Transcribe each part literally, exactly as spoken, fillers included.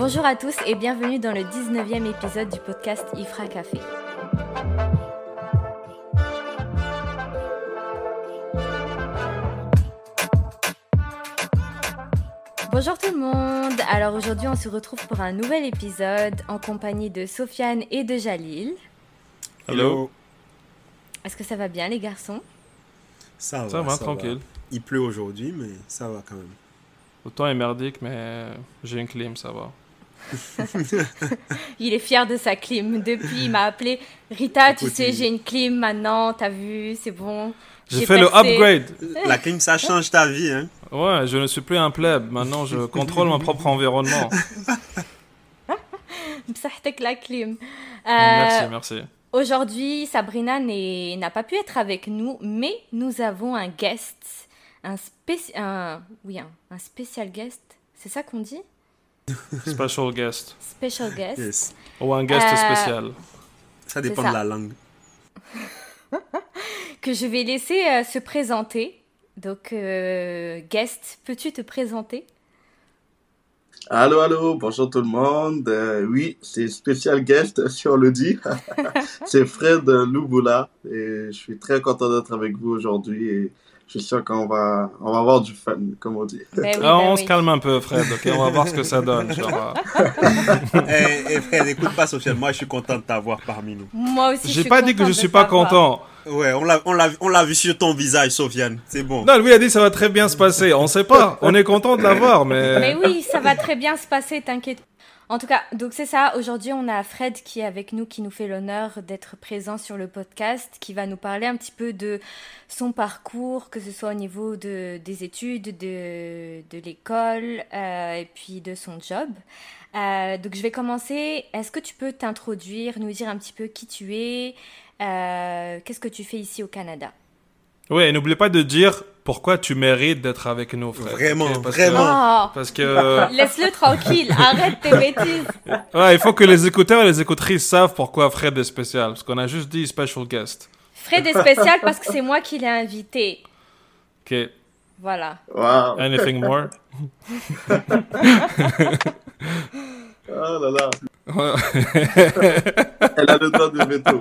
Bonjour à tous et bienvenue dans le dix-neuvième épisode du podcast Ifra Café. Bonjour tout le monde. Alors aujourd'hui on se retrouve pour un nouvel épisode en compagnie de Sofiane et de Jalil. Hello. Est-ce que ça va bien les garçons? Ça va, ça va, ça tranquille. Va. Il pleut aujourd'hui, mais ça va quand même. Le temps est merdique, mais j'ai une clim, ça va. Il est fier de sa clim. Depuis, il m'a appelé Rita, tu Écoute, sais, il... j'ai une clim maintenant, t'as vu, c'est bon. J'ai, j'ai fait percé. Le upgrade. La clim, ça change ta vie, hein. Ouais, je ne suis plus un pleb. Maintenant, je contrôle mon propre environnement. M'sahtek la clim. Euh, merci, merci. Aujourd'hui, Sabrina n'est... n'a pas pu être avec nous, mais nous avons un guest, un, spéci... un... Oui, un... un spécial guest, c'est ça qu'on dit? Special guest. Special guest. Yes. Ou un guest euh... spécial. Ça dépend ça. de la langue. Que je vais laisser euh, se présenter. Donc, euh, guest, peux-tu te présenter? Allô, allô, bonjour tout le monde. Euh, oui, c'est spécial guest, si on le dit. C'est Fred Louboula et je suis très content d'être avec vous aujourd'hui et je suis sûr qu'on va, on va avoir du fun, comme on dit. Ben oui, ben ah, on oui. se calme un peu, Fred, ok? On va voir ce que ça donne. Genre... hey, hey, Fred, écoute pas, Sofiane, moi je suis content de t'avoir parmi nous. Moi aussi, J'ai je pas suis dit que je suis pas content. Ouais, on l'a, on, l'a, on l'a vu sur ton visage, Sofiane, c'est bon. Non, lui a dit ça va très bien se passer. On sait pas, on est content de l'avoir, mais... Mais oui, ça va très bien se passer, t'inquiète. En tout cas, donc c'est ça. Aujourd'hui, on a Fred qui est avec nous, qui nous fait l'honneur d'être présent sur le podcast, qui va nous parler un petit peu de son parcours, que ce soit au niveau de, des études, de, de l'école euh, et puis de son job. Euh, donc je vais commencer. Est-ce que tu peux t'introduire, nous dire un petit peu qui tu es, euh, qu'est-ce que tu fais ici au Canada? Oui, et n'oublie pas de dire pourquoi tu mérites d'être avec nous, frère. Vraiment, okay, parce vraiment. Que, oh, parce que... Laisse-le tranquille, arrête tes bêtises. Ouais, il faut que les écouteurs et les écoutrices savent pourquoi Fred est spécial. Parce qu'on a juste dit special guest. Fred est spécial parce que c'est moi qui l'ai invité. Ok. Voilà. Wow. Anything more? Oh là là. Elle a le droit de veto.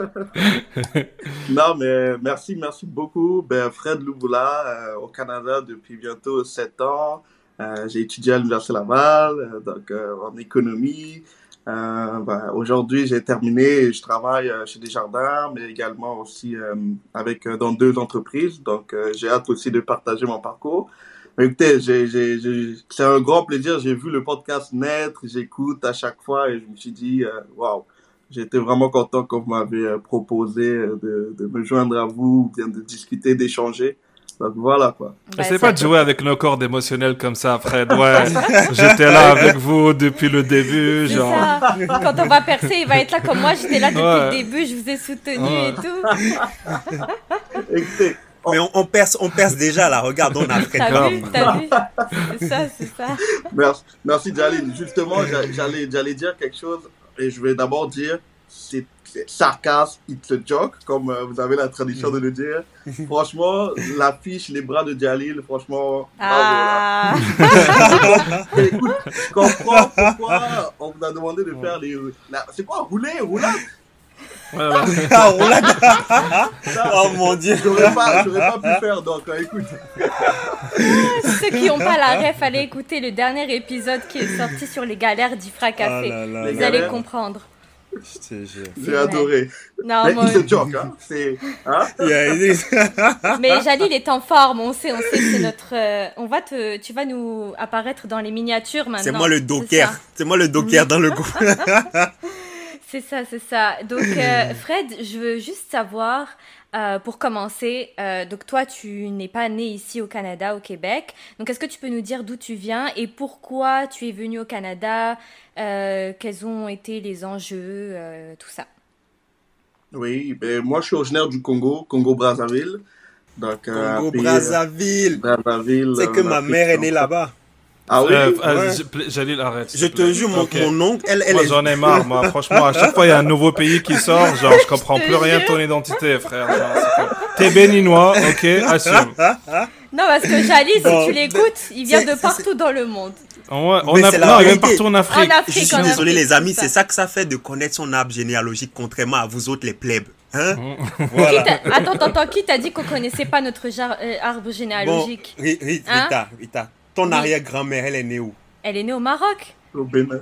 Non, mais merci, merci beaucoup. Ben, Fred Louboula, euh, au Canada depuis bientôt sept ans. Euh, j'ai étudié à l'Université Laval, euh, donc euh, en économie. Euh, ben, aujourd'hui, j'ai terminé. Je travaille euh, chez Desjardins, mais également aussi euh, avec euh, dans deux entreprises. Donc, euh, j'ai hâte aussi de partager mon parcours. Écoutez, j'ai, j'ai, j'ai, c'est un grand plaisir. J'ai vu le podcast naître, j'écoute à chaque fois et je me suis dit, waouh, wow, j'étais vraiment content quand vous m'avez proposé de, de me joindre à vous, bien de discuter, d'échanger. Donc voilà quoi. Bah, Essaye pas de jouer avec nos cordes émotionnelles comme ça, Fred. Ouais, j'étais là avec vous depuis le début. C'est genre. ça. Quand on va percer, il va être là comme moi. J'étais là depuis ouais. le début, je vous ai soutenu ouais. et tout. Écoutez. Mais on, on perce, on perce déjà là. Regarde, on a fait T'as vu, t'as vu. C'est ça, c'est ça. Merci, merci Jalil. Justement, j'allais, j'allais dire quelque chose et je vais d'abord dire, c'est, c'est sarcasme, it's a joke, comme euh, vous avez la tradition de le dire. Franchement, l'affiche, les bras de Jalil, franchement. Ah. Écoute, je comprends pourquoi on vous a demandé de faire les. La, c'est quoi, rouler, roulade? Voilà. Oh mon Dieu. J'aurais pas, j'aurais pas pu faire, donc euh, écoute. Ceux qui n'ont pas la ref, allez écouter le dernier épisode qui est sorti sur les galères d'Ifra Café. Oh là là, vous là allez là. comprendre. Je te jure. J'ai adoré. Non, mais moi... it's a joke, hein. C'est, hein? Yeah, mais Jalil est en forme, on sait, on sait que c'est notre... Euh, on va te, tu vas nous apparaître dans les miniatures maintenant. C'est moi le docker. C'est, c'est moi le docker dans le groupe. C'est ça, c'est ça. Donc, euh, Fred, je veux juste savoir, euh, pour commencer, euh, donc toi, tu n'es pas né ici au Canada, au Québec. Donc, est-ce que tu peux nous dire d'où tu viens et pourquoi tu es venu au Canada, euh, quels ont été les enjeux, euh, tout ça? Oui, ben, moi, je suis originaire du Congo, Congo-Brazzaville. Donc, euh, Congo-Brazzaville. Brazzaville. C'est que ma mère est née là-bas. Ah oui, euh, ouais. euh, Jalil, arrête. Je te jure, mon, okay. mon oncle, elle, elle moi, est... j'en ai marre, moi. Franchement, à chaque fois, il y a un nouveau pays qui sort. Genre, je comprends plus rien de ton identité, frère. Genre, c'est comme... T'es béninois, ok, assume. Non, parce que Jalil, si Bon, tu l'écoutes, il vient c'est- de c'est- partout dans le monde. Ouais, on Mais a... c'est la Non, même vérité. partout en Afrique. En Afrique, Je suis en désolé, Afrique, les amis, c'est c'est ça. ça que ça fait de connaître son arbre généalogique, contrairement à vous autres, les plebs. Hein? Mmh. Voilà. Qui t'a- Attends, attends, attends, qui t'a dit qu'on connaissait pas notre jar- euh, arbre Bon, généalogique? Ri- Ri- Hein? Rita, Rita, ton Oui. arrière-grand-mère, elle est née où? Elle est née au Maroc. Au Bénin.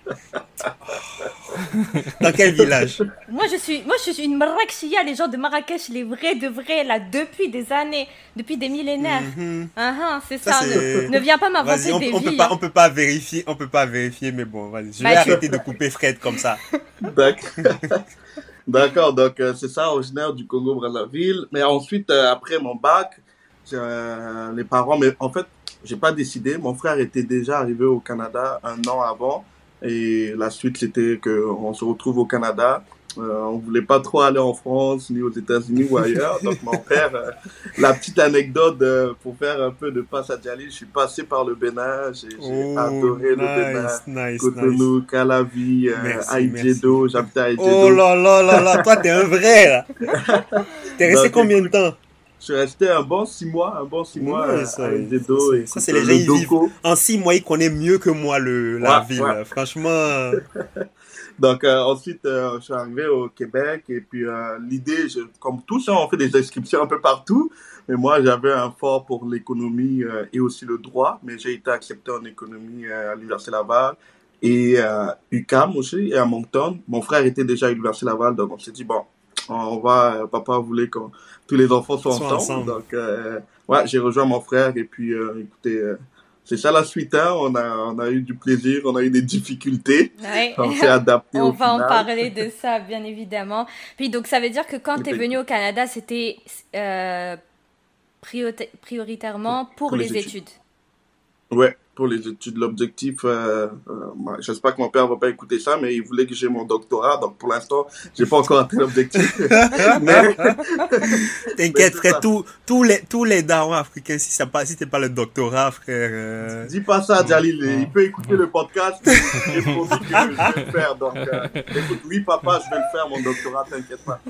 Dans quel village? Moi, je suis, moi, je suis une Marrakechia, les gens de Marrakech, les vrais de vrais, là, depuis des années, depuis des millénaires. Mhm. Ah, ah, c'est Ça, ça. c'est- Ne, ne viens pas m'inventer Vas-y, on, des on peut vies. pas, hein. on peut pas vérifier, on peut pas vérifier, mais bon, vas-y. Je Bah, vais tu- arrêter de couper Fred comme ça. D'accord. D'accord, donc euh, c'est ça, originaire du Congo-Brazzaville. Mais ensuite, euh, après mon bac, j'ai, euh, les parents, mais en fait, j'ai pas décidé. Mon frère était déjà arrivé au Canada un an avant. Et la suite, c'était qu'on se retrouve au Canada. Euh, on voulait pas trop aller en France, ni aux États-Unis ou ailleurs. Donc mon père, euh, la petite anecdote euh, pour faire un peu de passe à Djali, je suis passé par le Bénin. J'ai j'ai Oh, adoré le Bénin. nice, nice, nice. Cotonou, Calavi, euh, Merci, Aïdjedo, j'habitais à Aïdjedo. Oh là là là là, toi t'es un vrai là. T'es resté Donc, combien de temps? Je suis resté un bon six mois, un bon six mois Ouais, à ça, Aïdjedo. ça, c'est- et ça, c'est les gens, ils vivent. En six mois, ils connaissent mieux que moi le, la Ouais, ville. ouais. Franchement, Donc euh, ensuite, euh, je suis arrivé au Québec et puis euh, l'idée, je- comme tous, hein, on fait des inscriptions un peu partout. Mais moi, j'avais un fort pour l'économie euh, et aussi le droit. Mais j'ai été accepté en économie euh, à l'Université Laval et euh, U Q A M aussi et à Moncton. Mon frère était déjà à l'Université Laval, donc on s'est dit, bon, on va, euh, papa voulait que tous les enfants soient Soient ensemble. ensemble. Donc, euh, ouais, j'ai rejoint mon frère et puis, euh, écoutez, euh, c'est ça la suite, hein. On a, on a eu du plaisir, on a eu des difficultés. Ouais. On s'est adapté On au va en final. parler de ça, bien évidemment. Puis donc, ça veut dire que quand tu es venu au Canada, c'était euh, priorita- prioritairement pour, Pour les les études. études. Ouais, pour les études, l'objectif, euh, euh, moi, j'espère que mon père va pas écouter ça, mais il voulait que j'ai mon doctorat, donc pour l'instant, j'ai pas encore atteint l'objectif. mais, t'inquiète, c'est frère, ça. tous, tous les, tous les darons africains, si c'est pas, si t'es pas le doctorat, frère, euh, dis pas ça à Jalil, il peut écouter le podcast, j'ai promis que je vais le faire, donc, euh, écoute, oui, papa, je vais le faire, mon doctorat, t'inquiète pas.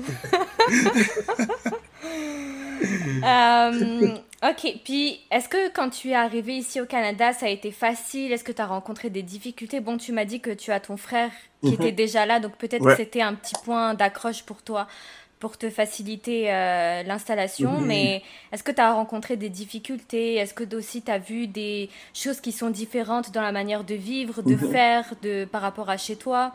Euh, ok, puis est-ce que quand tu es arrivé ici au Canada, ça a été facile? Est-ce que tu as rencontré des difficultés? Bon, tu m'as dit que tu as ton frère qui Mhm. était déjà là, donc peut-être Ouais. que c'était un petit point d'accroche pour toi, pour te faciliter euh, l'installation, Mhm. mais est-ce que tu as rencontré des difficultés? Est-ce que aussi tu as vu des choses qui sont différentes dans la manière de vivre, de Mhm. faire, de, par rapport à chez toi?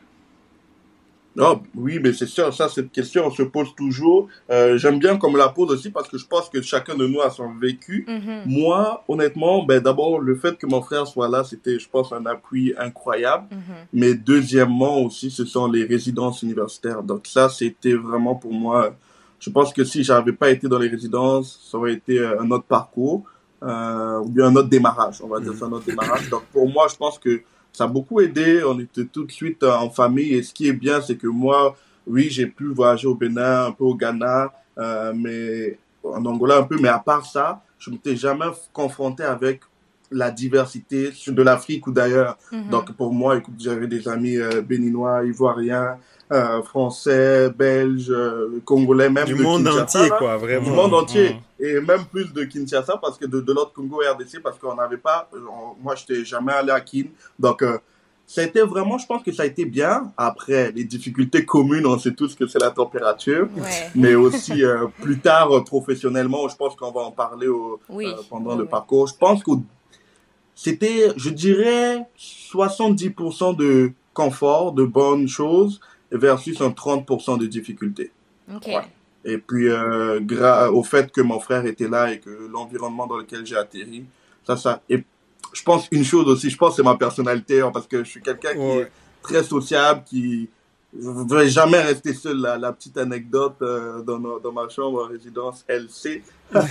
Oh, oui, mais c'est sûr, ça, cette question, on se pose toujours. Euh, j'aime bien qu'on me la pose aussi parce que je pense que chacun de nous a son vécu. Mhm. Moi, honnêtement, ben, d'abord, le fait que mon frère soit là, c'était, je pense, un appui incroyable. Mhm. Mais deuxièmement aussi, ce sont les résidences universitaires. Donc ça, c'était vraiment pour moi, je pense que si j'avais pas été dans les résidences, ça aurait été euh, un autre parcours, euh, ou bien un autre démarrage, on va dire ça, un autre démarrage. Donc pour moi, je pense que ça a beaucoup aidé. On était tout de suite euh, en famille. Et ce qui est bien, c'est que moi, oui, j'ai pu voyager au Bénin, un peu au Ghana, euh, mais en Angola un peu. Mais à part ça, je m'étais jamais confronté avec la diversité de l'Afrique ou d'ailleurs. Mhm. Donc pour moi, écoute, j'avais des amis euh, béninois, ivoiriens, euh, français, belges, euh, congolais, même du de monde Kinshasa, entier, là. quoi, vraiment. Du monde entier. Mhm. Et même plus de Kinshasa parce que de, de l'autre Congo R D C parce qu'on n'avait pas, on- moi j'étais jamais allé à Kin. Donc euh, ça a été vraiment, je pense que ça a été bien. Après, les difficultés communes, on sait tous que c'est la température. Ouais. Mais aussi euh, plus tard, euh, professionnellement, je pense qu'on va en parler au, Oui. euh, pendant Oui, le oui. parcours. Je pense que c'était, je dirais, soixante-dix pour cent de confort, de bonnes choses, versus un trente pour cent de difficultés. Ok. Ouais. Et puis, euh, gra- au fait que mon frère était là et que l'environnement dans lequel j'ai atterri, ça, ça. Et je pense une chose aussi, je pense que c'est ma personnalité, hein, parce que je suis quelqu'un qui Ouais. est très sociable, qui je ne voudrais jamais rester seul. La, la petite anecdote euh, dans, no- dans ma chambre en résidence, elle sait.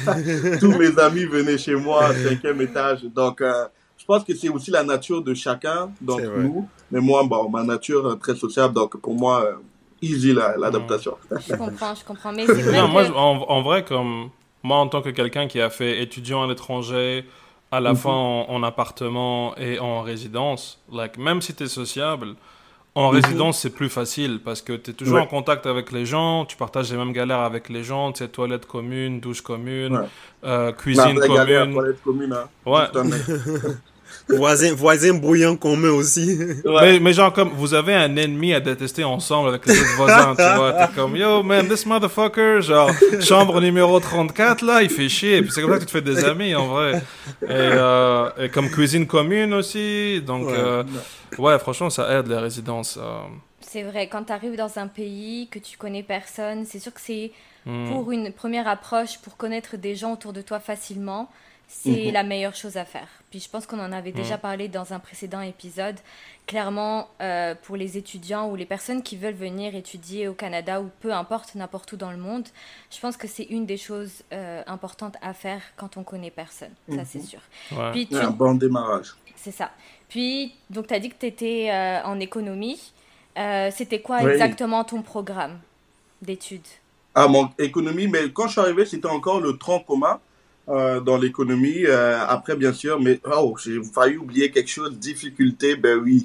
Tous mes amis venaient chez moi, cinquième étage. Donc, euh, je pense que c'est aussi la nature de chacun C'est d'entre vrai. nous. Mais moi, bon, ma nature euh, très sociable, donc pour moi, euh, easy la- l'adaptation. Je comprends, je comprends. Mais c'est vrai Non, que... moi, je- en, en vrai, comme moi, en tant que quelqu'un qui a fait étudiant à l'étranger, à la Mhm. fois en, en appartement et en résidence, like, même si tu es sociable, en Mhm. résidence, c'est plus facile parce que tu es toujours Ouais. en contact avec les gens, tu partages les mêmes galères avec les gens, tu sais, toilettes communes, douche commune, Ouais. euh, La cuisine vraie galère, commune. toilette commune, hein. Ouais. Juste un mec. voisin, voisin brouillant commun aussi. Ouais. Mais, mais genre, comme, vous avez un ennemi à détester ensemble avec les autres voisins, tu vois. T'es comme, yo, man, this motherfucker, genre, chambre numéro trente-quatre, là, il fait chier. Et puis c'est comme ça que tu te fais des amis, en vrai. Et, euh, et comme cuisine commune aussi. Donc, Ouais. euh, ouais, franchement, ça aide les résidences. euh. C'est vrai, quand tu arrives dans un pays que tu connais personne, c'est sûr que c'est Hmm. pour une première approche, pour connaître des gens autour de toi facilement, c'est Mhm. la meilleure chose à faire. Puis je pense qu'on en avait déjà parlé dans un précédent épisode. Clairement, euh, pour les étudiants ou les personnes qui veulent venir étudier au Canada ou peu importe, n'importe où dans le monde, je pense que c'est une des choses euh, importantes à faire quand on connaît personne. Ça, c'est sûr. Ouais. Puis tu, Un bon démarrage. c'est ça. Puis, donc, tu as dit que tu étais euh, en économie. Euh, c'était quoi Oui. exactement ton programme d'études? Ah, mon économie, mais quand je suis arrivé, c'était encore le tronc commun euh, dans l'économie. Euh, après, bien sûr, mais oh, j'ai failli oublier quelque chose. Difficulté, ben oui.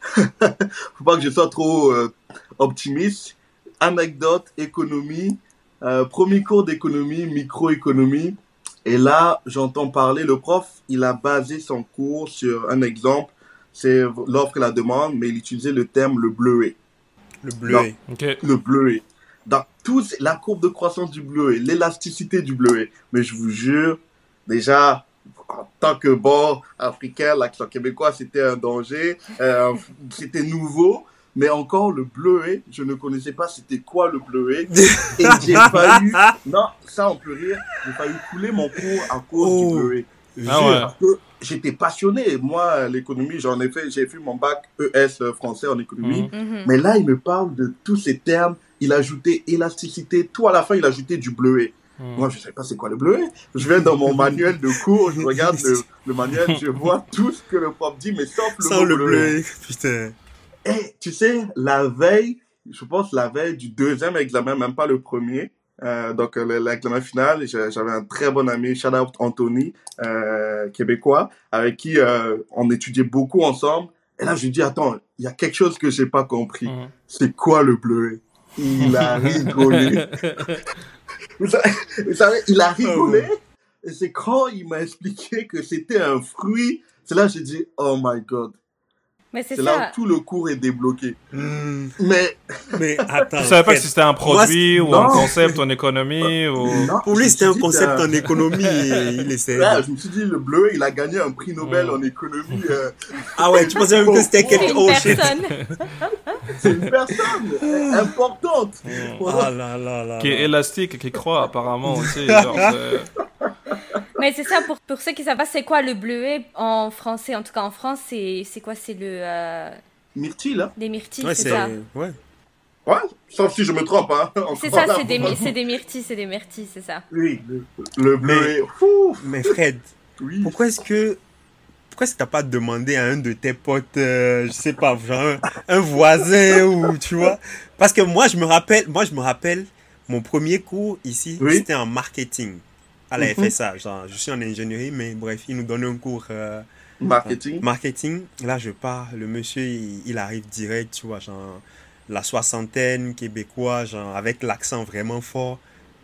Faut pas que je sois trop euh, optimiste. Anecdote, économie. Euh, premier cours d'économie, microéconomie. Et là, j'entends parler, le prof, il a basé son cours sur un exemple. C'est l'offre et la demande, mais il utilisait le terme le bleuet. Le bleuet. Ok. Le bleuet. Dans tous, la courbe de croissance du bleuet, l'élasticité du bleuet. Mais je vous jure, déjà, en tant que bon africain, l'accent québécois, c'était un danger. Euh, c'était nouveau. Mais encore, le bleuet, je ne connaissais pas c'était quoi le bleuet. Et j'ai failli, non, ça on peut rire, j'ai failli couler mon cours à cause Oh. du bleuet. Ah ouais. Parce que j'étais passionné. Moi, l'économie, j'en ai fait, j'ai fait mon bac E S euh, français en économie. Mhm. Mhm. Mais là, il me parle de tous ces termes. Il a ajouté élasticité. Tout à la fin, il a ajouté du bleuet. Mhm. Moi, je ne savais pas c'est quoi le bleuet. Je vais dans mon manuel de cours, je regarde le, le manuel, je vois tout ce que le prof dit, mais sauf le Sans mot le bleuet. bleuet. Putain. Et tu sais, la veille, je pense la veille du deuxième examen, même pas le premier, euh, donc euh, l'examen final, j'a- j'avais un très bon ami, shout out Anthony, euh, québécois, avec qui euh, on étudiait beaucoup ensemble. Et là, je lui dis, attends, il y a quelque chose que j'ai pas compris. Mhm. C'est quoi le bleuet? Il a rigolé. Vous savez, vous savez, il a rigolé. Et c'est quand il m'a expliqué que c'était un fruit. C'est là que j'ai dit, oh my god. Mais c'est C'est là ça. où tout le cours est débloqué. Hmm. Mais Mais attends. Tu savais pas Fred. si c'était un produit ou non. un concept en économie ou... non, Pour je lui, me c'était suis un dit, concept euh, en économie et il essaie. là, je me suis dit, le bleu, il a gagné un prix Nobel Mm. en économie. euh, Ah ouais, tu pensais même que c'était C'est quelque une oh shit. personne. c'est une personne importante. Oh là là là. Qui est là. élastique et qui croit apparemment aussi. Genre, c'est- Mais c'est ça, pour, pour ceux qui savent pas, c'est quoi le bleuet en français? En tout cas, en France, c'est c'est quoi? C'est le euh, Myrtille, là. des myrtilles, Ouais, c'est c'est. ça. Ouais. Ouais, sauf si je me trompe, hein. C'est Encore ça, là, c'est des, faut my- pas- c'est des myrtilles, c'est des myrtilles, c'est ça. Oui, le, le bleu. Fou, Mais Fred, oui. pourquoi est-ce que. Pourquoi est-ce que t'as pas demandé à un de tes potes, euh, je sais pas, genre un, un voisin ou tu vois? Parce que moi, je me rappelle, moi, je me rappelle, mon premier cours ici, Oui. c'était en marketing à la Mhm. F S A. Genre, je suis en ingénierie, mais bref, ils nous donnaient un cours euh, Marketing. marketing. Là, je pars, le monsieur, il, il arrive direct, tu vois, genre, la soixantaine, québécois, genre, avec l'accent vraiment fort.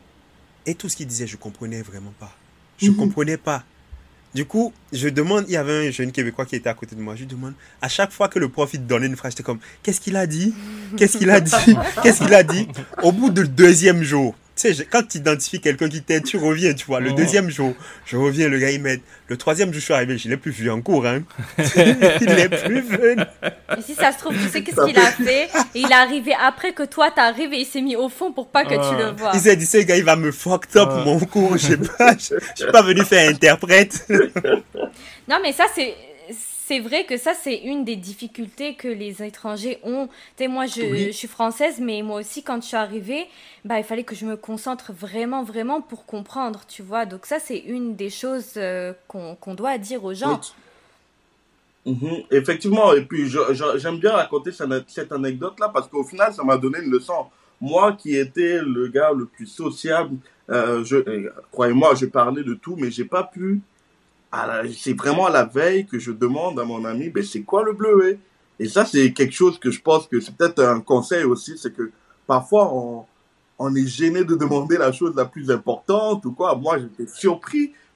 Et tout ce qu'il disait, je comprenais vraiment pas. Je Mhm. comprenais pas. Du coup, je demande, il y avait un jeune Québécois qui était à côté de moi, je lui demande, à chaque fois que le prof il donnait une phrase, j'étais comme, qu'est-ce qu'il a dit? Qu'est-ce qu'il a dit? Qu'est-ce qu'il a dit? Au bout du deuxième jour, tu sais, je- quand tu identifies quelqu'un qui t'aide, tu reviens, tu vois. Le Oh. deuxième jour, je reviens, le gars il m'aide. Le troisième jour, je suis arrivé, je l'ai plus vu en cours, hein. Il n'est plus venu. Et si ça se trouve, tu sais qu'est-ce Ça qu'il a fait? Et il est arrivé après que toi t'arrives et il s'est mis au fond pour pas que tu Ah. le vois. Il s'est dit, ce gars, il va me fucked up Ah. mon cours, je sais pas, je je suis pas venu faire interprète. Non, mais ça, c'est. C'est vrai que ça, c'est une des difficultés que les étrangers ont. Tu sais, moi, je, Oui. je suis française, mais moi aussi, quand je suis arrivée, bah, il fallait que je me concentre vraiment, vraiment pour comprendre, tu vois. Donc ça, c'est une des choses euh, qu'on qu'on doit dire aux gens. Mhm, effectivement, et puis je- je- j'aime bien raconter cette, cette anecdote-là parce qu'au final, ça m'a donné une leçon. Moi qui étais le gars le plus sociable, euh, je, euh, croyez-moi, je parlais de tout, mais j'ai pas pu. à la- C'est vraiment à la veille que je demande à mon ami, ben c'est quoi le bleuet? Et ça, c'est quelque chose que je pense que c'est peut-être un conseil aussi, c'est que parfois on, on est gêné de demander la chose la plus importante ou quoi. Moi, j'étais surpris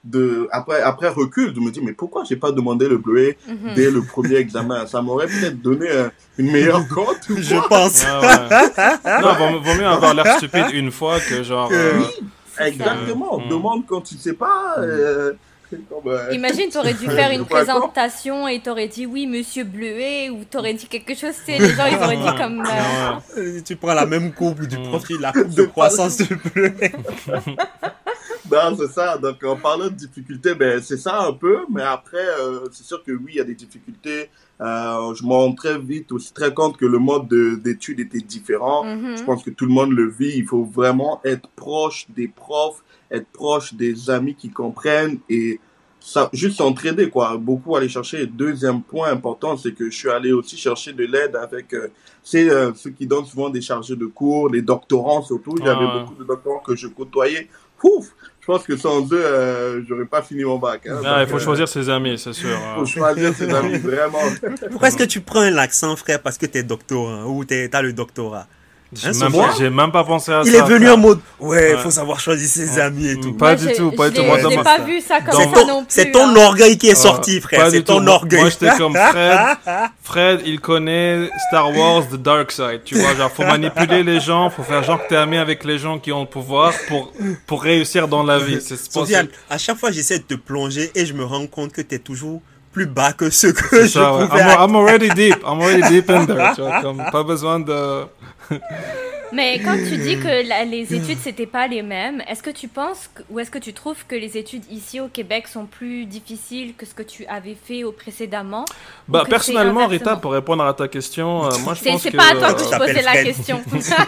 de après après recul, de me dire mais pourquoi j'ai pas demandé le bleuet mm-hmm. dès le premier examen? Ça m'aurait peut-être donné euh, une meilleure cote. Je pense. Ah, ouais. Non, vaut, vaut mieux avoir l'air stupide une fois que genre. Euh... Oui, exactement. Mm. Demande quand tu sais pas. Euh, comme, euh... Imagine, t'aurais dû faire une présentation et t'aurais dit oui, monsieur Bleuet, ou t'aurais dit quelque chose, tu sais, les gens ils auraient dit comme. Euh... Tu prends la même courbe du profil, la courbe de croissance de Bleuet. Non, c'est ça. Donc, en parlant de difficultés, ben, c'est ça un peu. Mais après, euh, c'est sûr que oui, il y a des difficultés. Euh, je me rends très vite aussi très compte que le mode de, d'études était différent. Mm-hmm. Je pense que tout le monde le vit. Il faut vraiment être proche des profs, être proche des amis qui comprennent et ça, juste s'entraider, quoi. Beaucoup aller chercher. Et deuxième point important, c'est que je suis allé aussi chercher de l'aide avec euh, c'est, euh, ceux qui donnent souvent des chargés de cours, les doctorants surtout. J'avais ah. beaucoup de doctorants que je côtoyais. Ouf! Je pense que sans eux, euh, j'aurais pas fini mon bac. Hein, ah, donc, il faut euh, choisir ses amis, c'est sûr. Il faut choisir ses amis, vraiment. Pourquoi est-ce que tu prends un accent, frère, parce que t'es doctorant ou t'es, t'as le doctorat? J'ai, hein, même pas, j'ai même pas pensé à il ça. Il est venu frère. En mode, ouais, il ouais. faut savoir choisir ses amis et tout. Pas ouais, du tout, pas du tout. Moi, je n'ai pas vu ça comme c'est ça ton, non plus. C'est ton hein. orgueil qui est sorti, frère. Pas c'est ton tout. orgueil. Moi, j'étais comme Fred. Fred, il connaît Star Wars, The Dark Side. Tu vois, genre, faut manipuler les gens, faut faire genre que t'es ami avec les gens qui ont le pouvoir pour, pour réussir dans la vie. C'est Sofiane, à chaque fois, j'essaie de te plonger et je me rends compte que t'es toujours plus bas que ce que c'est je ça, ouais. pouvais. I'm, I'm already deep. I'm already deep in there. Tu vois, comme, pas besoin de... Mais quand tu dis que la, les études c'était pas les mêmes, est-ce que tu penses que, ou est-ce que tu trouves que les études ici au Québec sont plus difficiles que ce que tu avais fait au précédemment? Bah personnellement, Rita, pour répondre à ta question, euh, moi je c'est, pense c'est que c'est pas à toi que euh, je posais la question.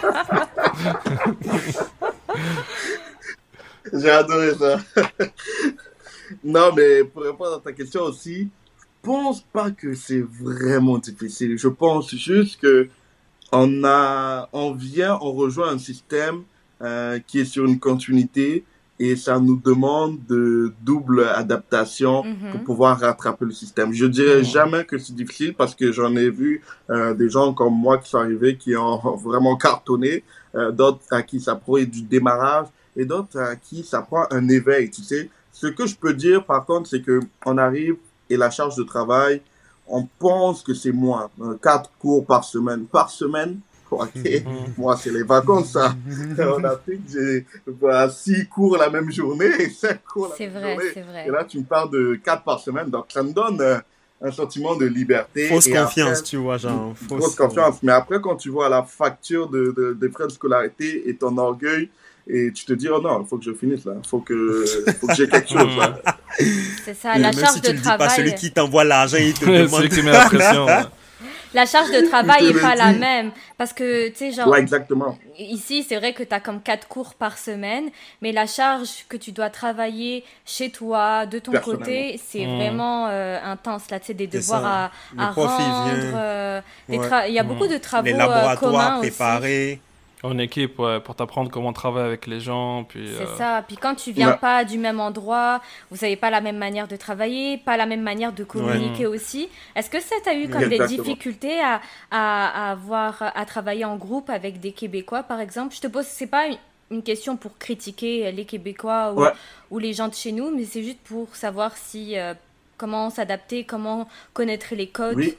J'ai adoré ça. Non, mais pour répondre à ta question aussi, je pense pas que c'est vraiment difficile. Je pense juste que On a, on vient, on rejoint un système euh, qui est sur une continuité et ça nous demande de double adaptation mm-hmm. pour pouvoir rattraper le système. Je dirais mm-hmm. jamais que c'est difficile parce que j'en ai vu euh, des gens comme moi qui sont arrivés qui ont vraiment cartonné, euh, d'autres à qui ça prend du démarrage et d'autres à qui ça prend un éveil. Tu sais, ce que je peux dire par contre, c'est que on arrive et la charge de travail. On pense que c'est moins. Quatre cours par semaine. Par semaine, ok. Mm-hmm. Moi, c'est les vacances, ça. En Afrique, j'ai bah, six cours la même journée et cinq cours la c'est même vrai, journée. C'est vrai, et là, tu me parles de quatre par semaine. Donc, ça me donne euh, un sentiment de liberté. Fausse et confiance, après, tu vois, genre. Fausse, fausse confiance. Mais après, quand tu vois la facture de, de, des frais de scolarité et ton orgueil, et tu te dis, oh non, il faut que je finisse là. Il faut que, faut que j'ai quelque chose là. C'est ça, la même charge si de tu le travail. Dis pas, celui qui t'envoie l'argent, il te demande. Celui qui met la pression. La charge de travail est pas la même. Parce que, tu sais, genre. Ouais, exactement. Ici, c'est vrai que tu as comme quatre cours par semaine. Mais la charge que tu dois travailler chez toi, de ton côté, c'est mmh. vraiment euh, intense. Là, tu sais, des devoirs à, à rendre. Il euh, ouais. tra- y a mmh. beaucoup de travaux Les laboratoires euh, communs préparés. Aussi. En équipe, ouais, pour t'apprendre comment travailler avec les gens. Puis, c'est euh... ça. Puis quand tu viens ouais. pas du même endroit, vous n'avez pas la même manière de travailler, pas la même manière de communiquer ouais. aussi. Est-ce que ça t'a eu comme Exactement. Des difficultés à, à, à avoir à travailler en groupe avec des Québécois, par exemple? Je te pose, c'est pas une, une question pour critiquer les Québécois ou, ouais. ou les gens de chez nous, mais c'est juste pour savoir si euh, comment s'adapter, comment connaître les codes. Oui.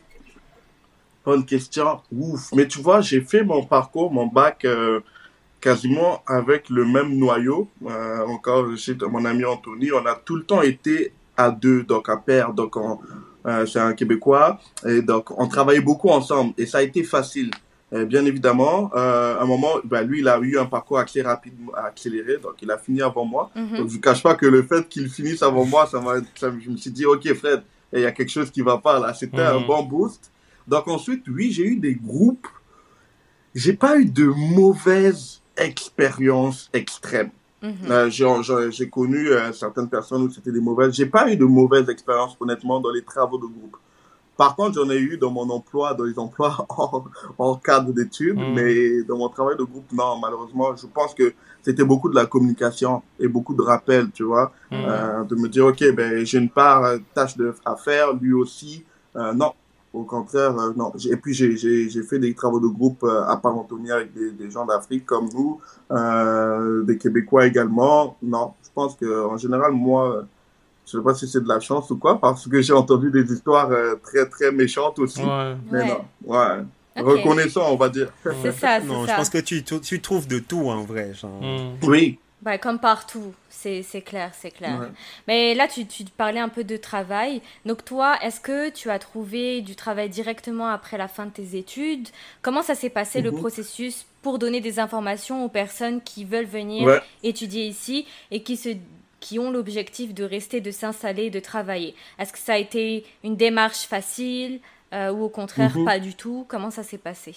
Bonne question. Ouf. Mais tu vois, j'ai fait mon parcours, mon bac, euh, quasiment avec le même noyau. Euh, encore chez mon ami Anthony, on a tout le temps été à deux, donc à pair. Donc, on, euh, c'est un Québécois. Et donc, on travaillait beaucoup ensemble. Et ça a été facile. Et bien évidemment, euh, à un moment, ben, lui, il a eu un parcours assez rapide, accéléré. Donc, il a fini avant moi. Mm-hmm. Donc, je ne cache pas que le fait qu'il finisse avant moi, ça m'a, ça, je me suis dit, OK, Fred, il y a quelque chose qui ne va pas là. C'était mm-hmm. un bon boost. Donc ensuite, oui, j'ai eu des groupes. J'ai pas eu de mauvaises expériences extrêmes. Mm-hmm. Euh, j'ai, j'ai, j'ai connu euh, certaines personnes où c'était des mauvaises. J'ai pas eu de mauvaises expériences, honnêtement, dans les travaux de groupe. Par contre, j'en ai eu dans mon emploi, dans les emplois en, en cadre d'études, mm. mais dans mon travail de groupe, non, malheureusement, je pense que c'était beaucoup de la communication et beaucoup de rappels, tu vois, mm. euh, de me dire, OK, ben, j'ai une part, euh, tâche de, à faire, lui aussi, euh, non. Au contraire, euh, non. Et puis, j'ai, j'ai, j'ai fait des travaux de groupe euh, à Parentonia avec des, des gens d'Afrique comme nous, euh, des Québécois également. Non, je pense que en général, moi, Je sais pas si c'est de la chance ou quoi, parce que j'ai entendu des histoires euh, très, très méchantes aussi. Ouais. Mais Ouais. non, ouais. Ok. Reconnaissant, on va dire. C'est ça, c'est Non, je ça. pense que tu, tu, tu trouves de tout en vrai. Genre. Mm. Oui. Bah, comme partout, c'est c'est clair, c'est clair. Ouais. Mais là, tu, tu parlais un peu de travail. Donc toi, est-ce que tu as trouvé du travail directement après la fin de tes études? Comment ça s'est passé le Mhm. processus pour donner des informations aux personnes qui veulent venir Ouais. étudier ici et qui se, qui ont l'objectif de rester, de s'installer, de travailler? Est-ce que ça a été une démarche facile euh, ou au contraire Mhm. pas du tout? Comment ça s'est passé?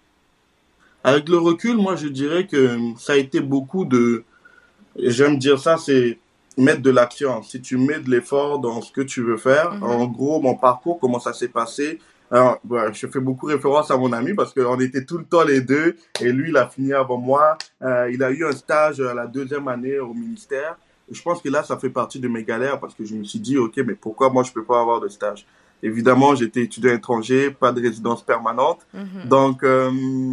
Avec le recul, moi, je dirais que ça a été beaucoup de... J'aime dire ça, c'est mettre de l'action. Si tu mets de l'effort dans ce que tu veux faire, Mhm. en gros, mon parcours, comment ça s'est passé. Alors, ouais, je fais beaucoup référence à mon ami parce qu'on était tout le temps les deux et lui, il a fini avant moi. Euh, il a eu un stage à la deuxième année au ministère. Et je pense que là, ça fait partie de mes galères parce que je me suis dit, OK, mais pourquoi moi, je peux pas avoir de stage? Évidemment, j'étais étudiant étranger, pas de résidence permanente. Mhm. Donc, euh,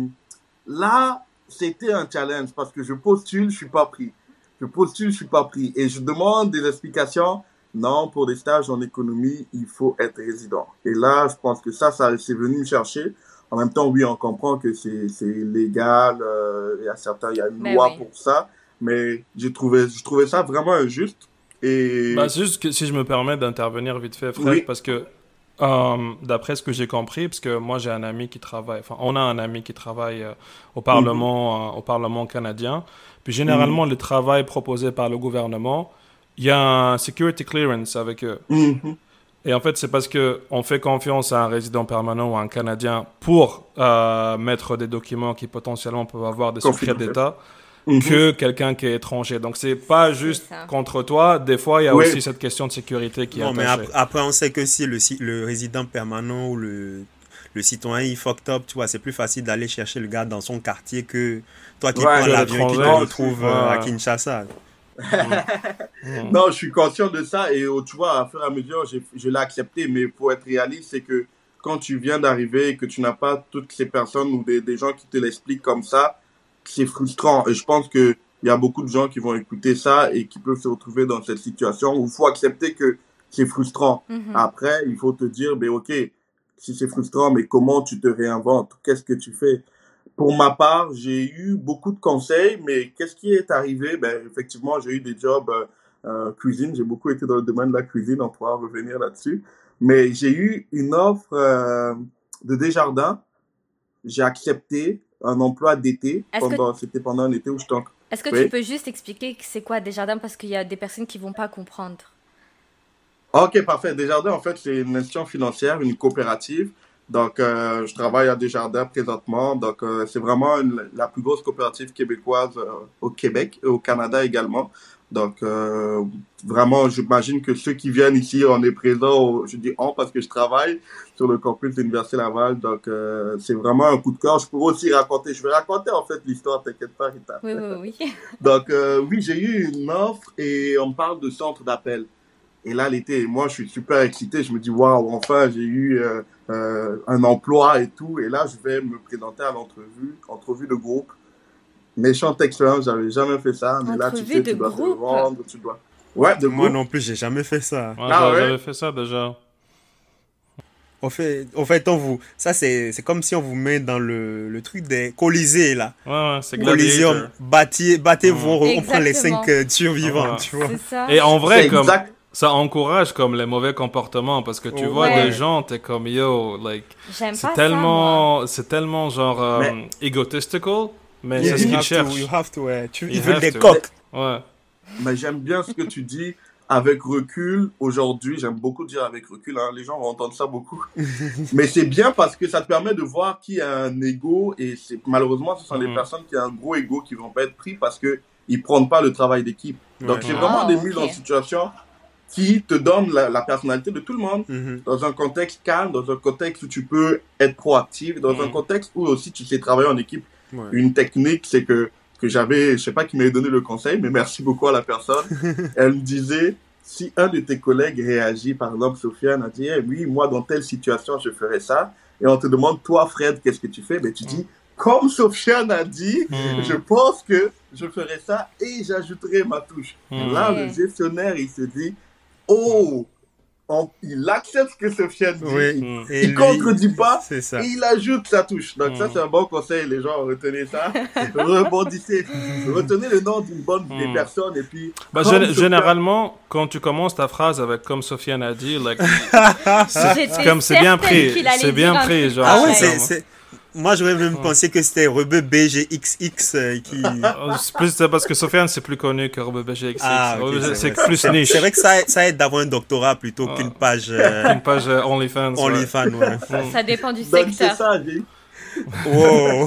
là, c'était un challenge parce que je postule, je suis pas pris. Je postule, je suis pas pris. Et je demande des explications. Non, pour des stages en économie, il faut être résident. Et là, je pense que ça, ça c'est venu me chercher. En même temps, oui, on comprend que c'est c'est légal. Euh, il y a certains, il y a une Ben loi oui. pour ça. Mais j'ai trouvé, je trouvais ça vraiment injuste. Bah, Et c'est juste que si je me permets d'intervenir vite fait, Fred, oui. parce que euh, d'après ce que j'ai compris, parce que moi j'ai un ami qui travaille, enfin on a un ami qui travaille euh, au Mhm, Parlement, euh, au Parlement canadien. Puis mhm, généralement le travail proposé par le gouvernement, il y a un security clearance avec eux. mhm. Et en fait, c'est parce que on fait confiance à un résident permanent ou à un Canadien pour euh, mettre des documents qui potentiellement peuvent avoir des secrets Confidentiel. d'État Mhm. que quelqu'un qui est étranger. Donc c'est pas C'est juste ça. contre toi. Des fois, il y a Oui. aussi cette question de sécurité qui est Non, mais attachée. ap- après, on sait que si le, ci- le résident permanent ou le, le citoyen il fucked up, tu vois, c'est plus facile d'aller chercher le gars dans son quartier que toi qui Ouais. prends Que l'avion et qui te l'étranger. retrouve Ouais, euh, à ouais. Kinshasa. Mm. Mm. Non, je suis conscient de ça et oh, tu vois, à fur et à mesure, j'ai- je l'ai accepté. Mais pour être réaliste, c'est que quand tu viens d'arriver et que tu n'as pas toutes ces personnes ou des, des gens qui te l'expliquent comme ça, c'est frustrant. Et je pense que il y a beaucoup de gens qui vont écouter ça et qui peuvent se retrouver dans cette situation où il faut accepter que c'est frustrant. Mhm. Après, il faut te dire, ben ok, si c'est frustrant, mais comment tu te réinventes? Qu'est-ce que tu fais? Pour ma part, j'ai eu beaucoup de conseils, mais qu'est-ce qui est arrivé? Ben, effectivement, j'ai eu des jobs euh, euh, cuisine. J'ai beaucoup été dans le domaine de la cuisine, on pourra revenir là-dessus. Mais j'ai eu une offre euh, de Desjardins. J'ai accepté un emploi d'été. Est-ce que, Pendant, c'était pendant un été où je t'en... est-ce que tu Oui. peux juste expliquer que c'est quoi Desjardins parce qu'il y a des personnes qui vont pas comprendre. Ok, parfait. Desjardins, en fait, c'est une institution financière, une coopérative. Donc, euh, je travaille à Desjardins présentement. Donc, euh, c'est vraiment une- la plus grosse coopérative québécoise euh, au Québec et au Canada également. Donc, euh, vraiment, j'imagine que ceux qui viennent ici, on est présents, au- je dis on parce que je travaille sur le campus de l'Université Laval. Donc, euh, c'est vraiment un coup de cœur. Je pourrais aussi raconter, je vais raconter en fait l'histoire, t'inquiète pas, Rita. Oui, oui, oui. Donc, euh, oui, j'ai eu une offre et on me parle de centre d'appel. Et là, l'été, moi, je suis super excité. Je me dis, waouh, enfin, j'ai eu euh, euh, un emploi et tout. Et là, je vais me présenter à l'entrevue, entrevue de groupe. Méchante expérience, j'avais jamais fait ça. Mais là, tu Entrevue sais, de tu dois te groupe. vendre, tu dois... Ouais, de Moi groupe. non plus, j'ai jamais fait ça. Ouais, Ah j'a- ouais? j'avais fait ça déjà. Au fait, au fait on vous, ça c'est c'est comme si on vous met dans le, le truc des colisées là. Ouais, ouais, c'est Coliseum, Gladiator. battez, battez-vous, on, re- on prend les Exactement. cinq euh, survivants, Ouais. tu vois. C'est ça. Et en vrai, C'est comme exact. ça encourage comme les mauvais comportements parce que tu vois Ouais. des gens, t'es comme yo, like J'aime c'est pas tellement, c'est tellement genre euh, Mais- egotistical, mais Yeah, c'est ce you qu'ils have to, cherchent. you have to, ouais. Tu- You ils veulent have des to. coques. Ouais. Mais j'aime bien ce que tu dis avec recul. Aujourd'hui, j'aime beaucoup dire avec recul. Hein. Les gens vont entendre ça beaucoup. Mais c'est bien parce que ça te permet de voir qui a un ego. Et c'est malheureusement, ce sont les Mhm. personnes qui ont un gros ego qui vont pas être pris parce que ils prennent pas le travail d'équipe. Donc Ouais. c'est Ah, vraiment des ok. mises en situation qui te donnent la, la personnalité de tout le monde. Mhm. Dans un contexte calme, dans un contexte où tu peux être proactif, dans un Mhm. contexte où aussi tu sais travailler en équipe. Ouais. Une technique, c'est que, que j'avais, je sais pas qui m'avait donné le conseil, mais merci beaucoup à la personne. Elle me disait, si un de tes collègues réagit, par exemple, Sofiane a dit, Eh oui, moi, dans telle situation, je ferais ça. Et on te demande, toi, Fred, qu'est-ce que tu fais? Ben, tu dis, comme Sofiane a dit, Mhm. je pense que je ferais ça et j'ajouterai ma touche. Mhm. Là, Ouais. le gestionnaire, il se dit, oh, on- il accepte ce que Sofiane dit. Oui. Mm. Et Il lui, contredit pas. c'est ça. Et il ajoute sa touche. Donc, ça, Mm. c'est un bon conseil, les gens. Retenez ça. Rebondissez. Retenez le nom d'une bonne des Mm. personnes. Et puis, Bah, comme gén- Sofiane- généralement, quand tu commences ta phrase avec comme Sofiane a dit, like, J'étais comme c'est bien certaine pris, qu'il allait c'est bien dire un pris, truc genre. Ah ouais, pareil. c'est, c'est... Moi, j'aurais même Ouais. pensé que c'était Rebeu B G X X euh, qui... Euh, C'est plus c'est parce que Sofiane c'est plus connu que Robert B G X X. Ah, ok, Robert B G X, c'est c'est vrai. plus C'est- niche. C'est vrai que ça, ça aide d'avoir un doctorat plutôt Ah. qu'une page euh, Une page euh, OnlyFans. ouais. OnlyFans. Ouais. Mm. Ça dépend du Donc, c'est secteur. ça, j'ai Wow.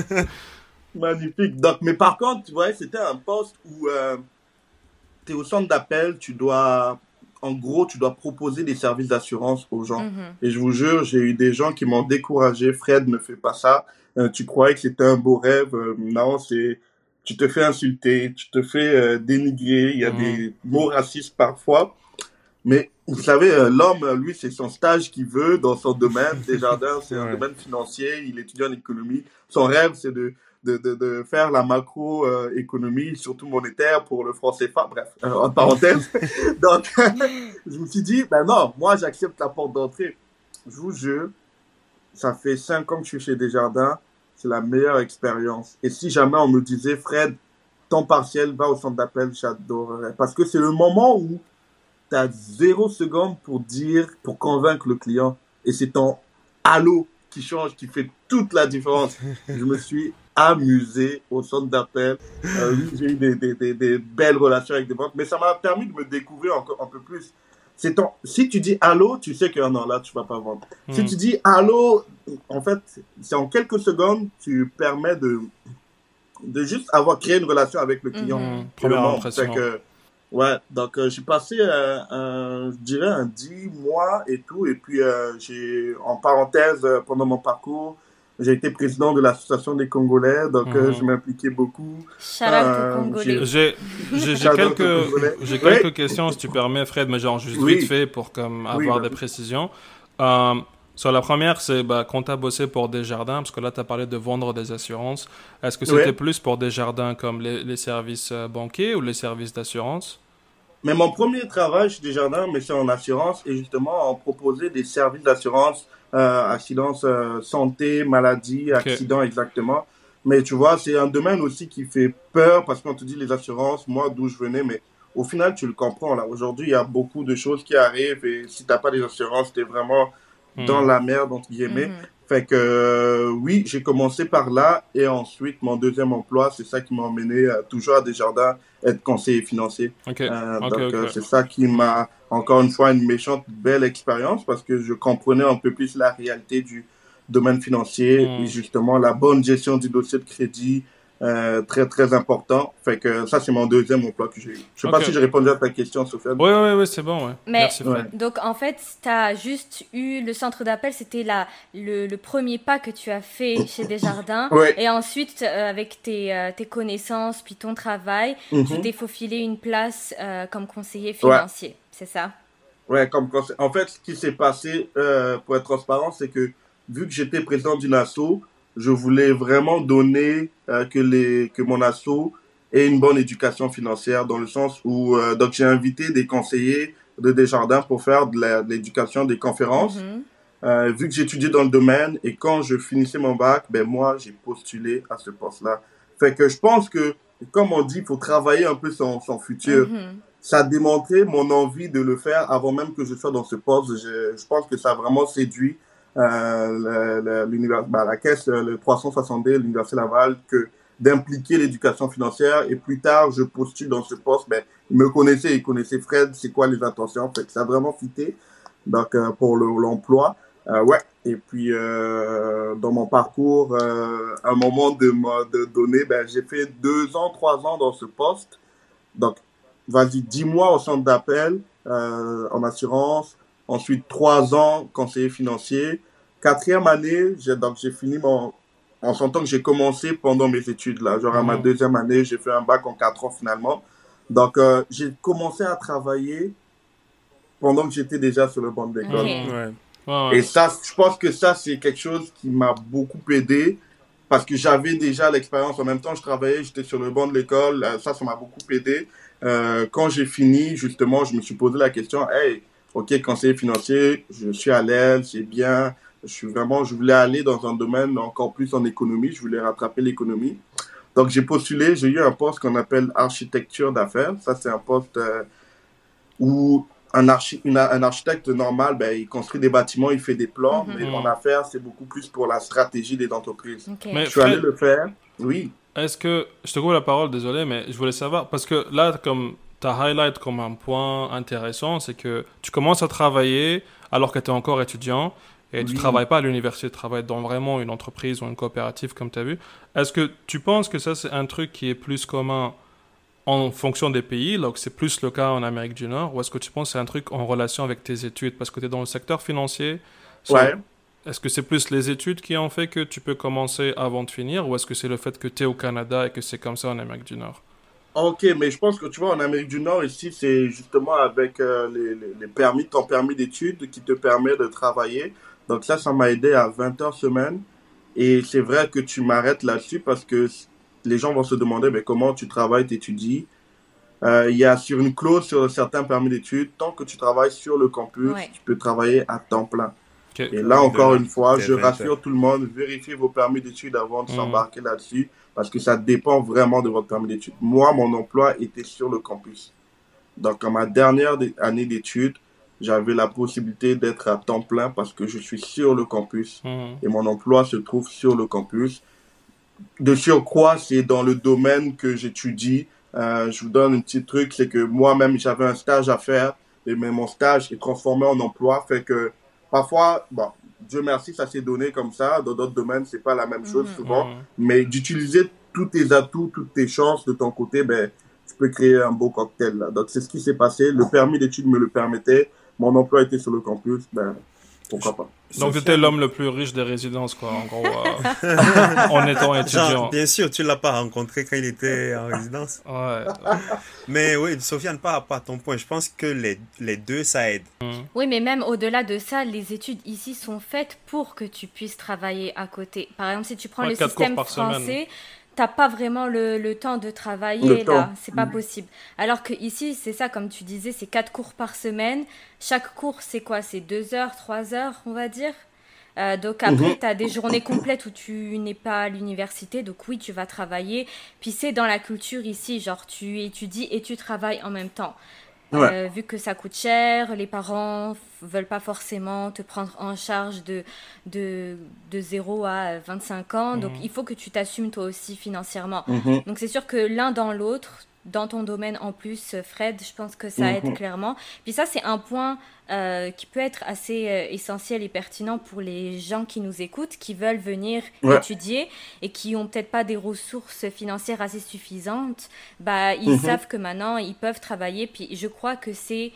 magnifique. Donc, mais par contre, tu vois, c'était un poste où tu es au centre d'appel, tu dois, en gros, tu dois proposer des services d'assurance aux gens. Mhm. Et je vous jure, j'ai eu des gens qui m'ont découragé. Fred, ne fais pas ça. Euh, tu croyais que c'était un beau rêve. Euh, non, c'est, tu te fais insulter, tu te fais euh, dénigrer. Il y a Mhm. des mots racistes parfois. Mais vous savez, euh, l'homme, euh, lui, c'est son stage qu'il veut dans son domaine. Desjardins, c'est un Ouais. domaine financier. Il étudie en économie. Son rêve, c'est de, de, de, de faire la macroéconomie, surtout monétaire, pour le franc C F A. Bref, euh, en parenthèse. Donc, je me suis dit, ben non, moi, j'accepte la porte d'entrée. Je vous jure, ça fait cinq ans que je suis chez Desjardins. C'est la meilleure expérience. Et si jamais on me disait, Fred, temps partiel, va au centre d'appel, j'adorerais. Parce que c'est le moment où tu as zéro seconde pour dire, pour convaincre le client. Et c'est ton allô qui change, qui fait toute la différence. Je me suis amusé au centre d'appel. Euh, oui, j'ai eu des, des, des, des belles relations avec des ventes, mais ça m'a permis de me découvrir encore un peu plus. C'est ton, si tu dis allô, tu sais que non, là, tu vas pas vendre. Si Mm. tu dis allô, en fait, c'est en quelques secondes, tu permets de, de juste avoir créé une relation avec le client. Mhm. Mm. Et le Première monde. impression. Fait que, ouais, donc euh, j'ai passé, euh, un, je dirais, un dix mois et tout. Et puis, euh, j'ai, en parenthèse, euh, pendant mon parcours, j'ai été président de l'association des Congolais. Donc, euh, Mhm. je m'impliquais beaucoup. Shout out Euh, aux Congolais. J'ai j'ai- j'ai Shout out aux quelques, Congolais. j'ai Oui. quelques questions si tu permets, Fred, mais genre juste Oui. vite fait pour comme Oui, avoir vas-y. des précisions. Euh, sur la première, c'est bah, quand tu as bossé pour Desjardins, parce que là tu as parlé de vendre des assurances. Est-ce que c'était Ouais. plus pour Desjardins comme les, les services euh, banquiers ou les services d'assurance? Mais mon premier travail chez Desjardins, mais c'est en assurance, et justement, on proposait des services d'assurance, euh, assurance euh, santé, maladie, Ok. accident exactement. Mais tu vois, c'est un domaine aussi qui fait peur parce qu'on te dit les assurances, moi d'où je venais, mais au final, tu le comprends là. Aujourd'hui, il y a beaucoup de choses qui arrivent et si t'as pas des assurances, t'es vraiment dans Hmm. la merde, entre guillemets. Mhm. Fait que euh, oui, j'ai commencé par là et ensuite mon deuxième emploi, c'est ça qui m'a emmené euh, toujours à Desjardins, être conseiller financier. Ok, Euh, ok, donc ok. euh, c'est ça qui m'a encore une fois une méchante belle expérience parce que je comprenais un peu plus la réalité du domaine financier Mm. et justement la bonne gestion du dossier de crédit, euh, très très important. Fait que ça c'est mon deuxième emploi que j'ai eu. Je sais pas Ok. si j'ai répondu à ta question, Sofiane. Oui, oui, oui, c'est bon, ouais. Mais- Merci, Fred. Ouais. Donc en fait, tu as juste eu le centre d'appel, c'était la, le, le premier pas que tu as fait chez Desjardins. Ouais. Et ensuite, euh, avec tes, euh, tes connaissances puis ton travail, tu Mhm. t'es faufilé une place euh, comme conseiller financier. C'est ça? Ouais, comme conseil. En fait, ce qui s'est passé, euh, pour être transparent, c'est que vu que j'étais président d'une asso, je voulais vraiment donner euh, que les que mon asso ait une bonne éducation financière dans le sens où euh, donc j'ai invité des conseillers de Desjardins pour faire de la- de l'éducation, des conférences. Mhm. Euh, vu que j'étudiais dans le domaine et quand je finissais mon bac, ben moi j'ai postulé à ce poste-là. Fait que je pense que, comme on dit, il faut travailler un peu son, son futur. Mhm. Ça a démontré mon envie de le faire avant même que je sois dans ce poste. Je, je pense que ça a vraiment séduit euh, le- le- l'univers, bah, la caisse, le trois cent soixante-deux, l'Université Laval, que d'impliquer l'éducation financière. Et plus tard, je postule dans ce poste. Ben, ils me connaissaient, ils connaissaient Fred, c'est quoi les intentions. Fait que ça a vraiment fité. Donc, euh, pour le- l'emploi. Euh, ouais. Et puis, euh, dans mon parcours, euh, à un moment de, ma- de donner, ben, j'ai fait deux ans, trois ans dans ce poste. Donc, vas-y, dix mois au centre d'appel euh, en assurance. Ensuite, trois ans conseiller financier. Quatrième année, j'ai, donc j'ai fini mon... En sentant que j'ai commencé pendant mes études, là. Genre, à ma Mhm. deuxième année, j'ai fait un bac en quatre ans finalement. Donc, euh, j'ai commencé à travailler pendant que j'étais déjà sur le banc d'école. Ok. Ouais. Ouais, ouais. Et ça, je pense que ça, c'est quelque chose qui m'a beaucoup aidé parce que j'avais déjà l'expérience. En même temps, je travaillais, j'étais sur le banc de l'école. Euh, ça, ça m'a beaucoup aidé. Euh, quand j'ai fini, justement, je me suis posé la question, hey, ok, conseiller financier, je suis à l'aise, c'est bien. Je suis vraiment, je voulais aller dans un domaine encore plus en économie. Je voulais rattraper l'économie. Donc, j'ai postulé, j'ai eu un poste qu'on appelle architecture d'affaires. Ça, c'est un poste euh, où un, archi une, un architecte normal, ben, il construit des bâtiments, il fait des plans, Mhm. mais en affaires, c'est beaucoup plus pour la stratégie des entreprises. Ok. Mais Je suis allé Fred, le faire, oui. est-ce que, je te coupe la parole, désolé, mais je voulais savoir, parce que là, comme tu as highlight comme un point intéressant, c'est que tu commences à travailler alors que tu es encore étudiant et tu ne Oui. travailles pas à l'université, tu travailles dans vraiment une entreprise ou une coopérative, comme tu as vu. Est-ce que tu penses que ça, c'est un truc qui est plus commun en fonction des pays, là où c'est plus le cas en Amérique du Nord, ou est-ce que tu penses que c'est un truc en relation avec tes études? Parce que tu es dans le secteur financier. So, Ouais. est-ce que c'est plus les études qui ont fait que tu peux commencer avant de finir, ou est-ce que c'est le fait que tu es au Canada et que c'est comme ça en Amérique du Nord? Ok, mais je pense que tu vois, en Amérique du Nord, ici, c'est justement avec euh, les, les, les permis, ton permis d'études qui te permet de travailler. Donc ça, ça m'a aidé à vingt heures semaine. Et c'est vrai que tu m'arrêtes là-dessus parce que les gens vont se demander, mais comment tu travailles, t'étudies. Euh, Il y a sur une clause sur certains permis d'études, tant que tu travailles sur le campus, Ouais. tu peux travailler à temps plein. Ok. Et là, encore Demain, une fois, t'es je vingt rassure heures. tout le monde, vérifiez vos permis d'études avant de Mhm. s'embarquer là-dessus, parce que ça dépend vraiment de votre permis d'études. Moi, mon emploi était sur le campus. Donc, à ma dernière dé- année d'études, j'avais la possibilité d'être à temps plein parce que je suis sur le campus Mhm. et mon emploi se trouve sur le campus. De surcroît, c'est dans le domaine que j'étudie. Euh, je vous donne un petit truc, c'est que moi-même, j'avais un stage à faire, et, mais mon stage est transformé en emploi, fait que parfois, bon, Dieu merci, ça s'est donné comme ça. Dans d'autres domaines, c'est pas la même chose Mhm. souvent, Mhm. mais d'utiliser tous tes atouts, toutes tes chances de ton côté, ben, tu peux créer un beau cocktail là. Donc c'est ce qui s'est passé. Le permis d'études me le permettait. Mon emploi était sur le campus, ben pourquoi pas. Donc, tu étais Sofiane, l'homme le plus riche des résidences, quoi, en gros, euh, en étant genre, étudiant. bien sûr, tu l'as pas rencontré quand il était en résidence. Ouais. Mais oui, Sofiane, par rapport à ton point, je pense que les, les deux, ça aide. Mhm. Oui, mais même au-delà de ça, les études ici sont faites pour que tu puisses travailler à côté. Par exemple, si tu prends Ouais, le quatre cours système par semaine. français, t'as pas vraiment le, le temps de Le travailler temps. là, c'est pas possible. Alors que ici, c'est ça, comme tu disais, c'est quatre cours par semaine. Chaque cours, c'est quoi? C'est deux heures, trois heures, on va dire. Euh, donc après, Mhm. tu as des journées complètes où tu n'es pas à l'université, donc oui, tu vas travailler. Puis c'est dans la culture ici, genre tu étudies et tu travailles en même temps. Ouais. Euh, vu que ça coûte cher, les parents f- veulent pas forcément te prendre en charge de, de, de zéro à vingt-cinq ans, donc Mhm. il faut que tu t'assumes toi aussi financièrement. Mhm. Donc c'est sûr que l'un dans l'autre, dans ton domaine en plus, Fred, je pense que ça aide Mhm. clairement. Puis ça, c'est un point euh, qui peut être assez euh, essentiel et pertinent pour les gens qui nous écoutent, qui veulent venir Ouais. étudier et qui ont peut-être pas des ressources financières assez suffisantes. Bah, ils Mhm. savent que maintenant, ils peuvent travailler. Puis je crois que c'est...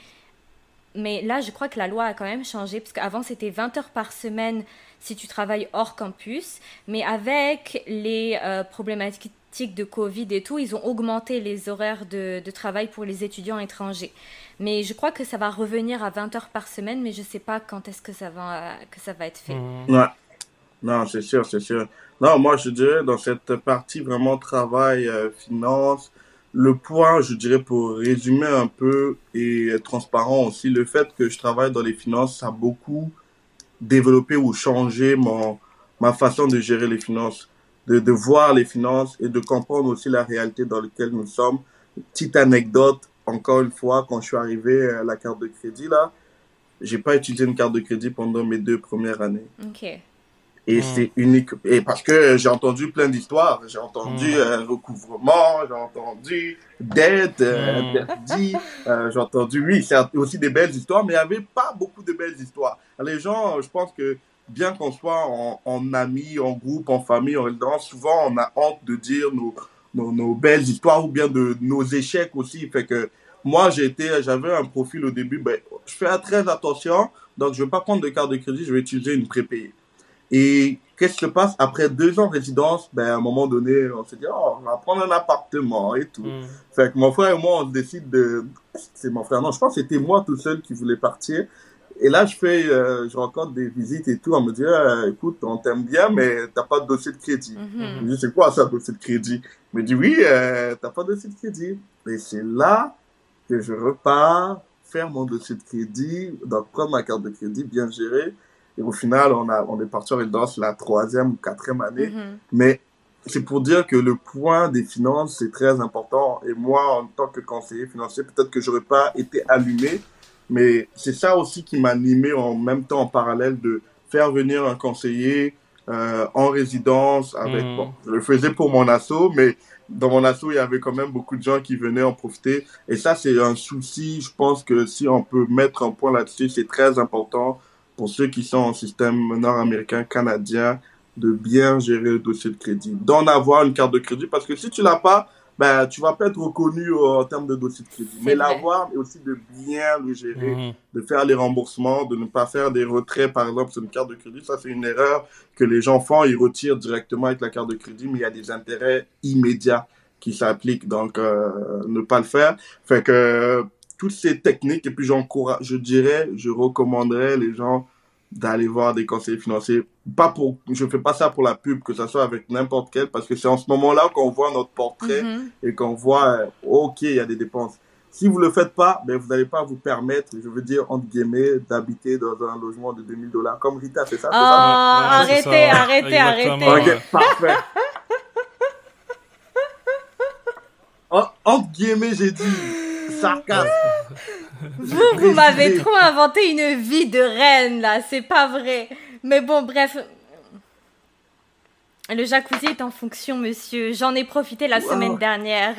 Mais là, je crois que la loi a quand même changé, parce qu'avant, c'était vingt heures par semaine si tu travailles hors campus. Mais avec les euh, problématiques de Covid et tout, ils ont augmenté les horaires de, de travail pour les étudiants étrangers. Mais je crois que ça va revenir à vingt heures par semaine, mais je ne sais pas quand est-ce que ça va, que ça va être fait. Mhm. Ouais. Non, c'est sûr, c'est sûr. Non, moi, je dirais, dans cette partie vraiment travail, euh, finance, le point, je dirais, pour résumer un peu et être transparent aussi, le fait que je travaille dans les finances, ça a beaucoup développé ou changé mon, ma façon de gérer les finances, de, de voir les finances et de comprendre aussi la réalité dans laquelle nous sommes. Petite anecdote, encore une fois, quand je suis arrivé à la carte de crédit, là, j'ai pas utilisé une carte de crédit pendant mes deux premières années. Ok. Et Mhm. c'est unique. Et parce que j'ai entendu plein d'histoires. J'ai entendu Mhm. euh, recouvrement, j'ai entendu dette, euh, Mhm. interdit. Euh, j'ai entendu, oui, c'est aussi des belles histoires, mais il n'y avait pas beaucoup de belles histoires. Les gens, je pense que bien qu'on soit en, en amis, en groupe, en famille, en résidence, souvent on a honte de dire nos, nos, nos belles histoires ou bien de nos échecs aussi. Fait que moi, j'ai été, j'avais un profil au début, ben, je fais très attention, donc je ne vais pas prendre de carte de crédit, je vais utiliser une prépayée. Et qu'est-ce qui se passe après deux ans de résidence? Ben, à un moment donné, on se dit, oh, on va prendre un appartement et tout. Mhm. Fait que mon frère et moi, on décide de... C'est mon frère, non, je pense que c'était moi tout seul qui voulais partir. et là, je fais, euh, je rencontre des visites et tout. On me dit, ah, écoute, on t'aime bien, mais t'as pas de dossier de crédit. Mhm. Je dis, c'est quoi ça, dossier de crédit? Il me dit, oui, euh, t'as pas de dossier de crédit. Et c'est là que je repars faire mon dossier de crédit, donc prendre ma carte de crédit, bien gérée. Et au final, on a, on est parti en résidence la troisième ou quatrième année. Mhm. Mais c'est pour dire que le point des finances, c'est très important. Et moi, en tant que conseiller financier, peut-être que j'aurais pas été allumé, mais c'est ça aussi qui m'a animé en même temps, en parallèle, de faire venir un conseiller euh, en résidence avec, bon, Mhm. je le faisais pour mon asso, mais dans mon asso, il y avait quand même beaucoup de gens qui venaient en profiter. Et ça, c'est un souci. Je pense que si on peut mettre un point là-dessus, c'est très important pour ceux qui sont en système nord-américain, canadien, de bien gérer le dossier de crédit, d'en avoir une carte de crédit, parce que si tu l'as pas, ben, tu vas pas être reconnu euh, en termes de dossier de crédit. C'est Mais vrai. l'avoir, et aussi de bien le gérer, Mhm. de faire les remboursements, de ne pas faire des retraits, par exemple, sur une carte de crédit. Ça, c'est une erreur que les gens font. Ils retirent directement avec la carte de crédit, mais il y a des intérêts immédiats qui s'appliquent. Donc, euh, ne pas le faire. Fait que euh, toutes ces techniques, et puis j'encourage, je dirais, je recommanderais les gens d'aller voir des conseillers financiers. Pas pour, je fais pas ça pour la pub, que ça soit avec n'importe quel, parce que c'est en ce moment-là qu'on voit notre portrait Mhm. et qu'on voit, euh, ok, il y a des dépenses. Si vous le faites pas, ben, vous n'allez pas vous permettre, je veux dire, entre guillemets, d'habiter dans un logement de deux mille dollars. Comme Rita, c'est ça, Oh, c'est ça? Ouais, ouais, c'est ça, arrêtez, ouais. arrêtez, Exactement, arrêtez. ouais. Ok, parfait. En- entre guillemets, j'ai dit sarcasme. Vous, vous m'avez Précisé. trop inventé une vie de reine, là. C'est pas vrai. Mais bon, bref. Le jacuzzi est en fonction, monsieur. J'en ai profité la Wow. semaine dernière.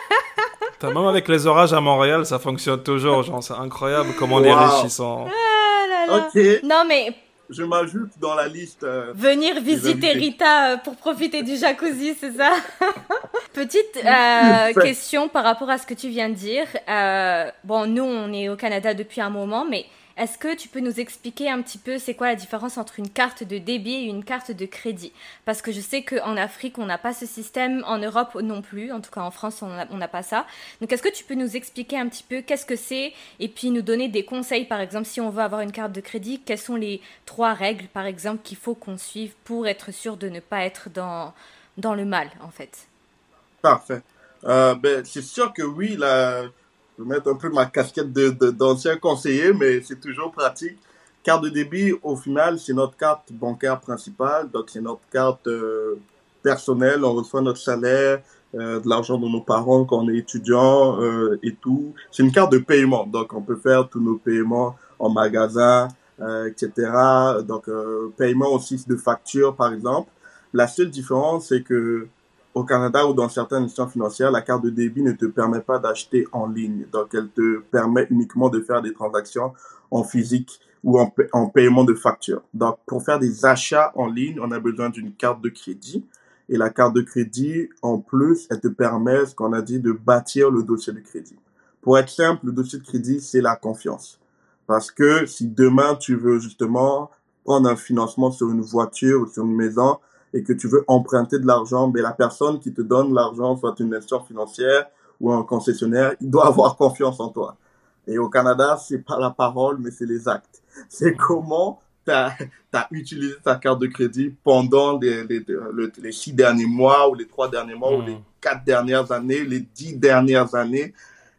T'as- Même avec les orages à Montréal, ça fonctionne toujours. Genre, c'est incroyable comment les Wow. riches ils sont. Ah là là. Ok, Non, mais je m'ajoute dans la liste. euh, venir visiter invités. Rita euh, pour profiter du jacuzzi, c'est ça? Petite euh, Fait- question par rapport à ce que tu viens de dire. Euh, bon, nous, on est au Canada depuis un moment, mais est-ce que tu peux nous expliquer un petit peu c'est quoi la différence entre une carte de débit et une carte de crédit? Parce que je sais qu'en Afrique, on n'a pas ce système, en Europe non plus, en tout cas en France, on n'a on n'a pas ça. Donc, est-ce que tu peux nous expliquer un petit peu qu'est-ce que c'est et puis nous donner des conseils, par exemple, si on veut avoir une carte de crédit, quelles sont les trois règles, par exemple, qu'il faut qu'on suive pour être sûr de ne pas être dans, dans le mal, en fait? Parfait. Euh, ben, c'est sûr que oui, là, je vais mettre un peu ma casquette de, de- d'ancien conseiller, mais c'est toujours pratique. Carte de débit, au final, c'est notre carte bancaire principale, donc c'est notre carte euh, personnelle. On reçoit notre salaire, euh, de l'argent de nos parents quand on est étudiant euh, et tout. C'est une carte de paiement, donc on peut faire tous nos paiements en magasin, euh, et cetera. Donc, euh, paiement aussi de factures, par exemple. La seule différence, c'est que au Canada ou dans certaines institutions financières, la carte de débit ne te permet pas d'acheter en ligne. Donc, elle te permet uniquement de faire des transactions en physique ou en, pa- en paiement de facture. Donc, pour faire des achats en ligne, on a besoin d'une carte de crédit. Et la carte de crédit, en plus, elle te permet, ce qu'on a dit, de bâtir le dossier de crédit. Pour être simple, le dossier de crédit, c'est la confiance. Parce que si demain, tu veux justement prendre un financement sur une voiture ou sur une maison, et que tu veux emprunter de l'argent, mais la personne qui te donne l'argent, soit une institution financière ou un concessionnaire, il doit avoir confiance en toi. Et au Canada, c'est pas la parole, mais c'est les actes. C'est comment tu as utilisé ta carte de crédit pendant les, les, les, les six derniers mois, ou les trois derniers mois, ou les Mm. quatre dernières années, les dix dernières années.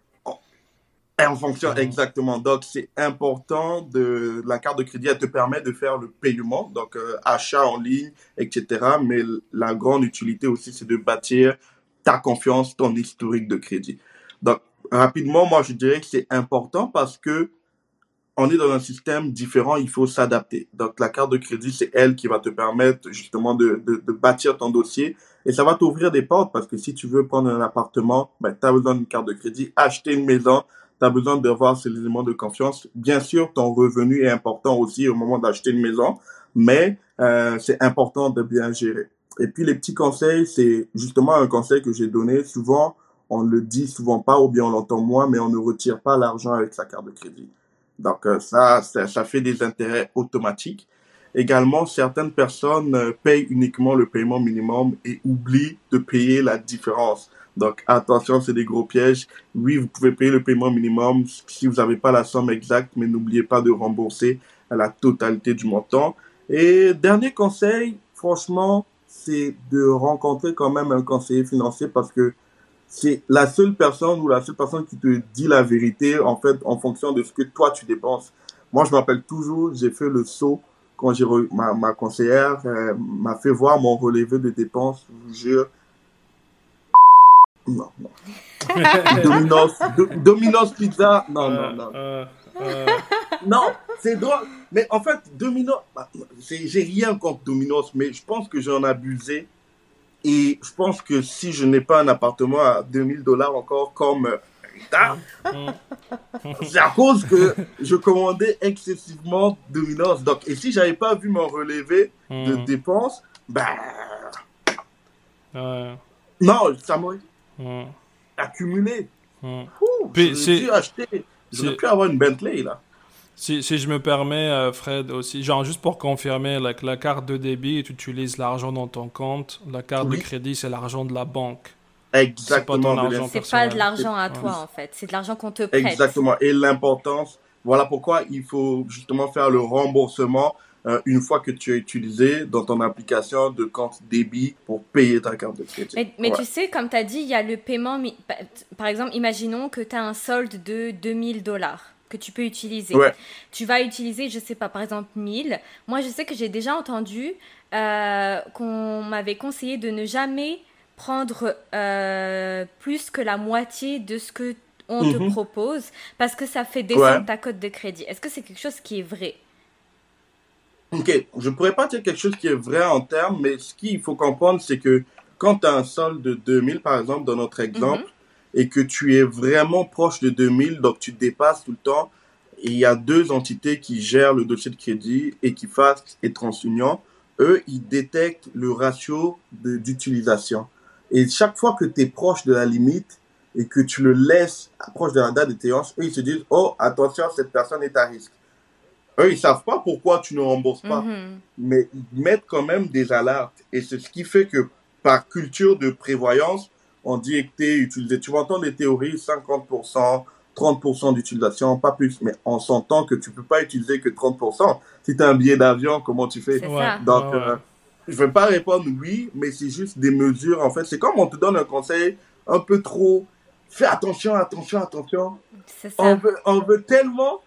En fonction, Mhm. exactement. Donc, c'est important de, la carte de crédit, elle te permet de faire le paiement, donc euh, achat en ligne, et cetera. Mais l- la grande utilité aussi, c'est de bâtir ta confiance, ton historique de crédit. Donc, rapidement, moi, je dirais que c'est important parce que on est dans un système différent, il faut s'adapter. Donc, la carte de crédit, c'est elle qui va te permettre justement de, de, de bâtir ton dossier et ça va t'ouvrir des portes parce que si tu veux prendre un appartement, ben, tu as besoin d'une carte de crédit. Acheter une maison, tu as besoin d'avoir ces éléments de confiance. Bien sûr, ton revenu est important aussi au moment d'acheter une maison, mais euh, c'est important de bien gérer. Et puis, les petits conseils, c'est justement un conseil que j'ai donné. Souvent, on le dit souvent pas ou bien on l'entend moins, mais on ne retire pas l'argent avec sa carte de crédit. Donc euh, ça, ça, ça fait des intérêts automatiques. Également, certaines personnes euh, payent uniquement le paiement minimum et oublient de payer la différence. Donc, attention, c'est des gros pièges. Oui, vous pouvez payer le paiement minimum si vous n'avez pas la somme exacte, mais n'oubliez pas de rembourser la totalité du montant. Et dernier conseil, franchement, c'est de rencontrer quand même un conseiller financier parce que c'est la seule personne ou la seule personne qui te dit la vérité, en fait, en fonction de ce que toi tu dépenses. Moi, je m'appelle toujours, j'ai fait le saut quand j'ai re- ma, ma conseillère euh, m'a fait voir mon relevé de dépenses. Je vous jure, non, non. Domino's, Do- Domino's Pizza, non, non, non. Euh, euh, Non, c'est drôle. Mais en fait, Domino's, bah, c'est- j'ai rien contre Domino's, mais je pense que j'en ai abusé. Et je pense que si je n'ai pas un appartement à deux mille dollars encore comme euh, Rita, c'est à cause que je commandais excessivement Domino's. Donc, et si j'avais pas vu mon relevé de hmm, dépenses, ben, ouais, non, ça m'aurait hmm, accumulé. hmm. Ouh, Puis, j'aurais c'est, dû acheter, j'aurais c'est, pu avoir une Bentley, là. Si, si je me permets, euh, Fred, aussi, genre juste pour confirmer, like, la carte de débit, tu utilises l'argent dans ton compte. La carte de Oui, crédit, c'est l'argent de la banque. C'est pas ton exactement, de argent l'in- C'est pas de personnel. l'argent à Ouais. toi, en fait. C'est de l'argent qu'on te prête. exactement. Et l'importance, voilà pourquoi il faut justement faire le remboursement euh, une fois que tu as utilisé dans ton application de compte débit pour payer ta carte de crédit. Mais, mais Ouais. tu sais, comme tu as dit, il y a le paiement. mi- pa- Par exemple, imaginons que tu as un solde de deux mille dollars que tu peux utiliser. Ouais. Tu vas utiliser, je sais pas, par exemple mille. Moi, je sais que j'ai déjà entendu euh, qu'on m'avait conseillé de ne jamais prendre euh, plus que la moitié de ce que on te Mhm. propose parce que ça fait Ouais. descendre ta cote de crédit. Est-ce que c'est quelque chose qui est vrai? Ok, je pourrais pas dire quelque chose qui est vrai en termes, mais ce qu'il faut comprendre, c'est que quand tu as un solde de deux mille, par exemple, dans notre Mhm. exemple, et que tu es vraiment proche de deux mille, donc tu dépasses tout le temps, et il y a deux entités qui gèrent le dossier de crédit, Equifax et TransUnion, eux, ils détectent le ratio de- d'utilisation. Et chaque fois que tu es proche de la limite et que tu le laisses proche de la date d'échéance, eux, ils se disent, oh, attention, cette personne est à risque. Eux, ils savent pas pourquoi tu ne rembourses pas, Mhm. mais ils mettent quand même des alertes. Et c'est ce qui fait que, par culture de prévoyance, on dit que t'es utilisé. Tu vas entendre des théories, cinquante pour cent, trente pour cent d'utilisation, pas plus. Mais on s'entend que tu peux pas utiliser que trente pour cent. Si tu as un billet d'avion, comment tu fais? C'est Ouais, ça. Donc, ouais, ouais. euh, je vais pas répondre oui, mais c'est juste des mesures. En fait, c'est comme on te donne un conseil un peu trop. Fais attention, attention, attention. C'est On ça. veut, on veut tellement,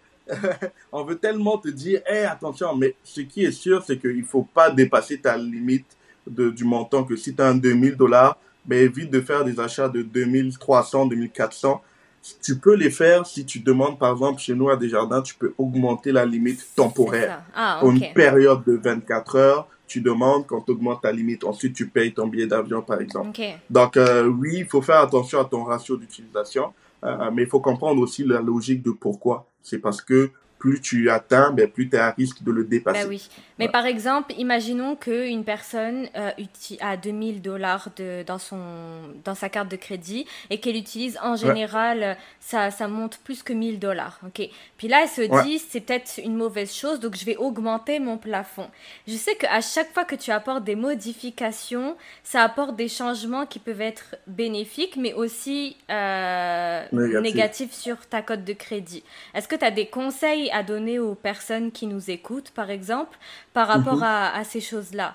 on veut tellement te dire, hey, attention, mais ce qui est sûr, c'est qu'il faut pas dépasser ta limite de, du montant que si tu as un deux mille dollars, ben évite de faire des achats de deux mille trois cents, deux mille quatre cents. Tu peux les faire si tu demandes, par exemple, chez nous à Desjardins, tu peux augmenter la limite C'est temporaire. ça. Ah, Pour une ok. période de vingt-quatre heures, tu demandes quand tu augmentes ta limite. Ensuite, tu payes ton billet d'avion, par exemple. Ok. Donc, euh, oui, il faut faire attention à ton ratio d'utilisation, euh, mais il faut comprendre aussi la logique de pourquoi. C'est parce que plus tu atteins, ben, plus tu es à risque de le Bah dépasser. oui. Mais Ouais. par exemple, imaginons qu'une personne euh, uti- a deux mille dollars de, dans, son, dans sa carte de crédit et qu'elle utilise en Ouais, général, euh, ça, ça monte plus que mille dollars. Ok. Puis là, elle se ouais, dit, c'est peut-être une mauvaise chose, donc je vais augmenter mon plafond. Je sais qu'à chaque fois que tu apportes des modifications, ça apporte des changements qui peuvent être bénéfiques, mais aussi euh, négatif. négatifs sur ta cote de crédit. Est-ce que tu as des conseils à donner aux personnes qui nous écoutent, par exemple, par rapport Mhm. à, à ces choses-là?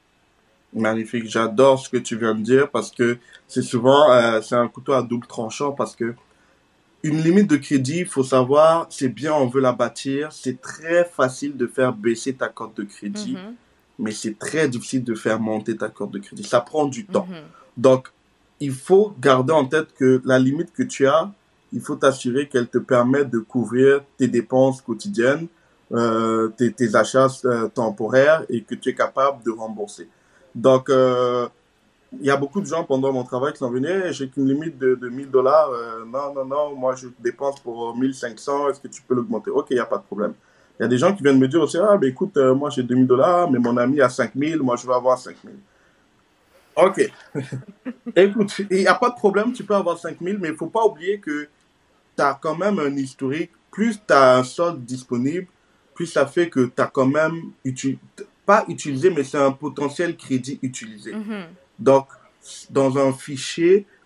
Magnifique. J'adore ce que tu viens de dire parce que c'est souvent, euh, c'est un couteau à double tranchant parce que une limite de crédit, il faut savoir, c'est bien, on veut la bâtir. C'est très facile de faire baisser ta cote de crédit, Mhm, mais c'est très difficile de faire monter ta cote de crédit. Ça prend du temps. mhm. Donc, il faut garder en tête que la limite que tu as, il faut t'assurer qu'elle te permet de couvrir tes dépenses quotidiennes, euh, tes, tes achats euh, temporaires et que tu es capable de rembourser. Donc, euh, il y a beaucoup de gens pendant mon travail qui sont venus, hey, j'ai qu'une limite de, de mille dollars. Euh, non, non, non, moi je dépense pour mille cinq cents, est-ce que tu peux l'augmenter? Ok, il n'y a pas de problème. Il y a des gens qui viennent me dire aussi, ah, ben écoute, euh, moi j'ai deux mille dollars, mais mon ami a cinq mille, moi je veux avoir cinq mille. Ok, écoute, il n'y a pas de problème, tu peux avoir cinq mille, mais il ne faut pas oublier que tu as quand même un historique. Plus tu as un solde disponible, plus ça fait que tu as quand même, uti- pas utilisé, mais c'est un potentiel crédit utilisé. Mhm. Donc, dans un fichier,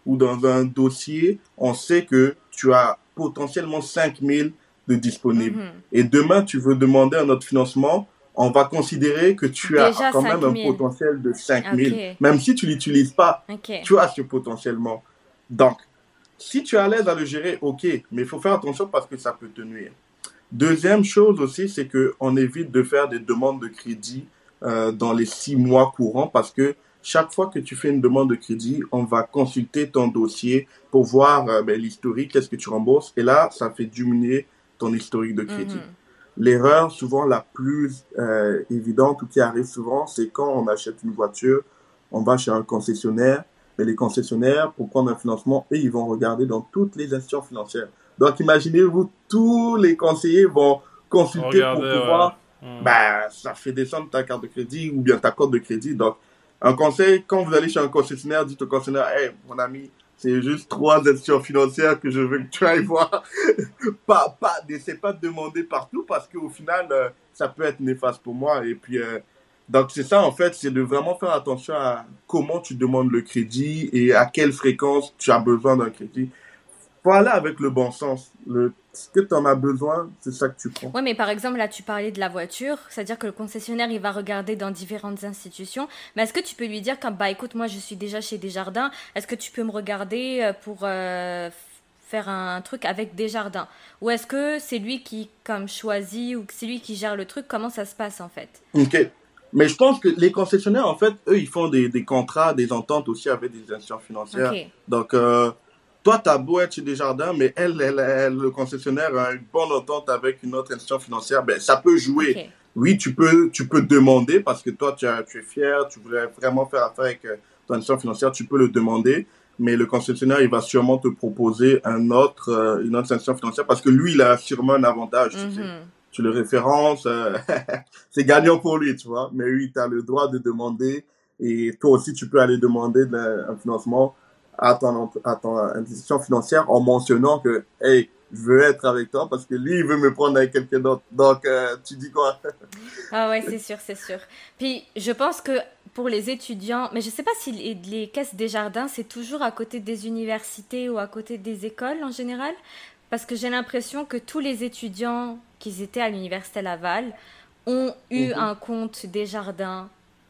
ou dans un dossier, on sait que tu as potentiellement cinq mille de disponibles. Mhm. Et demain, tu veux demander un autre financement, on va considérer que tu as Déjà quand même cinq un mille. potentiel de cinq Ok, mille. Même si tu l'utilises pas, ok. tu as ce potentiellement. Donc, si tu es à l'aise à le gérer, ok, mais il faut faire attention parce que ça peut te nuire. Deuxième chose aussi, c'est qu'on évite de faire des demandes de crédit euh, dans les six mois courants parce que chaque fois que tu fais une demande de crédit, on va consulter ton dossier pour voir euh, ben, l'historique, qu'est-ce que tu rembourses. Et là, ça fait diminuer ton historique de crédit. Mhm. L'erreur souvent la plus euh, évidente ou qui arrive souvent, c'est quand on achète une voiture, on va chez un concessionnaire, mais les concessionnaires, pour prendre un financement, eux, ils vont regarder dans toutes les institutions financières. Donc, imaginez-vous, tous les conseillers vont consulter pour Regardez, ouais. pouvoir, Hmm. bah, ça fait descendre ta carte de crédit ou bien ta cote de crédit. Donc, un conseil, quand vous allez chez un concessionnaire, dites au concessionnaire, hey, mon ami, c'est juste trois institutions financières que je veux que tu ailles voir. pas, pas, n'essaie pas de demander partout parce qu'au final, euh, ça peut être néfaste pour moi. Et puis, euh, donc c'est ça en fait, c'est de vraiment faire attention à comment tu demandes le crédit et à quelle fréquence tu as besoin d'un crédit. Faut aller avec le bon sens. Le, ce que tu en as besoin, c'est ça que tu prends. Ouais, mais par exemple, là, tu parlais de la voiture, c'est-à-dire que le concessionnaire, il va regarder dans différentes institutions. Mais est-ce que tu peux lui dire, comme, bah écoute, moi, je suis déjà chez Desjardins, est-ce que tu peux me regarder euh, pour euh, f- faire un truc avec Desjardins? Ou est-ce que c'est lui qui, comme, choisit ou que c'est lui qui gère le truc? Comment ça se passe, en fait? Ok. Mais je pense que les concessionnaires, en fait, eux, ils font des, des contrats, des ententes aussi avec des institutions financières. Ok, Donc, euh, toi, t'as beau être chez Desjardins, mais elle, elle, elle, le concessionnaire a une bonne entente avec une autre institution financière, ben, ça peut jouer. ok. Oui, tu peux, tu peux demander parce que toi, tu, as- tu es fier, tu voulais vraiment faire affaire avec euh, ton institution financière, tu peux le demander. Mais le concessionnaire, il va sûrement te proposer un autre, euh, une autre institution financière parce que lui, il a sûrement un avantage, tu sais. Mhm. Tu le références, euh, c'est gagnant pour lui, tu vois. Mais oui, tu as le droit de demander et toi aussi, tu peux aller demander de la- un financement à ton, à ton institution financière en mentionnant que, hey, je veux être avec toi parce que lui, il veut me prendre avec quelqu'un d'autre. Donc, euh, tu dis quoi? Ah ouais, c'est sûr, c'est sûr. Puis je pense que pour les étudiants, mais je sais pas si les, les caisses Desjardins, c'est toujours à côté des universités ou à côté des écoles en général, parce que j'ai l'impression que tous les étudiants qui étaient à l'université Laval ont eu Mhm. un compte Desjardins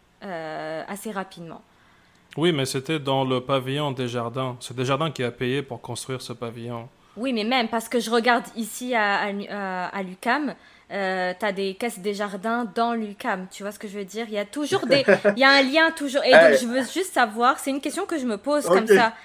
euh, assez rapidement. Oui, mais c'était dans le pavillon Desjardins. C'est Desjardins qui a payé pour construire ce pavillon. Oui, mais même parce que je regarde ici à, à, l'U- à- à l'U Q A M, euh, t'as des caisses Desjardins dans l'U Q A M. Tu vois ce que je veux dire? Il y a toujours des, il y a un lien toujours. Et donc Hey, je veux juste savoir. C'est une question que je me pose comme ok. ça.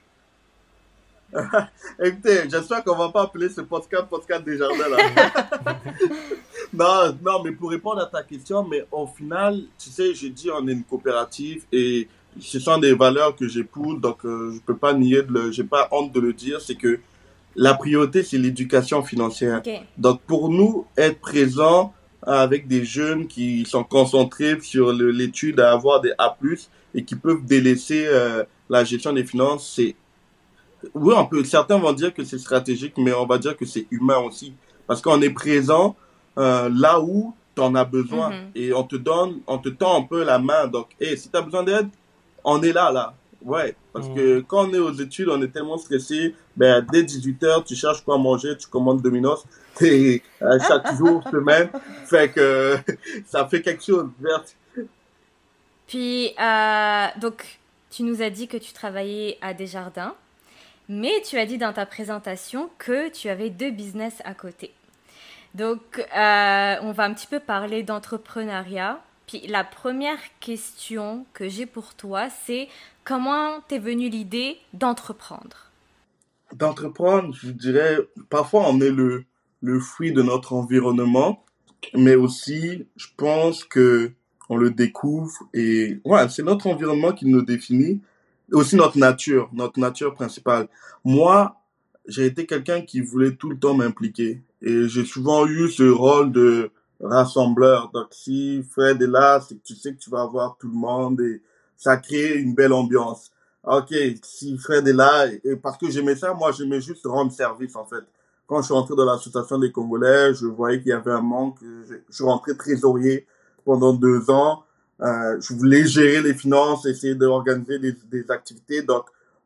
Écoutez, j'espère qu'on va pas appeler ce podcast podcast des jardins là. Non, non, mais pour répondre à ta question, mais au final, tu sais, j'ai dit on est une coopérative et ce sont des valeurs que j'épouse, donc euh, je peux pas nier de le, j'ai pas honte de le dire, c'est que la priorité c'est l'éducation financière. Ok. Donc pour nous, être présent avec des jeunes qui sont concentrés sur le- l'étude à avoir des A plus, et qui peuvent délaisser euh, la gestion des finances, c'est oui, on peut, certains vont dire que c'est stratégique, mais on va dire que c'est humain aussi. Parce qu'on est présent euh, là où tu en as besoin. Mhm. Et on te donne, on te tend un peu la main. Donc, hey, si tu as besoin d'aide, on est là, là. Ouais, parce Hmm. que quand on est aux études, on est tellement stressé. Ben, dès dix-huit heures, tu cherches quoi manger, tu commandes Domino's. Et euh, chaque jour, semaine. Fait que ça fait quelque chose. Vert. Puis, euh, donc, tu nous as dit que tu travaillais à Desjardins, mais tu as dit dans ta présentation que tu avais deux business à côté. Donc, euh, on va un petit peu parler d'entrepreneuriat. Puis, la première question que j'ai pour toi, c'est comment t'es venue l'idée d'entreprendre? D'entreprendre, je dirais, parfois on est le, le fruit de notre environnement. Mais aussi, je pense que on le découvre et ouais, c'est notre environnement qui nous définit, et aussi notre nature, notre nature principale. Moi, j'ai été quelqu'un qui voulait tout le temps m'impliquer et j'ai souvent eu ce rôle de rassembleur. Donc si Fred est là, c'est que tu sais que tu vas avoir tout le monde et ça crée une belle ambiance. Ok, si Fred est là, et parce que j'aimais ça, moi j'aimais juste rendre service en fait. Quand je suis rentré dans l'association des Congolais, je voyais qu'il y avait un manque. Je, je suis rentré trésorier pendant deux ans. Euh, je voulais gérer les finances, essayer d'organiser des, des activités. Donc,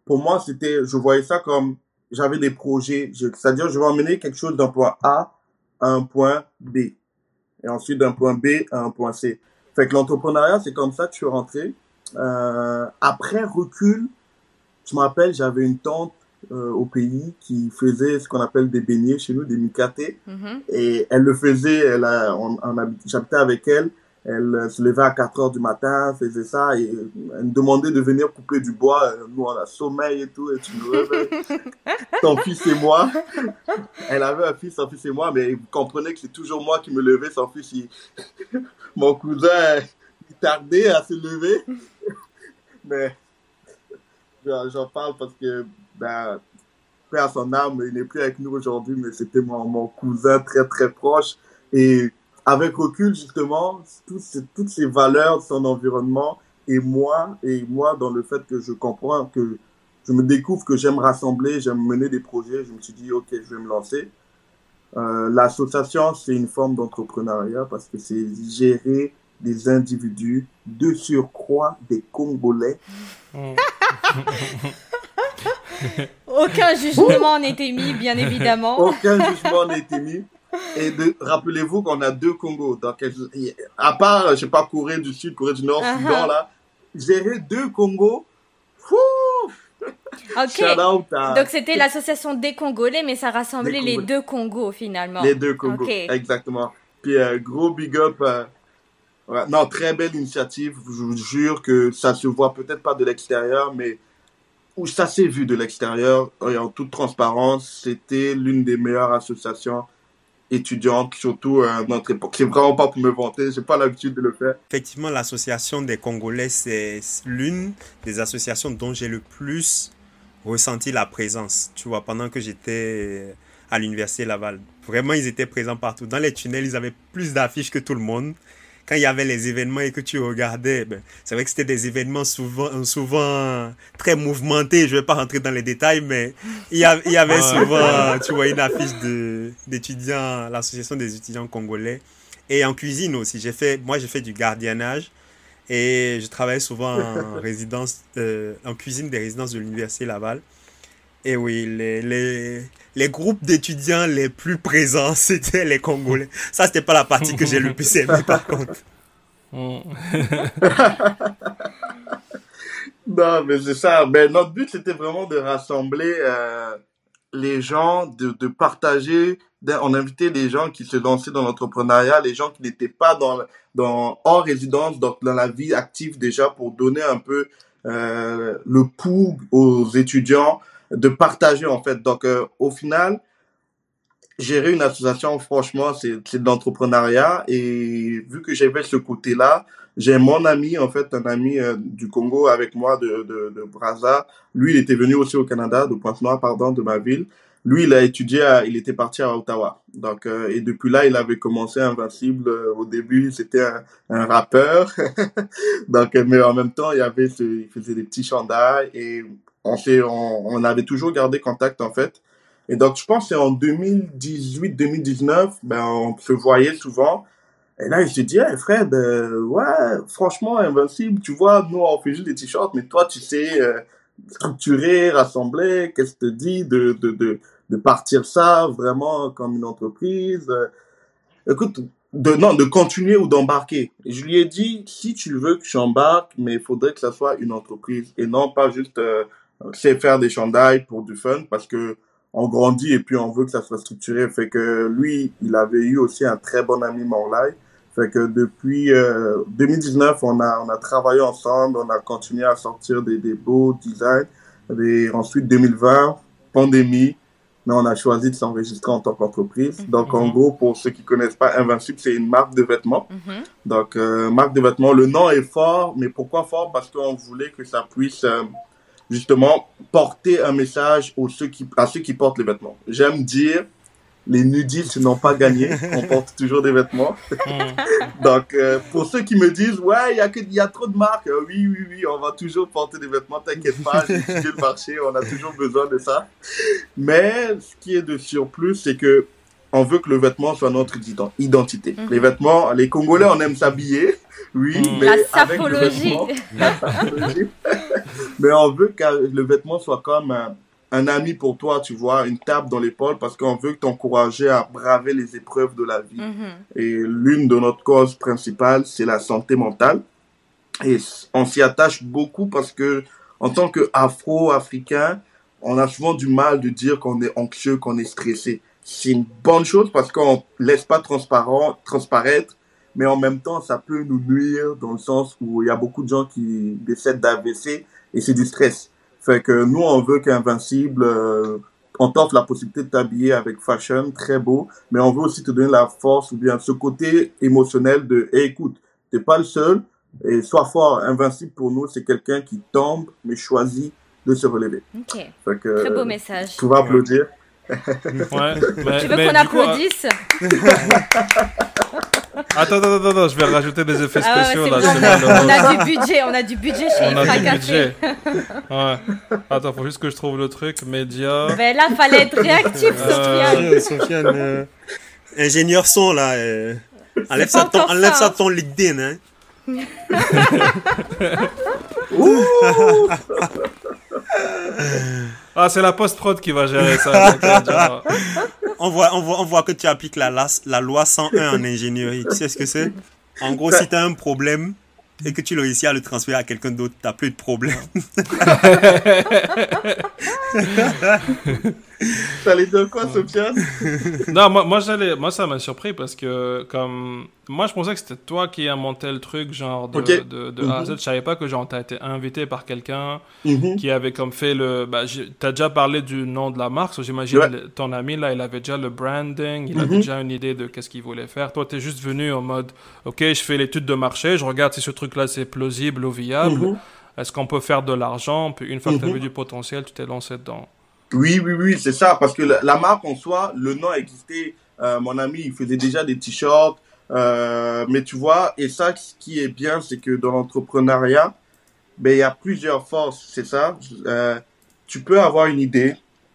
pour moi, c'était, je voyais ça comme, j'avais des projets, je, c'est-à-dire, je vais emmener quelque chose d'un point A à un point B, et ensuite d'un point B à un point C. Fait que l'entrepreneuriat, c'est comme ça que je suis rentré. Euh, après recul, je me rappelle, j'avais une tante euh, au pays qui faisait ce qu'on appelle des beignets chez nous, des mikaté. Mhm. Et elle le faisait, elle a, on, on habit, j'habitais avec elle, elle euh, se levait à quatre heures du matin, faisait ça, et elle me demandait de venir couper du bois. Nous, on a sommeil et tout, et tu nous réveilles. Ton fils et moi. Elle avait un fils, son fils et moi, mais vous comprenez que c'est toujours moi qui me levais, son fils, il... mon cousin, il tardait à se lever. Mais j'en parle parce que, ben, paix à son âme, il n'est plus avec nous aujourd'hui, mais c'était mon, mon cousin très très proche. Et avec recul, justement, toutes ces, toutes ces valeurs de son environnement, et moi, et moi, dans le fait que je comprends, que je me découvre que j'aime rassembler, j'aime mener des projets, je me suis dit, ok, je vais me lancer. Euh, l'association, c'est une forme d'entrepreneuriat parce que c'est gérer des individus, de surcroît des Congolais. Aucun jugement n'est émis, bien évidemment. Aucun jugement n'a été mis. Et de, rappelez-vous qu'on a deux Congos. Donc, à part, je sais pas, Corée du Sud, Corée du Nord, Uh-huh. Soudan, là, gérer deux Congos, fou! Ok. Shout out à Donc c'était l'association des Congolais, mais ça rassemblait Des les Congolais. deux Congos finalement. les deux Congos. Ok. Exactement. Puis, euh, gros big up. euh, ouais, non, très belle initiative. Je vous jure que ça se voit peut-être pas de l'extérieur, mais où ça s'est vu de l'extérieur, et en toute transparence, c'était l'une des meilleures associations étudiantes, surtout à notre époque. C'est vraiment pas pour me vanter, j'ai pas l'habitude de le faire. Effectivement, l'association des Congolais, c'est l'une des associations dont j'ai le plus ressenti la présence. Tu vois, pendant que j'étais à l'université Laval. Vraiment, ils étaient présents partout. Dans les tunnels, ils avaient plus d'affiches que tout le monde. Quand il y avait les événements et que tu regardais, ben, c'est vrai que c'était des événements souvent, souvent très mouvementés. Je ne vais pas rentrer dans les détails, mais il y, a, il y avait souvent, tu vois, une affiche de, d'étudiants, l'association des étudiants congolais. Et en cuisine aussi. J'ai fait, moi, j'ai fait du gardiennage et je travaillais souvent en résidence, euh, en cuisine des résidences de l'université Laval. Et oui, les, les, les groupes d'étudiants les plus présents, c'était les Congolais. Ça, c'était pas la partie que j'ai le plus aimé, par contre. Non, mais c'est ça. Ben, notre but, c'était vraiment de rassembler euh, les gens, de, de partager. On invitait les gens qui se lançaient dans l'entrepreneuriat, les gens qui n'étaient pas dans, dans, hors résidence, donc dans la vie active déjà, pour donner un peu euh, le pouls aux étudiants, de partager en fait. Donc, euh, au final, gérer une association, franchement, c'est, c'est de l'entrepreneuriat. Et vu que j'avais ce côté-là, j'ai mon ami, en fait, un ami euh, du Congo avec moi de, de, de Brazza. Lui, il était venu aussi au Canada, de Pointe-Noire, pardon, de ma ville. Lui, il a étudié, à, il était parti à Ottawa. Donc, euh, et depuis là, il avait commencé Invincible. Euh, au début, c'était un, un rappeur. Donc, mais en même temps, il y avait ce, il faisait des petits chandails et on s'est, on, on avait toujours gardé contact, en fait. Et donc, je pense que c'est en deux mille dix-huit deux mille dix-neuf, ben, on se voyait souvent. Et là, il se dit, hey, Fred, euh, ouais, franchement, Invincible, tu vois, nous, on fait juste des t-shirts, mais toi, tu sais euh, structurer, rassembler, qu'est-ce que tu te dis de, de, de, de partir ça vraiment comme une entreprise. Euh, écoute, de, non, de continuer ou d'embarquer. Et je lui ai dit, si tu veux que j'embarque, mais il faudrait que ça soit une entreprise et non pas juste euh, c'est faire des chandails pour du fun, parce que on grandit et puis on veut que ça soit structuré. Fait que lui, il avait eu aussi un très bon ami Morlaï. Fait que depuis euh, deux mille dix-neuf, on a on a travaillé ensemble, on a continué à sortir des, des beaux designs. Et ensuite, deux mille vingt, pandémie, mais on a choisi de s'enregistrer en tant qu'entreprise. Mm-hmm. Donc, en gros, pour ceux qui connaissent pas, Invincible, c'est une marque de vêtements. Mm-hmm. Donc, euh, marque de vêtements, le nom est fort, mais pourquoi fort? Parce qu'on voulait que ça puisse... Euh, justement, porter un message aux ceux qui, à ceux qui portent les vêtements. J'aime dire, les nudistes n'ont pas gagné, on porte toujours des vêtements. Donc, euh, pour ceux qui me disent, ouais, il y a que, il y a trop de marques, euh, oui, oui, oui, on va toujours porter des vêtements, t'inquiète pas, j'ai étudié le marché, on a toujours besoin de ça. Mais, ce qui est de surplus, c'est que on veut que le vêtement soit notre ident- identité. Mhm. Les vêtements, les Congolais, on aime s'habiller, oui, Mhm. mais La avec le sapologie. vêtement, la sapologie. Mais on veut que le vêtement soit comme un, un ami pour toi, tu vois, une tape dans l'épaule, parce qu'on veut t'encourager à braver les épreuves de la vie. Mhm. Et l'une de notre cause principale, c'est la santé mentale. Et on s'y attache beaucoup parce que, en tant qu'Afro-Africain, on a souvent du mal de dire qu'on est anxieux, qu'on est stressé. C'est une bonne chose parce qu'on laisse pas transparent, transparaître, mais en même temps, ça peut nous nuire dans le sens où il y a beaucoup de gens qui décèdent d'A V C et c'est du stress. Fait que nous, on veut qu'Invincible, euh, on t'offre la possibilité de t'habiller avec fashion, très beau, mais on veut aussi te donner la force ou bien ce côté émotionnel de, hey, écoute, t'es pas le seul, et sois fort. Invincible pour nous, c'est quelqu'un qui tombe, mais choisit de se relever. Ok, Fait que, très beau euh, message. Tu vas applaudir. Ouais, mais, Tu veux mais qu'on du coup, applaudisse? Attends, attends, attends, attends, je vais rajouter des effets Ah ouais, spéciaux c'est là. bon, on, sinon a, le- on a du budget, on a du budget chez On a Ifra du Café. budget. Ouais. Attends, faut juste que je trouve le truc. Média. Ben là, fallait être réactif, Euh, Sofiane. Euh, Sofiane, euh, ingénieur son là, euh, enlève C'est ça pas de ton, encore enlève ça, ça hein. de ton LinkedIn, hein. Ah, c'est la post-prod qui va gérer ça. t'inquiète, genre. On voit, on voit, on voit que tu appliques la, la, la loi cent un en ingénierie. Tu sais ce que c'est? En gros, si tu as un problème et que tu le réussis à le transférer à quelqu'un d'autre, tu n'as plus de problème. T'allais dire quoi, Sofiane? Non, moi, moi, j'allais, moi, ça m'a surpris parce que, comme, moi, je pensais que c'était toi qui inventais le truc, genre, de, Ok. de, de A à Z. Je savais pas que, genre, t'as été invité par quelqu'un Mhm. qui avait comme fait le, bah, j'ai- t'as déjà parlé du nom de la marque, so j'imagine, Ouais. le- ton ami, là, il avait déjà le branding, il Mhm. avait déjà une idée de qu'est-ce qu'il voulait faire. Toi, t'es juste venu en mode, ok, je fais l'étude de marché, je regarde si ce truc-là, c'est plausible ou viable. Mhm. Est-ce qu'on peut faire de l'argent? Puis une fois que tu as Mhm. vu du potentiel, tu t'es lancé dedans. Oui, oui, oui, c'est ça, parce que la, la marque en soi, le nom existait. Euh, mon ami, il faisait déjà des t-shirts, euh, mais tu vois, et ça, ce qui est bien, c'est que dans l'entrepreneuriat, ben, il y a plusieurs forces, c'est ça. Euh, tu peux avoir une idée,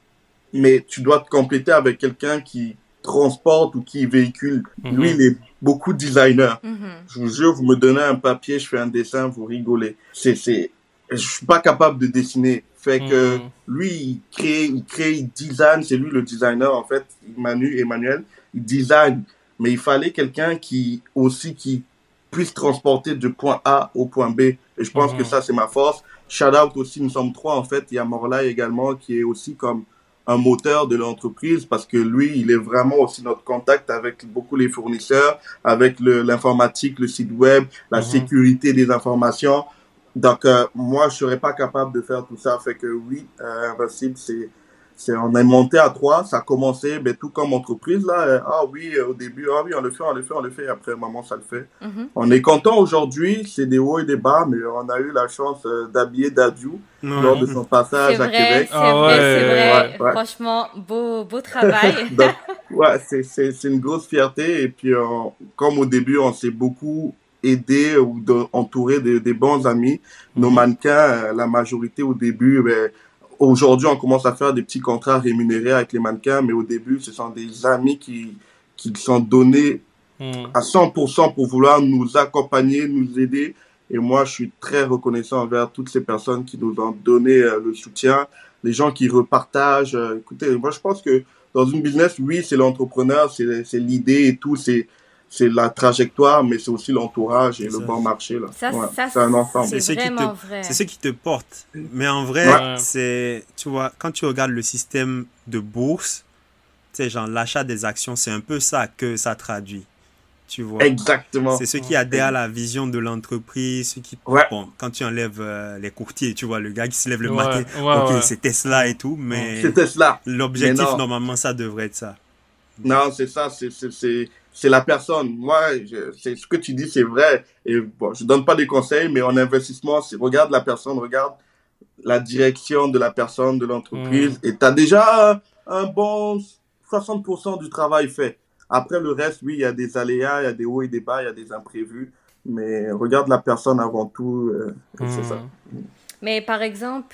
mais tu dois te compléter avec quelqu'un qui transporte ou qui véhicule. Mhm. Lui, il est beaucoup designer. Mhm. Je vous jure, vous me donnez un papier, je fais un dessin, vous rigolez. C'est, c'est, je suis pas capable de dessiner. Fait que Mhm. lui, il crée, il crée, il design. C'est lui le designer, en fait. Manu, Emmanuel, il design. Mais il fallait quelqu'un qui, aussi, qui puisse transporter du point A au point B. Et je pense Mhm. que ça, c'est ma force. Shout out aussi, nous sommes trois, en fait. Il y a Morlaï également, qui est aussi comme un moteur de l'entreprise parce que lui, il est vraiment aussi notre contact avec beaucoup les fournisseurs, avec le, l'informatique, le site web, la Mhm. sécurité des informations. Donc, euh, moi, je serais pas capable de faire tout ça. Fait que oui, euh, Invincible, c'est, c'est, on est monté à trois. Ça a commencé, ben, tout comme entreprise, là. euh, ah oui, euh, au début, ah oui, on le fait, on le fait, on le fait. Et après, maman, ça le fait. Mhm. On est content aujourd'hui. C'est des hauts et des bas, mais on a eu la chance euh, d'habiller Dadju lors de son passage C'est à vrai, Québec. c'est Ah vrai, c'est ouais, vrai. ouais, ouais. Franchement, beau, beau travail. Donc, ouais, c'est, c'est, c'est une grosse fierté. Et puis, euh, comme au début, on s'est beaucoup aidé ou de, entouré de, des bons amis. Nos Mhm. mannequins, euh, la majorité au début, ben, aujourd'hui, on commence à faire des petits contrats rémunérés avec les mannequins, mais au début, ce sont des amis qui, qui sont donnés Mhm. à cent pour cent pour vouloir nous accompagner, nous aider. Et moi, je suis très reconnaissant envers toutes ces personnes qui nous ont donné euh, le soutien, les gens qui repartagent. Euh, écoutez, moi, je pense que dans une business, oui, c'est l'entrepreneur, c'est, c'est l'idée et tout, c'est, c'est la trajectoire, mais c'est aussi l'entourage et C'est le ça. bon marché, là. Ça, Ouais, ça, c'est un ensemble. c'est C'est ce qui te- vraiment vrai. C'est ce qui te porte. Mais en vrai, Ouais. c'est, tu vois, quand tu regardes le système de bourse, tu sais, genre l'achat des actions, c'est un peu ça que ça traduit. Tu vois. Exactement. C'est ce qui adhère à la vision de l'entreprise, ce qui, Ouais. bon, quand tu enlèves euh, les courtiers, tu vois, le gars qui se lève le Ouais, matin, ouais, ok, ouais. c'est Tesla et tout, mais C'était cela. l'objectif, Mais non. normalement, ça devrait être ça. Non, c'est ça, c'est, c'est, c'est, c'est la personne. Moi, je, c'est ce que tu dis, c'est vrai. Et bon, je donne pas des conseils, mais en investissement, c'est regarde la personne, regarde la direction de la personne, de l'entreprise, et tu as déjà un, un bon soixante pour cent du travail fait. Après, le reste, oui, il y a des aléas, il y a des hauts et des bas, il y a des imprévus, mais regarde la personne avant tout, euh, et c'est ça. Mais par exemple,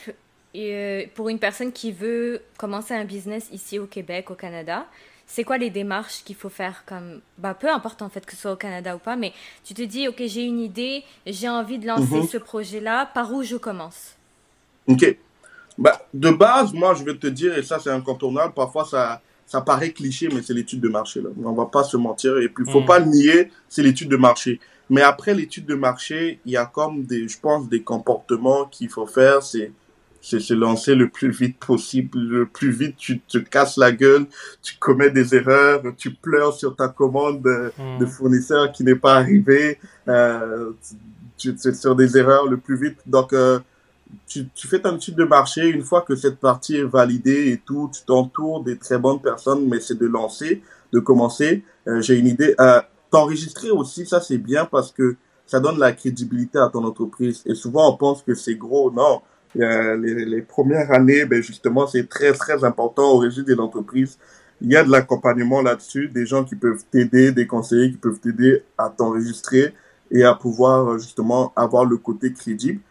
et, euh, pour une personne qui veut commencer un business ici au Québec, au Canada, c'est quoi les démarches qu'il faut faire comme... Bah, peu importe en fait que ce soit au Canada ou pas, mais tu te dis, ok, j'ai une idée, j'ai envie de lancer Mhm. ce projet-là, par où je commence? Ok. Bah, de base, moi, je vais te dire, et ça, c'est incontournable, parfois, ça, ça paraît cliché, mais c'est l'étude de marché, là. On va pas se mentir. Et puis, faut Mm. pas le nier, c'est l'étude de marché. Mais après l'étude de marché, il y a comme des, je pense, des comportements qu'il faut faire. C'est, c'est se lancer le plus vite possible. Le plus vite, tu te casses la gueule, tu commets des erreurs, tu pleures sur ta commande de, de Mm. fournisseur qui n'est pas arrivé, euh, tu, tu, sur des erreurs le plus vite. Donc, euh, tu, tu fais ton étude de marché. Une fois que cette partie est validée et tout, tu t'entoures des très bonnes personnes, mais c'est de lancer, de commencer. Euh, j'ai une idée. Euh, t'enregistrer aussi, ça c'est bien parce que ça donne la crédibilité à ton entreprise. Et souvent on pense que c'est gros. Non, euh, les, les premières années, ben justement, c'est très très important au régime de l'entreprise. Il y a de l'accompagnement là-dessus, des gens qui peuvent t'aider, des conseillers qui peuvent t'aider à t'enregistrer et à pouvoir justement avoir le côté crédible.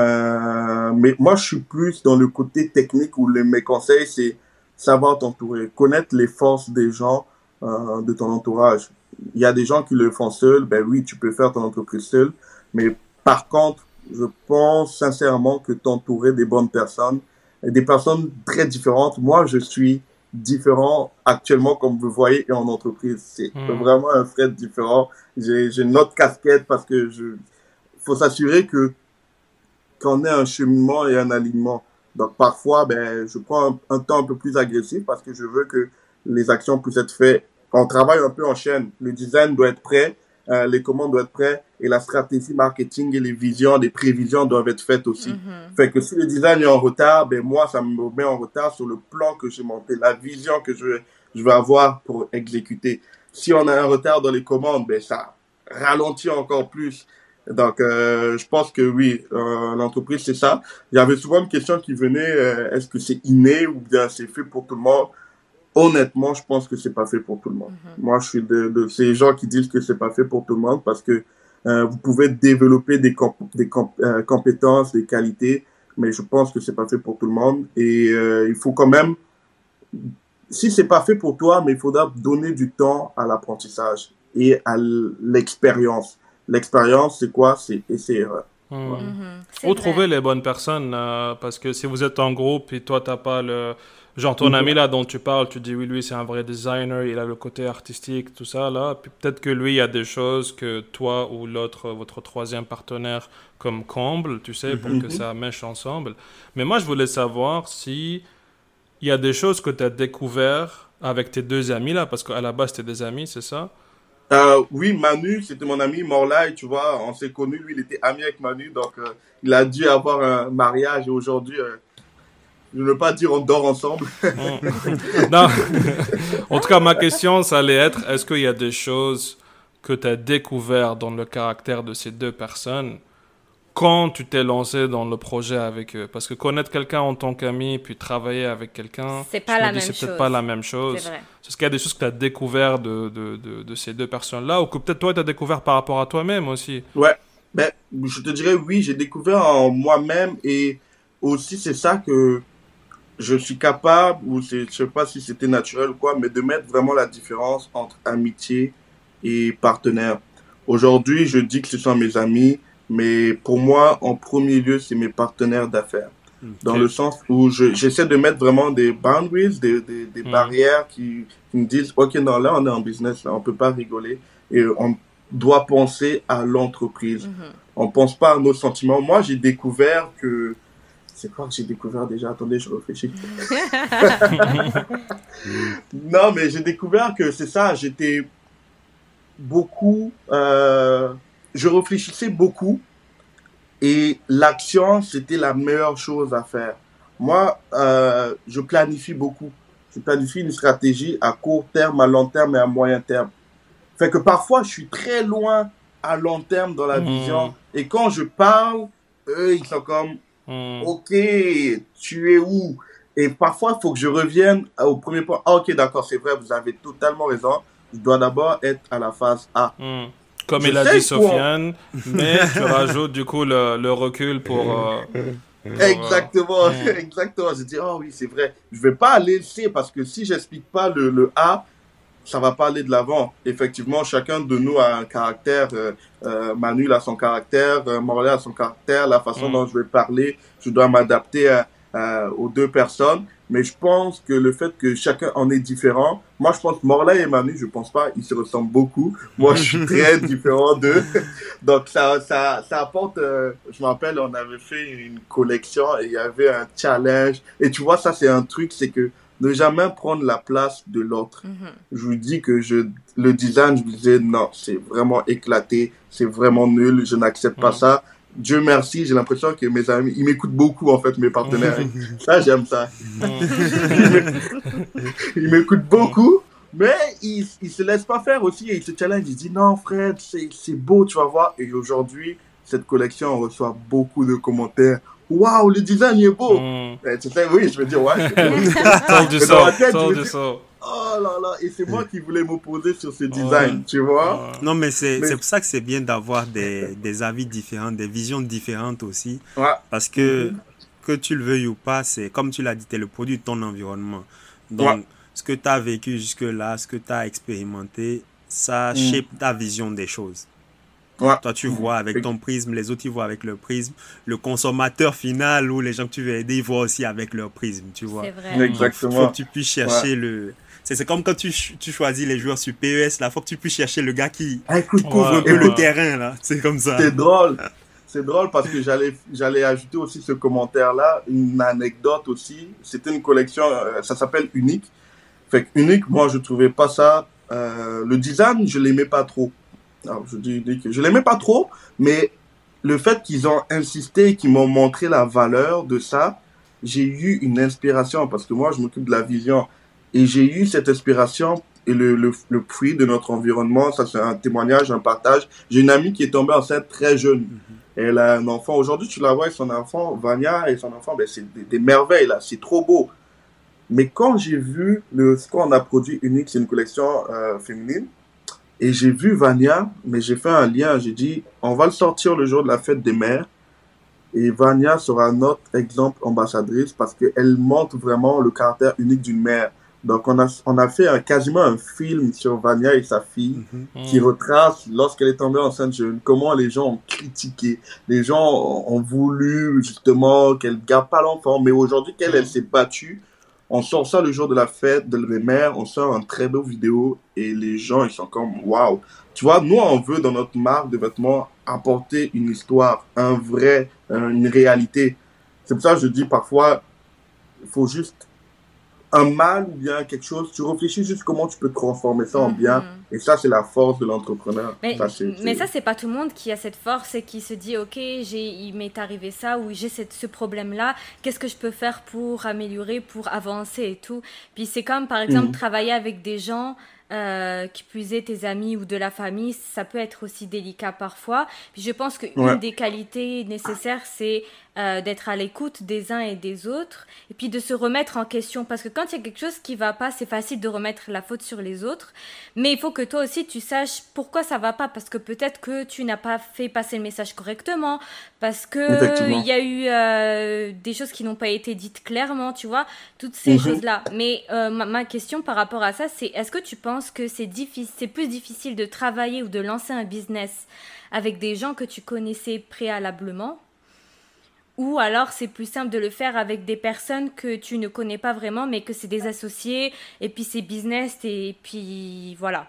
Euh, mais moi, je suis plus dans le côté technique où les, mes conseils, c'est savoir t'entourer, connaître les forces des gens euh, de ton entourage. Il y a des gens qui le font seuls, ben oui, tu peux faire ton entreprise seul, mais par contre, je pense sincèrement que t'entourer des bonnes personnes, et des personnes très différentes. Moi, je suis différent actuellement, comme vous voyez, et en entreprise. C'est Mm. vraiment un Fred différent. J'ai, j'ai une autre casquette parce que je, faut s'assurer que qu'on ait un cheminement et un alignement. Donc parfois, ben, je prends un, un temps un peu plus agressif parce que je veux que les actions puissent être faites. On travaille un peu en chaîne. Le design doit être prêt, euh, les commandes doivent être prêtes et la stratégie marketing et les visions, les prévisions doivent être faites aussi. Mhm. Fait que si le design est en retard, ben moi, ça me met en retard sur le plan que j'ai monté, la vision que je, je veux avoir pour exécuter. Si on a un retard dans les commandes, ben ça ralentit encore plus. Donc, euh, je pense que oui, euh, l'entreprise, c'est ça. Il y avait souvent une question qui venait, euh, est-ce que c'est inné ou bien c'est fait pour tout le monde? Honnêtement, je pense que c'est pas fait pour tout le monde. Mhm. Moi, je suis de, de ces gens qui disent que c'est pas fait pour tout le monde parce que euh, vous pouvez développer des, comp des comp euh, compétences, des qualités, mais je pense que c'est pas fait pour tout le monde. Et euh, il faut quand même, si c'est pas fait pour toi, mais il faudra donner du temps à l'apprentissage et à l'expérience. L'expérience, c'est quoi? C'est essayer. Mm. Ouais. Mhm. C'est Ou vrai. trouver les bonnes personnes, euh, parce que si vous êtes en groupe et toi, t'as pas le... Genre, ton Mhm. ami là dont tu parles, tu dis oui, lui, c'est un vrai designer, il a le côté artistique, tout ça, là. Puis peut-être que lui, il y a des choses que toi ou l'autre, votre troisième partenaire, comme comble, tu sais, pour que Mhm. ça mèche ensemble. Mais moi, je voulais savoir si il y a des choses que tu as découvert avec tes deux amis là, parce qu'à la base, c'était des amis, c'est ça? Euh, oui, Manu, c'était mon ami Morlaï, tu vois, on s'est connus, lui, il était ami avec Manu, donc euh, il a dû avoir un mariage et aujourd'hui, euh, je ne veux pas dire on dort ensemble. Mm. Non. En tout cas, ma question, ça allait être, est-ce qu'il y a des choses que tu as découvert dans le caractère de ces deux personnes quand tu t'es lancé dans le projet avec eux? Parce que connaître quelqu'un en tant qu'ami, puis travailler avec quelqu'un, C'est je pas me la dis, même c'est peut-être chose. pas la même C'est chose. vrai. Est-ce qu'il y a des choses que tu as découvert de, de, de, de ces deux personnes-là, ou que peut-être toi, tu as découvert par rapport à toi-même aussi? Ouais, ben, je te dirais oui, j'ai découvert en moi-même et aussi c'est ça que je suis capable, ou c'est, je sais pas si c'était naturel ou quoi, mais de mettre vraiment la différence entre amitié et partenaire. Aujourd'hui, je dis que ce sont mes amis, mais pour moi, en premier lieu, c'est mes partenaires d'affaires. Dans Ok. le sens où je, j'essaie de mettre vraiment des boundaries, des, des, des Mhm. barrières qui, qui me disent, OK, non, là, on est en business, là, on peut pas rigoler. Et on doit penser à l'entreprise. Mhm. On pense pas à nos sentiments. Moi, j'ai découvert que, c'est quoi que j'ai découvert déjà? Attendez, je réfléchis. Non, mais j'ai découvert que c'est ça, j'étais beaucoup, euh, je réfléchissais beaucoup et l'action, c'était la meilleure chose à faire. Moi, euh, je planifie beaucoup. Je planifie une stratégie à court terme, à long terme et à moyen terme. Fait que parfois, je suis très loin à long terme dans la Mm. vision. Et quand je parle, eux, ils sont comme, Mm. OK, tu es où? Et parfois, il faut que je revienne au premier point. Ah, OK, d'accord, c'est vrai, vous avez totalement raison. Je dois d'abord être à la phase A. Mm. Comme Je il a sais dit quoi. Sofiane, mais tu rajoutes du coup le, le recul pour... euh, Exactement, exactement. J'ai dit, oh oui, c'est vrai. Je vais pas aller le C parce que si j'explique pas le, le A, ça va pas aller de l'avant. Effectivement, chacun de nous a un caractère. Euh, euh, Manu a son caractère, euh, Morlaix a son caractère. La façon mm. dont je vais parler, je dois m'adapter à, à, aux deux personnes. Mais je pense que le fait que chacun en est différent, moi je pense Morlaix et Manu, je pense pas, ils se ressemblent beaucoup. Moi je suis très différent d'eux. Donc ça, ça, ça apporte, euh, je me rappelle, on avait fait une collection et il y avait un challenge. Et tu vois, ça c'est un truc, c'est que ne jamais prendre la place de l'autre. Mm-hmm. Je vous dis que je, le design, je vous disais non, c'est vraiment éclaté, c'est vraiment nul, je n'accepte pas mm. ça. Dieu merci, j'ai l'impression que mes amis, ils m'écoutent beaucoup en fait, mes partenaires. Ça, j'aime ça. Ils m'écoutent beaucoup, mais ils, ils se laissent pas faire aussi et ils se challenge. Ils disent non, Fred, c'est, c'est beau, tu vas voir. Et aujourd'hui, cette collection, on reçoit beaucoup de commentaires. Waouh, le design est beau. Mm. Et tu sais, oui, je veux dire, ouais. Told you so, told you so. Oh là là, et c'est moi qui voulais m'opposer sur ce design, ouais. tu vois. Non, mais c'est, mais c'est pour ça que c'est bien d'avoir des, des avis différents, des visions différentes aussi. Ouais. Parce que, que tu le veuilles ou pas, c'est comme tu l'as dit, tu es le produit de ton environnement. Donc, ouais. ce que tu as vécu jusque-là, ce que tu as expérimenté, ça mm. shape ta vision des choses. Ouais. Toi, tu vois avec ton prisme, les autres, ils voient avec leur prisme. Le consommateur final ou les gens que tu veux aider, ils voient aussi avec leur prisme, tu vois. C'est vrai. Exactement. Il faut que tu puisses chercher ouais. le... C'est, c'est comme quand tu, tu choisis les joueurs sur P E S, là, il faut que tu puisses chercher le gars qui ah, écoute, couvre ouais, un peu ouais. le terrain, là. C'est comme ça. C'est drôle. C'est drôle parce que j'allais, j'allais ajouter aussi ce commentaire-là, une anecdote aussi. C'était une collection, euh, ça s'appelle Unique. Fait que Unique, moi, je trouvais pas ça... Euh, le design, je l'aimais pas trop. Alors, je dis que je l'aimais pas trop, mais le fait qu'ils ont insisté, qu'ils m'ont montré la valeur de ça, j'ai eu une inspiration parce que moi, je m'occupe de la vision et j'ai eu cette inspiration et le, le, le fruit de notre environnement. Ça, c'est un témoignage, un partage. J'ai une amie qui est tombée enceinte très jeune. Mm-hmm. Elle a un enfant. Aujourd'hui, tu la vois avec son enfant, Vania et son enfant, ben, c'est des, des merveilles là. C'est trop beau. Mais quand j'ai vu le, ce qu'on a produit Unique, c'est une collection euh, féminine. Et j'ai vu Vania, mais j'ai fait un lien. J'ai dit, on va le sortir le jour de la fête des mères. Et Vania sera notre exemple ambassadrice parce qu'elle montre vraiment le caractère unique d'une mère. Donc, on a, on a fait un, quasiment un film sur Vania et sa fille mm-hmm. qui retrace, lorsqu'elle est tombée enceinte jeune, comment les gens ont critiqué. Les gens ont, ont voulu, justement, qu'elle garde pas l'enfant. Mais aujourd'hui, qu'elle, elle s'est battue. On sort ça le jour de la fête de les mères, on sort un très beau vidéo et les gens, ils sont comme waouh. Tu vois, nous, on veut dans notre marque de vêtements apporter une histoire, un vrai, une réalité. C'est pour ça que je dis parfois, il faut juste un mal ou bien quelque chose, tu réfléchis juste comment tu peux transformer ça en bien. Mm-hmm. Et ça, c'est la force de l'entrepreneur. Mais ça, c'est, mais c'est... ça, c'est pas tout le monde qui a cette force et qui se dit, ok, j'ai, il m'est arrivé ça ou j'ai cette, ce problème-là. Qu'est-ce que je peux faire pour améliorer, pour avancer et tout. Puis c'est comme, par exemple, mm-hmm. travailler avec des gens... Euh, qui plus est tes amis ou de la famille, ça peut être aussi délicat parfois. Puis je pense qu'une ouais. des qualités nécessaires, c'est euh, d'être à l'écoute des uns et des autres et puis de se remettre en question. Parce que quand il y a quelque chose qui ne va pas, c'est facile de remettre la faute sur les autres. Mais il faut que toi aussi, tu saches pourquoi ça ne va pas. Parce que peut-être que tu n'as pas fait passer le message correctement. Parce qu'il y a eu euh, des choses qui n'ont pas été dites clairement, tu vois. Toutes ces mm-hmm. choses-là. Mais euh, ma, ma question par rapport à ça, c'est est-ce que tu penses que c'est, difficile, c'est plus difficile de travailler ou de lancer un business avec des gens que tu connaissais préalablement ou alors c'est plus simple de le faire avec des personnes que tu ne connais pas vraiment mais que c'est des associés et puis c'est business et puis voilà.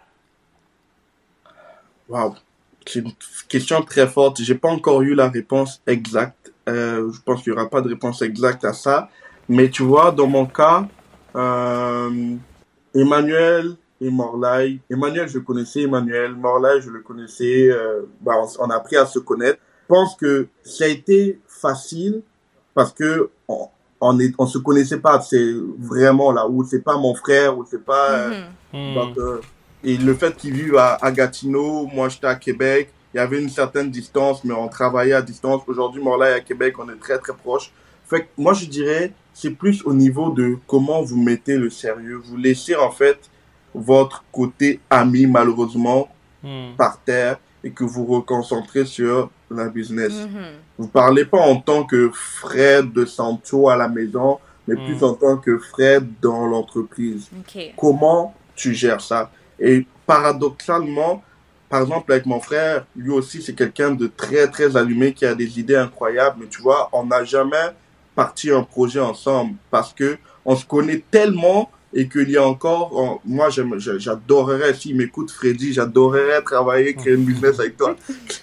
Waouh, c'est une question très forte. J'ai pas encore eu la réponse exacte. Euh, je pense qu'il y aura pas de réponse exacte à ça. Mais tu vois, dans mon cas, euh, Emmanuel et Morlaix. Emmanuel, je connaissais Emmanuel. Morlaix, je le connaissais. Euh, bah, on, on a appris à se connaître. Je pense que ça a été facile parce que on, on est, on se connaissait pas. C'est vraiment là où c'est pas mon frère ou c'est pas. Mm-hmm. Euh, donc, euh, et le fait qu'il vive à, à Gatineau, moi j'étais à Québec. Il y avait une certaine distance, mais on travaillait à distance. Aujourd'hui, Morlaix à Québec, on est très très proches. Fait que moi je dirais, c'est plus au niveau de comment vous mettez le sérieux. Vous laissez en fait votre côté ami malheureusement mm. par terre et que vous reconcentrez sur la business. Mhm. Vous parlez pas en tant que Fred de Sancho à la maison, mais Mm. plus en tant que Fred dans l'entreprise. Ok. Comment tu gères ça? Et paradoxalement, par exemple, avec mon frère, lui aussi, c'est quelqu'un de très, très allumé, qui a des idées incroyables, mais tu vois, on n'a jamais parti un projet ensemble parce que on se connaît tellement et qu'il y a encore, on- moi, j'aime- j'a- j'adorerais, s'il m'écoute, Freddy, j'adorerais travailler, créer une business avec toi.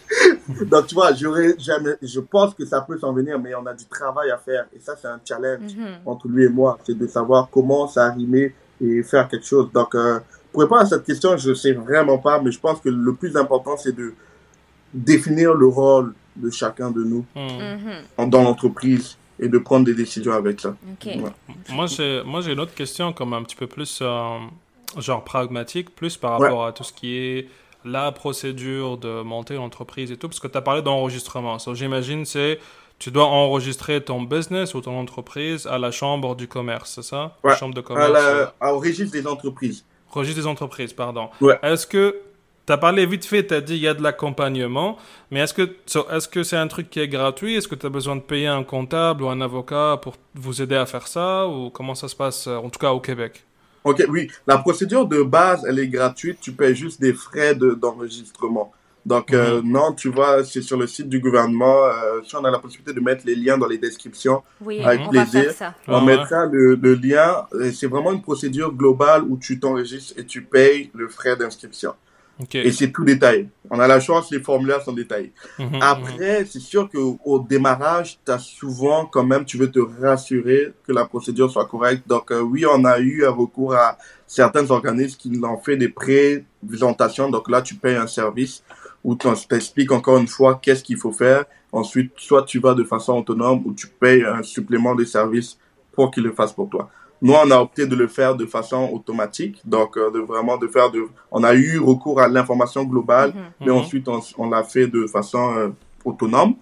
Donc, tu vois, j'aurais jamais, je pense que ça peut s'en venir, mais on a du travail à faire. Et ça, c'est un challenge Mhm. entre lui et moi. C'est de savoir comment s'arrimer et faire quelque chose. Donc, euh, pour répondre à cette question, je sais vraiment pas, mais je pense que le plus important, c'est de définir le rôle de chacun de nous Mm. Mhm. en- dans l'entreprise et de prendre des décisions avec ça. Ok. Ouais. Moi, j'ai, moi, j'ai une autre question, comme un petit peu plus, euh, genre pragmatique, plus par Ouais. rapport à tout ce qui est la procédure de monter l'entreprise et tout, parce que tu as parlé d'enregistrement. So, j'imagine, c'est, tu dois enregistrer ton business ou ton entreprise à la chambre du commerce, c'est ça? La Ouais. chambre de À commerce, euh, la, au registre des entreprises. registre des entreprises, pardon. Ouais. Est-ce que, tu as parlé vite fait, tu as dit il y a de l'accompagnement, mais est-ce que, so, est-ce que c'est un truc qui est gratuit? Est-ce que tu as besoin de payer un comptable ou un avocat pour vous aider à faire ça? Ou comment ça se passe, euh, en tout cas au Québec? Ok, oui. La procédure de base, elle est gratuite. Tu payes juste des frais de, d'enregistrement. Donc, euh, Mhm. non, tu vois, c'est sur le site du gouvernement. Euh, si on a la possibilité de mettre les liens dans les descriptions, Oui, avec Mhm. on va faire plaisir. ça. On Ouais, ouais. mettra le, le lien. Et c'est vraiment une procédure globale où tu t'enregistres et tu payes le frais d'inscription. Ok. Et c'est tout détaillé. On a la chance, les formulaires sont détaillés. Mhm, mhm. Après, c'est sûr qu'au démarrage, tu as souvent quand même, tu veux te rassurer que la procédure soit correcte. Donc, euh, oui, on a eu un recours à certains organismes qui nous ont fait des présentations. Donc là, tu payes un service où tu t'expliques encore une fois qu'est-ce qu'il faut faire. Ensuite, soit tu vas de façon autonome ou tu payes un supplément de service pour qu'il le fasse pour toi. Nous, on a opté de le faire de façon automatique. Donc, euh, de vraiment de faire de, on a eu recours à l'information globale, Mhm. mais Mhm. ensuite, on, on l'a fait de façon euh, autonome.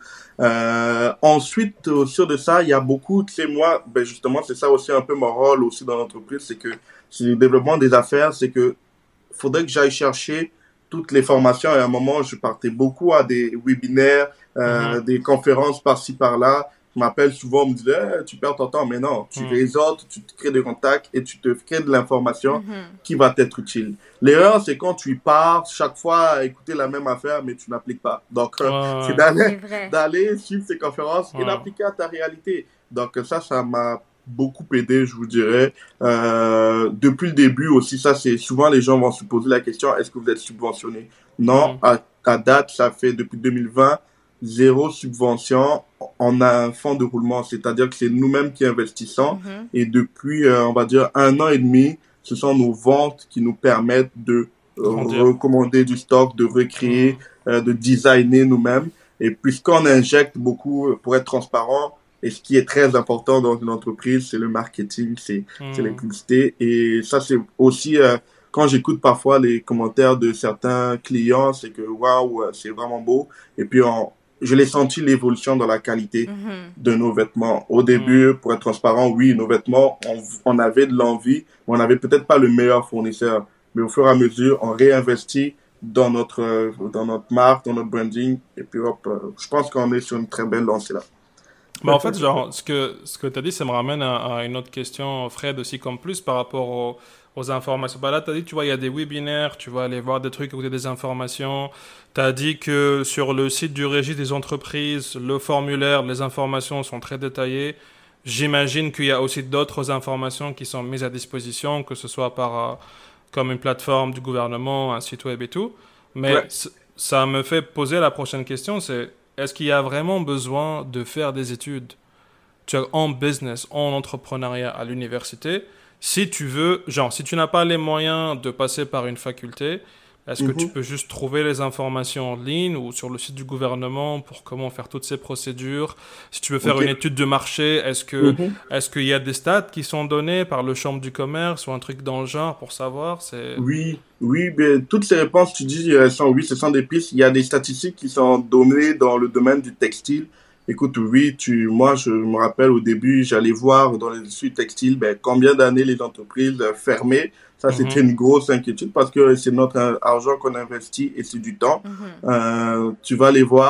Euh, ensuite, au sur de ça, il y a beaucoup, tu sais, moi, ben justement, c'est ça aussi un peu mon rôle aussi dans l'entreprise, c'est que c'est le développement des affaires, c'est que faudrait que j'aille chercher toutes les formations. Et à un moment, je partais beaucoup à des webinaires, euh, Mhm. des conférences par-ci, par-là. Je m'appelle souvent, on me disait, eh, tu perds ton temps. Mais non, tu Mhm. réseautes, tu te crées des contacts et tu te crées de l'information Mhm. qui va t'être utile. L'erreur, c'est quand tu y pars chaque fois à écouter la même affaire, mais tu n'appliques pas. Donc, euh, Ouais, c'est ouais. C'est d'aller, vrai. d'aller suivre ces conférences et Ouais. d'appliquer à ta réalité. Donc, ça, ça m'a beaucoup aidé, je vous dirais. Euh, depuis le début aussi, ça, c'est souvent les gens vont se poser la question, est-ce que vous êtes subventionné? Non, Mhm. à, à date, ça fait depuis deux mille vingt, zéro subvention. On a un fonds de roulement, c'est-à-dire que c'est nous-mêmes qui investissons. Mhm. Et depuis, euh, on va dire, un an et demi, ce sont nos ventes qui nous permettent de euh, Grandir. recommander du stock, de recréer, Mhm. euh, de designer nous-mêmes. Et puisqu'on injecte beaucoup, euh, pour être transparent, et ce qui est très important dans une entreprise, c'est le marketing, c'est c'est les Mhm. publicités. Et ça, c'est aussi, euh, quand j'écoute parfois les commentaires de certains clients, c'est que waouh, c'est vraiment beau. Et puis, on, je l'ai senti l'évolution dans la qualité Mhm. de nos vêtements. Au début, pour être transparent, oui, nos vêtements, on, on avait de l'envie, mais on n'avait peut-être pas le meilleur fournisseur. Mais au fur et à mesure, on réinvestit dans notre, euh, dans notre marque, dans notre branding. Et puis hop, euh, je pense qu'on est sur une très belle lancée là. Mais en fait, genre, ce que, ce que tu as dit, ça me ramène à, à une autre question, Fred, aussi comme plus par rapport aux, aux informations. Bah là, tu as dit, tu vois, il y a des webinaires, tu vas aller voir des trucs, écouter des informations. Tu as dit que sur le site du registre des entreprises, le formulaire, les informations sont très détaillées. J'imagine qu'il y a aussi d'autres informations qui sont mises à disposition, que ce soit par, euh, comme une plateforme du gouvernement, un site web et tout. Mais Ouais. c- ça me fait poser la prochaine question, c'est est-ce qu'il y a vraiment besoin de faire des études tu vois, en business, en entrepreneuriat à l'université, si tu veux, genre, si tu n'as pas les moyens de passer par une faculté, est-ce que tu Mhm. peux juste trouver les informations en ligne ou sur le site du gouvernement pour comment faire toutes ces procédures? Si tu veux faire Ok. une étude de marché, est-ce que, Mhm. est-ce qu'il y a des stats qui sont donnés par le chambre du commerce ou un truc dans le genre pour savoir? C'est... Oui, oui, ben, toutes ces réponses, tu dis, elles sont oui, ce sont des pistes. Il y a des statistiques qui sont données dans le domaine du textile. Écoute, oui, tu, moi, je me rappelle au début, j'allais voir dans l'industrie textile, ben, combien d'années les entreprises euh, fermaient. Ça, c'était Mhm. une grosse inquiétude parce que c'est notre euh, argent qu'on investit et c'est du temps. Mhm. Euh, tu vas les voir.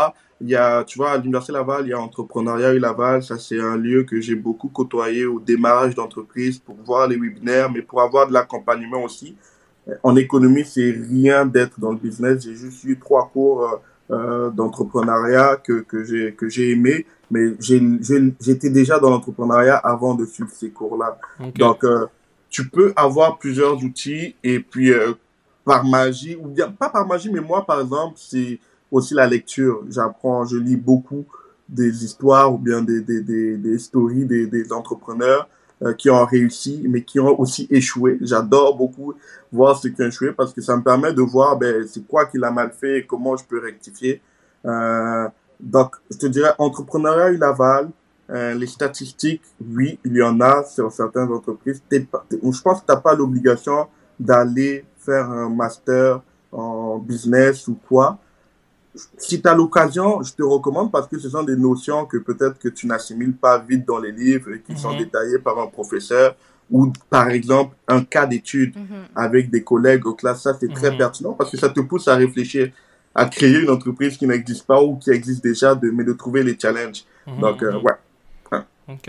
il y a, tu vois, à l'Université Laval, il y a Entrepreneuriat U Laval. Ça, c'est un lieu que j'ai beaucoup côtoyé au démarrage d'entreprise pour voir les webinaires, mais pour avoir de l'accompagnement aussi. En économie, c'est rien d'être dans le business. J'ai juste eu trois cours euh, euh, d'entrepreneuriat que, que j'ai que j'ai aimé, mais j'ai, j'ai, j'étais déjà dans l'entrepreneuriat avant de suivre ces cours-là. Ok. Donc, euh, tu peux avoir plusieurs outils et puis euh, par magie, ou bien pas par magie, mais moi, par exemple, c'est aussi la lecture. J'apprends, je lis beaucoup des histoires ou bien des, des, des, des stories des, des entrepreneurs euh, qui ont réussi, mais qui ont aussi échoué. J'adore beaucoup voir ceux qui ont échoué parce que ça me permet de voir ben, c'est quoi qu'il a mal fait et comment je peux rectifier. Euh, donc, je te dirais, entrepreneuriat U Laval, euh, les statistiques, oui, il y en a sur certaines entreprises. T'es pas, t'es, je pense que tu n'as pas l'obligation d'aller faire un master en business ou quoi. Si tu as l'occasion, je te recommande parce que ce sont des notions que peut-être que tu n'assimiles pas vite dans les livres et qui mm-hmm. sont détaillées par un professeur ou par exemple un cas d'étude mm-hmm. avec des collègues aux classes. Ça, c'est mm-hmm. très pertinent parce que ça te pousse à réfléchir, à créer une entreprise qui n'existe pas ou qui existe déjà, de, mais de trouver les challenges. Mm-hmm. Donc, euh, ouais. ouais. Ok.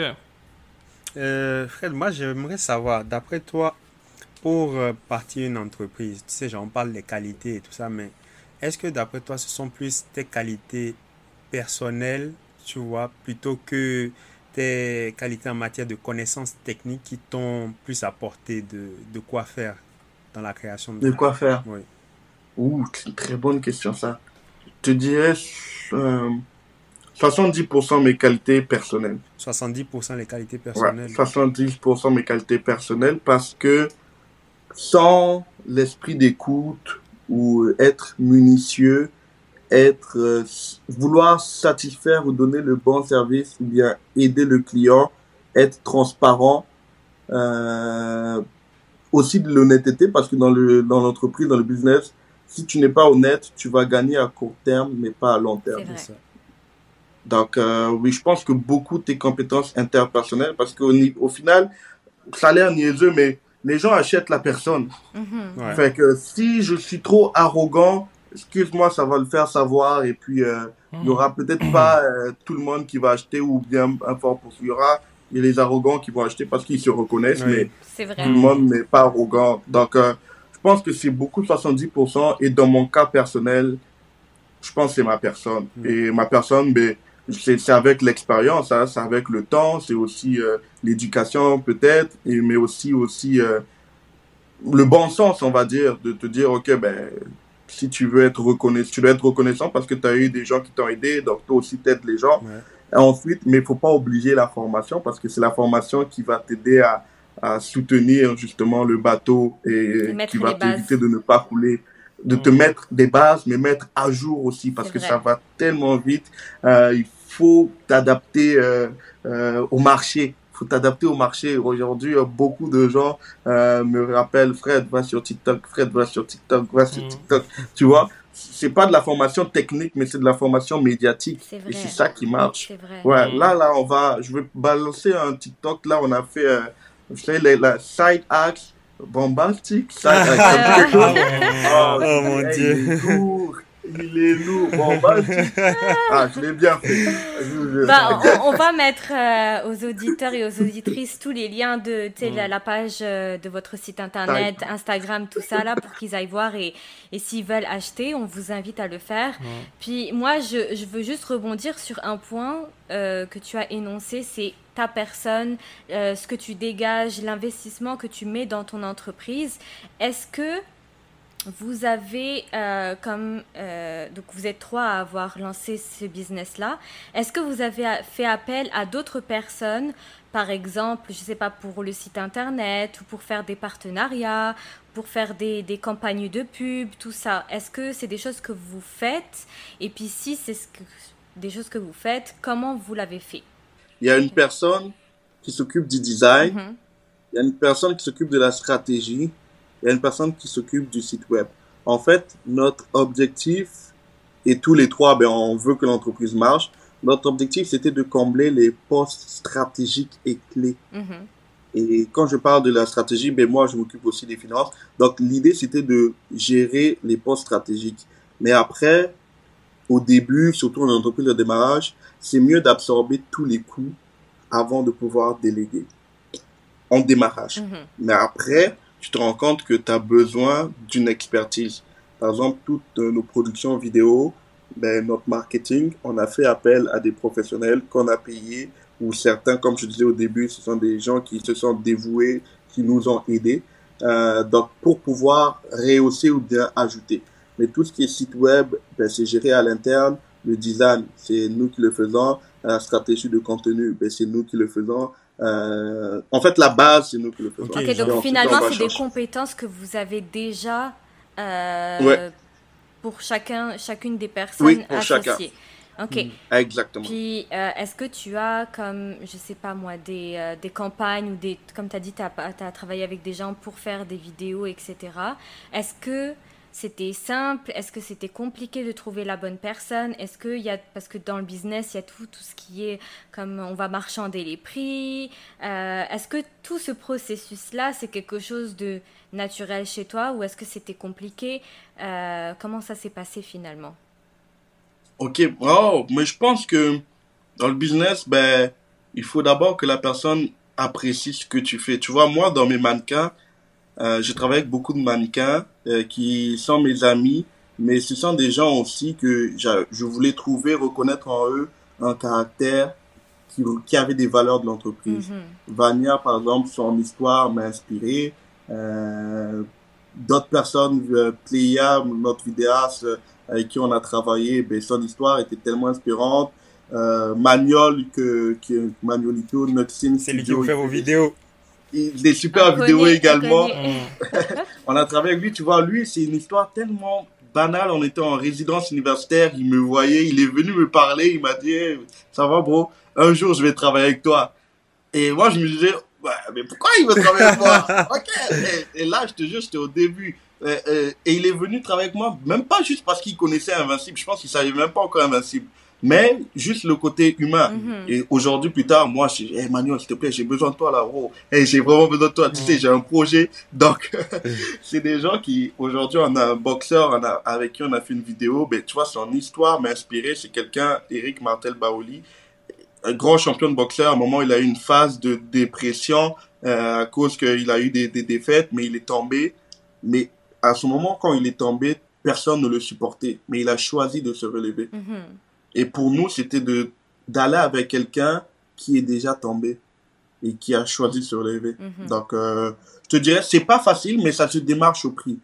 Euh, Fred, moi, j'aimerais savoir, d'après toi, pour euh, partir une entreprise, tu sais, genre, on parle des qualités et tout ça, mais est-ce que d'après toi, ce sont plus tes qualités personnelles, tu vois, plutôt que tes qualités en matière de connaissances techniques qui t'ont plus apporté de, de quoi faire dans la création de... De quoi faire Oui. Ouh, c'est une très bonne question, ça. Je te dirais euh, soixante-dix pour cent mes qualités personnelles. soixante-dix pour cent les qualités personnelles. Ouais, soixante-dix pour cent mes qualités personnelles parce que sans l'esprit d'écoute ou être minutieux, être euh, vouloir satisfaire ou donner le bon service ou bien aider le client, être transparent, euh, aussi de l'honnêteté parce que dans le dans l'entreprise, dans le business, si tu n'es pas honnête, tu vas gagner à court terme mais pas à long terme. C'est vrai. Donc euh, oui, je pense que beaucoup de tes compétences interpersonnelles parce qu'au au final, ça a l'air niaiseux mais les gens achètent la personne. Mm-hmm. Ouais. Fait que si je suis trop arrogant, excuse-moi, ça va le faire savoir. Et puis, euh, il mm. y aura peut-être pas euh, tout le monde qui va acheter ou bien un fort pour il y aura il y a les arrogants qui vont acheter parce qu'ils se reconnaissent, oui. mais c'est vrai. tout le monde n'est pas arrogant. Donc, euh, je pense que c'est beaucoup de soixante-dix pour cent. Et dans mon cas personnel, je pense que c'est ma personne. Mm. Et ma personne, ben, c'est, c'est avec l'expérience, hein, c'est avec le temps, c'est aussi euh, l'éducation peut-être, et, mais aussi, aussi euh, le bon sens, on va dire, de te dire, ok, ben, si tu veux être reconnaissant, tu dois être reconnaissant parce que tu as eu des gens qui t'ont aidé, donc toi aussi t'aides les gens. Ouais. Et ensuite, mais il faut pas oublier la formation parce que c'est la formation qui va t'aider à, à soutenir justement le bateau et, et qui va t'éviter de ne pas couler. De te mettre des bases, mais mettre à jour aussi, parce que ça va tellement vite. Euh, il faut t'adapter euh, euh, au marché. Il faut t'adapter au marché. Aujourd'hui, beaucoup de gens euh, me rappellent, Fred, va sur TikTok, Fred, va sur TikTok, va sur TikTok. Tu vois, c'est pas de la formation technique, mais c'est de la formation médiatique. C'est vrai. Et c'est ça qui marche. C'est vrai. Ouais, là, là, on va, je vais balancer un TikTok. Là, on a fait, euh, je sais, la, la side axe. Bombastique, ça, ah, oh, oh, oh mon hey, Dieu. Il est lourd, il est lourd, bombastique. Ah, je l'ai bien fait. Bah, on, on va mettre euh, aux auditeurs et aux auditrices tous les liens de mm. la, la page euh, de votre site internet, Instagram, tout ça là, pour qu'ils aillent voir et, et s'ils veulent acheter, on vous invite à le faire. Mm. Puis moi, je, je veux juste rebondir sur un point euh, que tu as énoncé, c'est ta personne, euh, ce que tu dégages, l'investissement que tu mets dans ton entreprise. Est-ce que vous avez, euh, comme, euh, donc vous êtes trois à avoir lancé ce business-là, est-ce que vous avez fait appel à d'autres personnes, par exemple, je ne sais pas, pour le site internet ou pour faire des partenariats, pour faire des, des campagnes de pub, tout ça? Est-ce que c'est des choses que vous faites? Et puis si c'est ce que, des choses que vous faites, comment vous l'avez fait? Il y a une personne qui s'occupe du design, mm-hmm. il y a une personne qui s'occupe de la stratégie, il y a une personne qui s'occupe du site web. En fait, notre objectif, et tous les trois, ben, on veut que l'entreprise marche, notre objectif, c'était de combler les postes stratégiques et clés. Mm-hmm. Et quand je parle de la stratégie, ben, moi, je m'occupe aussi des finances. Donc, l'idée, c'était de gérer les postes stratégiques. Mais après, au début, surtout en entreprise de démarrage, c'est mieux d'absorber tous les coûts avant de pouvoir déléguer en démarrage. Mhm. Mais après, tu te rends compte que tu as besoin d'une expertise. Par exemple, toutes euh, nos productions vidéo, ben, notre marketing, on a fait appel à des professionnels qu'on a payés, ou certains, comme je disais au début, ce sont des gens qui se sont dévoués, qui nous ont aidés, euh, donc pour pouvoir rehausser ou bien ajouter. Mais tout ce qui est site web, ben, c'est géré à l'interne. Le design, c'est nous qui le faisons. La stratégie de contenu, ben, c'est nous qui le faisons. Euh, en fait, la base, c'est nous qui le faisons. Ok, Ok, genre. donc Et ensuite, finalement, on va c'est des chercher. compétences que vous avez déjà euh, Ouais. pour chacun, chacune des personnes Oui, pour chacun. associées. Ok. Mm. Exactement. Puis, euh, est-ce que tu as, comme, je sais pas moi, des, euh, des campagnes ou des, comme tu as dit, tu as travaillé avec des gens pour faire des vidéos, et cetera. Est-ce que c'était simple? Est-ce que c'était compliqué de trouver la bonne personne? Est-ce que il y a, parce que dans le business, il y a tout, tout ce qui est comme on va marchander les prix. Euh, est-ce que tout ce processus-là, c'est quelque chose de naturel chez toi ou est-ce que c'était compliqué? Euh, comment ça s'est passé finalement? Ok, oh, mais je pense que dans le business, ben, il faut d'abord que la personne apprécie ce que tu fais. Tu vois, moi, dans mes mannequins, euh, je travaille avec beaucoup de mannequins euh, qui sont mes amis, mais ce sont des gens aussi que j'a- je voulais trouver, reconnaître en eux un caractère qui, qui avait des valeurs de l'entreprise. Mhm. Vania, par exemple, son histoire m'a inspiré. Euh, D'autres personnes, euh, Pléa, notre vidéaste euh, avec qui on a travaillé, ben, son histoire était tellement inspirante. Euh, Manuel, que, que Manuelito, notre sim C'est lui qui vous studio, fait il vos fait des, vidéos. il- des On super vidéos connaît, on également. connaît. Mm. On a travaillé avec lui, tu vois, lui, c'est une histoire tellement banale. On était en résidence universitaire, il me voyait, il est venu me parler, il m'a dit, hey, ça va, bro, un jour, je vais travailler avec toi. Et moi, je me disais, ouais, mais pourquoi il veut travailler avec moi? Ok. Et, et là, je te jure, j'étais au début. Euh, euh, et il est venu travailler avec moi, même pas juste parce qu'il connaissait Invincible. Je pense qu'il savait même pas encore Invincible. Mais juste le côté humain. Mhm. Et aujourd'hui, plus tard, moi, je dis, hey, Manuel, s'il te plaît, j'ai besoin de toi là. Oh, hey, j'ai vraiment besoin de toi. Tu sais, Mm. j'ai un projet. Donc, c'est des gens qui, aujourd'hui, on a un boxeur on a, avec qui on a fait une vidéo. Ben, tu vois, son histoire m'a inspiré. C'est quelqu'un, Eric Martel Baoli, un grand champion de boxeur. À un moment, il a eu une phase de dépression euh, à cause qu'il a eu des, des défaites, mais il est tombé. Mais à ce moment, quand il est tombé, personne ne le supportait. Mais il a choisi de se relever. Mhm. Et pour nous, c'était de d'aller avec quelqu'un qui est déjà tombé et qui a choisi de se relever. Mhm. Donc, euh, je te dirais, c'est pas facile, mais ça se démarche au prix.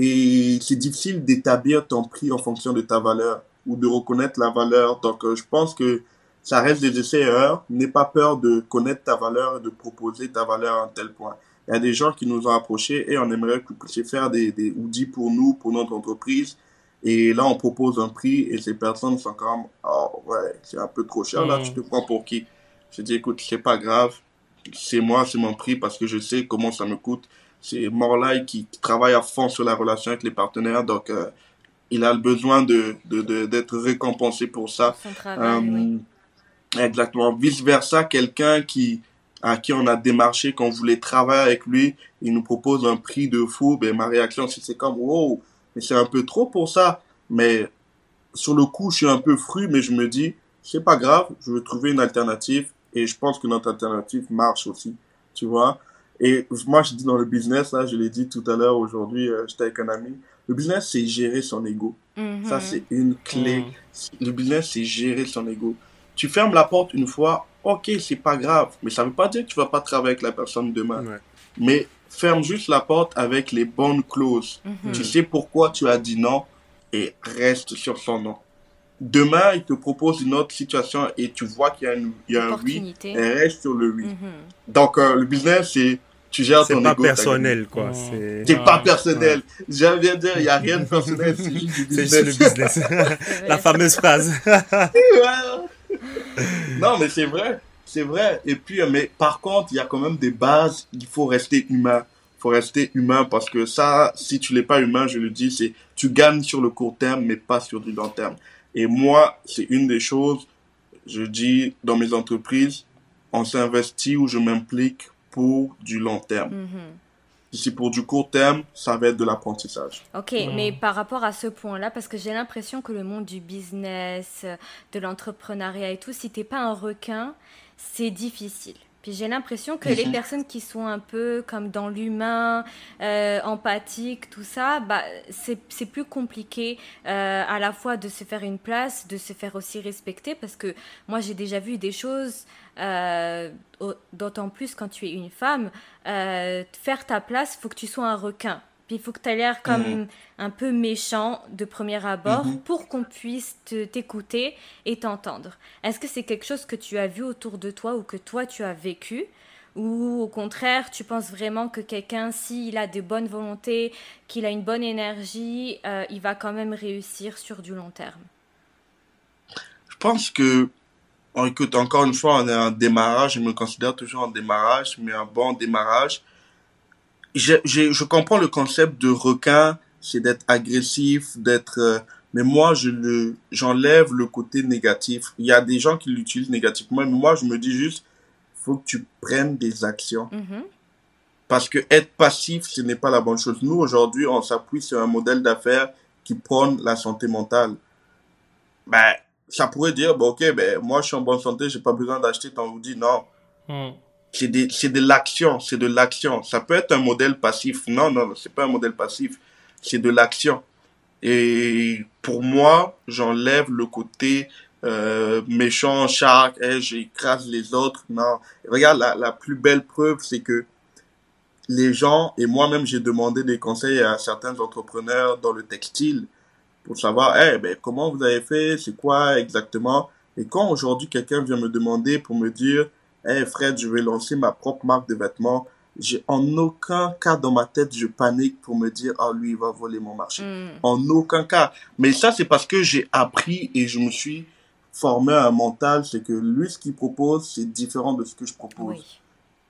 Et c'est difficile d'établir ton prix en fonction de ta valeur ou de reconnaître la valeur. Donc, euh, je pense que ça reste des essais-erreurs. N'aie pas peur de connaître ta valeur et de proposer ta valeur à un tel point. Il y a des gens qui nous ont approchés et on aimerait que vous puissiez faire des, des hoodies pour nous, pour notre entreprise. Et là, on propose un prix et ces personnes sont comme, oh ouais, c'est un peu trop cher là, tu Mm. te prends pour qui? Je dis, écoute, c'est pas grave, c'est moi, c'est mon prix parce que je sais comment ça me coûte. C'est Morlai qui travaille à fond sur la relation avec les partenaires, donc euh, il a le besoin de, de, de- d'être récompensé pour ça. Son travail, oui. Euh, exactement. Vice versa, quelqu'un qui à qui on a démarché, qu'on voulait travailler avec lui, il nous propose un prix de fou. Ben ma réaction, c'est c'est comme wow, mais c'est un peu trop pour ça. Mais sur le coup, je suis un peu fru, mais je me dis c'est pas grave, je veux trouver une alternative et je pense que notre alternative marche aussi, tu vois. Et moi, je dis dans le business, là, je l'ai dit tout à l'heure, aujourd'hui, euh, j'étais avec un ami. Le business, c'est gérer son ego. Ça, Mhm. c'est une clé. Mm. Le business, c'est gérer son ego. Tu fermes la porte une fois, ok, c'est pas grave. Mais ça veut pas dire que tu vas pas travailler avec la personne demain. Ouais. Mais ferme juste la porte avec les bonnes clauses. Mhm. Tu sais pourquoi tu as dit non et reste sur son non. Demain, il te propose une autre situation et tu vois qu'il y a, une, il y a un oui Opportunité. et reste sur le oui. Mhm. Donc, euh, le business, c'est tu gères C'est ton pas ego. t'as gagné. personnel, quoi. Mm. C'est C'est pas Ouais. personnel. J'aime bien dire, il n'y a rien de personnel, c'est juste du c'est juste le business. business. C'est La vrai. fameuse phrase. Ouais. Non, mais c'est vrai. C'est vrai. Et puis, euh, mais par contre, il y a quand même des bases. Il faut rester humain. Il faut rester humain parce que ça, si tu n'es pas humain, je le dis, c'est tu gagnes sur le court terme, mais pas sur du long terme. Et moi, c'est une des choses, je dis, dans mes entreprises, on s'investit ou je m'implique pour du long terme. Mhm. Si c'est pour du court terme, ça va être de l'apprentissage. Ok, Mm. mais par rapport à ce point-là, parce que j'ai l'impression que le monde du business, euh, de l'entrepreneuriat et tout, si t'es pas un requin, c'est difficile. Puis j'ai l'impression que les Mhm. personnes qui sont un peu comme dans l'humain, euh, empathique, tout ça, bah, c'est, c'est plus compliqué euh, à la fois de se faire une place, de se faire aussi respecter, parce que moi j'ai déjà vu des choses, euh, au- d'autant plus quand tu es une femme, euh, faire ta place, il faut que tu sois un requin. Puis il faut que tu aies l'air comme Mhm. un peu méchant de premier abord Mhm. pour qu'on puisse te- t'écouter et t'entendre. Est-ce que c'est quelque chose que tu as vu autour de toi ou que toi tu as vécu? Ou au contraire, tu penses vraiment que quelqu'un, s'il a de bonnes volontés, qu'il a une bonne énergie, euh, il va quand même réussir sur du long terme? Je pense que, oh, écoute, encore une fois, on est en démarrage. Je me considère toujours en démarrage, mais un bon démarrage. J'ai- j'ai- je comprends le concept de requin, c'est d'être agressif, d'être. euh, mais moi, je le, j'enlève le côté négatif. Il y a des gens qui l'utilisent négativement, mais moi, je me dis juste, faut que tu prennes des actions. Mhm. Parce que être passif, ce n'est pas la bonne chose. Nous, aujourd'hui, on s'appuie sur un modèle d'affaires qui prône la santé mentale. Ben, ça pourrait dire, bon, ok, ben, moi, je suis en bonne santé, j'ai pas besoin d'acheter ton hoodie. Non. Hmm. C'est des, c'est de l'action, c'est de l'action. Ça peut être un modèle passif. Non, non, c'est pas un modèle passif. C'est de l'action. Et pour moi, j'enlève le côté euh, méchant, shark, hey, j'écrase les autres. Non. Regarde, la, la plus belle preuve, c'est que les gens, et moi-même, j'ai demandé des conseils à certains entrepreneurs dans le textile pour savoir, eh ben, comment vous avez fait, c'est quoi exactement. Et quand aujourd'hui quelqu'un vient me demander pour me dire, hey Fred, je vais lancer ma propre marque de vêtements, j'ai en aucun cas dans ma tête, je panique pour me dire, ah lui, il va voler mon marché. Mm. En aucun cas. Mais ça, c'est parce que j'ai appris et je me suis formé à un mental, c'est que lui, ce qu'il propose, c'est différent de ce que je propose. Oui.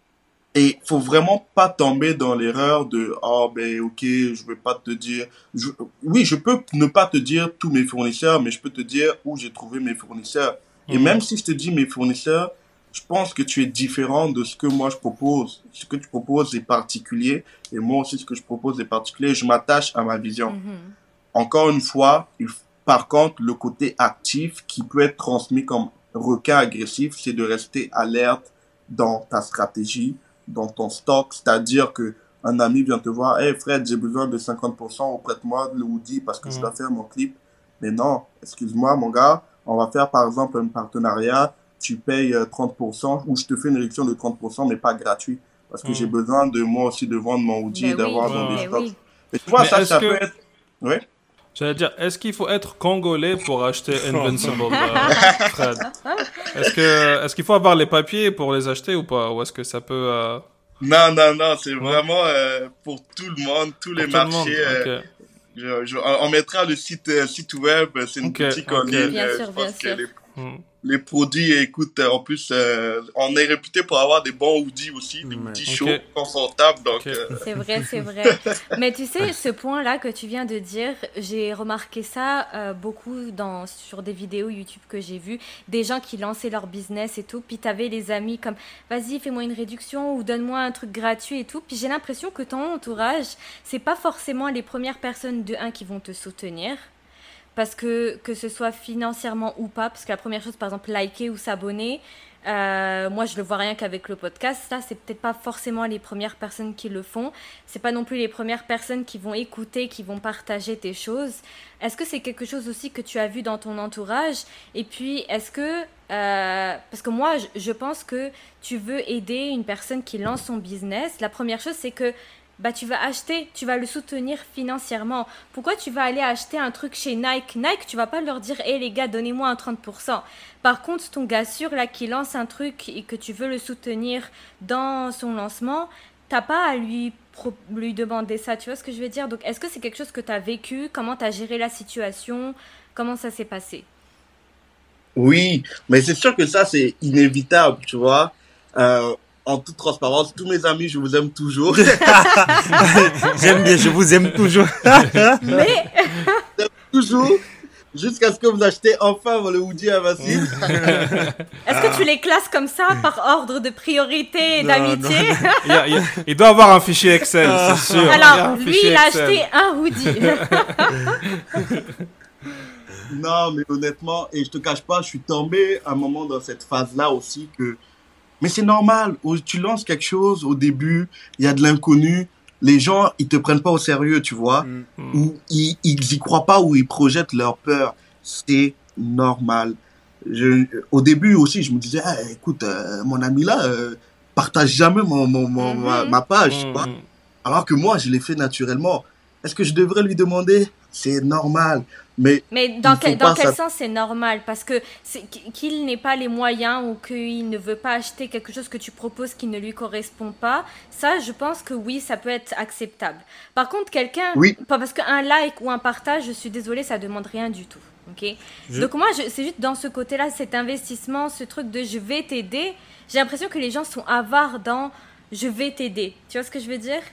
Et faut vraiment pas tomber dans l'erreur de oh ben ok, je vais pas te dire je, oui, je peux ne pas te dire tous mes fournisseurs, mais je peux te dire où j'ai trouvé mes fournisseurs. Et Mhm. même si je te dis mes fournisseurs, je pense que tu es différent de ce que moi je propose. Ce que tu proposes est particulier et moi aussi ce que je propose est particulier. Je m'attache à ma vision. Mhm. Encore une fois, il f- par contre, le côté actif qui peut être transmis comme requin agressif, c'est de rester alerte dans ta stratégie, dans ton stock. C'est-à-dire que un ami vient te voir, hey Fred, j'ai besoin de cinquante pour cent, prête-moi le hoodie parce que je Mhm. dois faire mon clip. Mais non, excuse-moi mon gars, on va faire par exemple un partenariat, tu payes euh, trente pour cent ou je te fais une réduction de trente pour cent mais pas gratuit. Parce que Mhm. j'ai besoin de moi aussi de vendre mon hoodie et Ben oui, d'avoir Ouais, dans des ouais. ben stocks. oui. Mais tu vois, Mais ça, est-ce ça que- peut être... Ouais. J'allais dire, est-ce qu'il faut être congolais pour acheter Invincible, euh, Fred? Est-ce que, est-ce qu'il faut avoir les papiers pour les acheter ou pas? Ou est-ce que ça peut, euh, Non, non, non, c'est Ouais. vraiment euh, pour tout le monde, tous les pour tout le monde? marchés. euh, Ok. je- je- on on mettra le site, euh, site web, euh, c'est une Ok, boutique en ok. ligne. Bien euh, sûr, je bien pense que sûr. les, Hmm. les produits, écoute, euh, en plus, euh, on est réputé pour avoir des bons hoodies aussi, des Ouais. hoodies Ok. chauds, confortables. Donc, Ok. euh, C'est vrai, c'est vrai. Mais tu sais, ce point-là que tu viens de dire, j'ai remarqué ça euh, beaucoup dans, sur des vidéos YouTube que j'ai vues, des gens qui lançaient leur business et tout, puis t'avais les amis comme, vas-y, fais-moi une réduction ou donne-moi un truc gratuit et tout. Puis j'ai l'impression que ton entourage, c'est pas forcément les premières personnes de un qui vont te soutenir. Parce que, que ce soit financièrement ou pas, parce que la première chose, par exemple, liker ou s'abonner, euh, moi je le vois rien qu'avec le podcast, ça c'est peut-être pas forcément les premières personnes qui le font, c'est pas non plus les premières personnes qui vont écouter, qui vont partager tes choses. Est-ce que c'est quelque chose aussi que tu as vu dans ton entourage? Et puis est-ce que, euh, parce que moi je, je pense que tu veux aider une personne qui lance son business, la première chose c'est que bah, tu vas acheter, tu vas le soutenir financièrement. Pourquoi tu vas aller acheter un truc chez Nike? Nike, tu vas pas leur dire, hé hey, les gars, donnez-moi un trente pour cent. Par contre, ton gars sûr là qui lance un truc et que tu veux le soutenir dans son lancement, t'as pas à lui, pro- lui demander ça. Tu vois ce que je veux dire? Donc, est-ce que c'est quelque chose que tu as vécu? Comment tu as géré la situation? Comment ça s'est passé? oui, mais c'est sûr que ça, c'est inévitable, tu vois. Euh, en toute transparence, tous mes amis, je vous aime toujours. J'aime bien, je vous aime toujours. Mais, toujours. jusqu'à ce que vous achetez enfin le hoodie invincible. Est-ce que tu les classes comme ça, par ordre de priorité et Non, d'amitié? Il, y a- il y a- il doit avoir un fichier Excel, c'est sûr. Il y a Alors, un lui, fichier il a Excel. acheté un hoodie. Non, mais honnêtement, et je te cache pas, je suis tombé un moment dans cette phase-là aussi que... Mais c'est normal, où tu lances quelque chose au début, il y a de l'inconnu, les gens, ils te prennent pas au sérieux, tu vois, Mm. ou ils, ils y croient pas, ou ils projettent leur peur. C'est normal. Je, au début aussi, je me disais, ah, écoute, euh, mon ami là, euh, partage jamais mon, mon, mon, ma, Mhm. ma page, tu vois. Mm, mm. Alors que moi, je l'ai fait naturellement. Est-ce que je devrais lui demander? C'est normal. Mais Mais dans il faut quel, dans pas quel ça. sens c'est normal? Parce que c'est, qu'il n'ait pas les moyens ou qu'il ne veut pas acheter quelque chose que tu proposes qui ne lui correspond pas, ça, je pense que oui, ça peut être acceptable. Par contre, quelqu'un, Oui. pas parce qu'un like ou un partage, je suis désolée, ça demande rien du tout. Ok. Je- Donc moi, je- c'est juste dans ce côté-là, cet investissement, ce truc de je vais t'aider. J'ai l'impression que les gens sont avares dans je vais t'aider. Tu vois ce que je veux dire?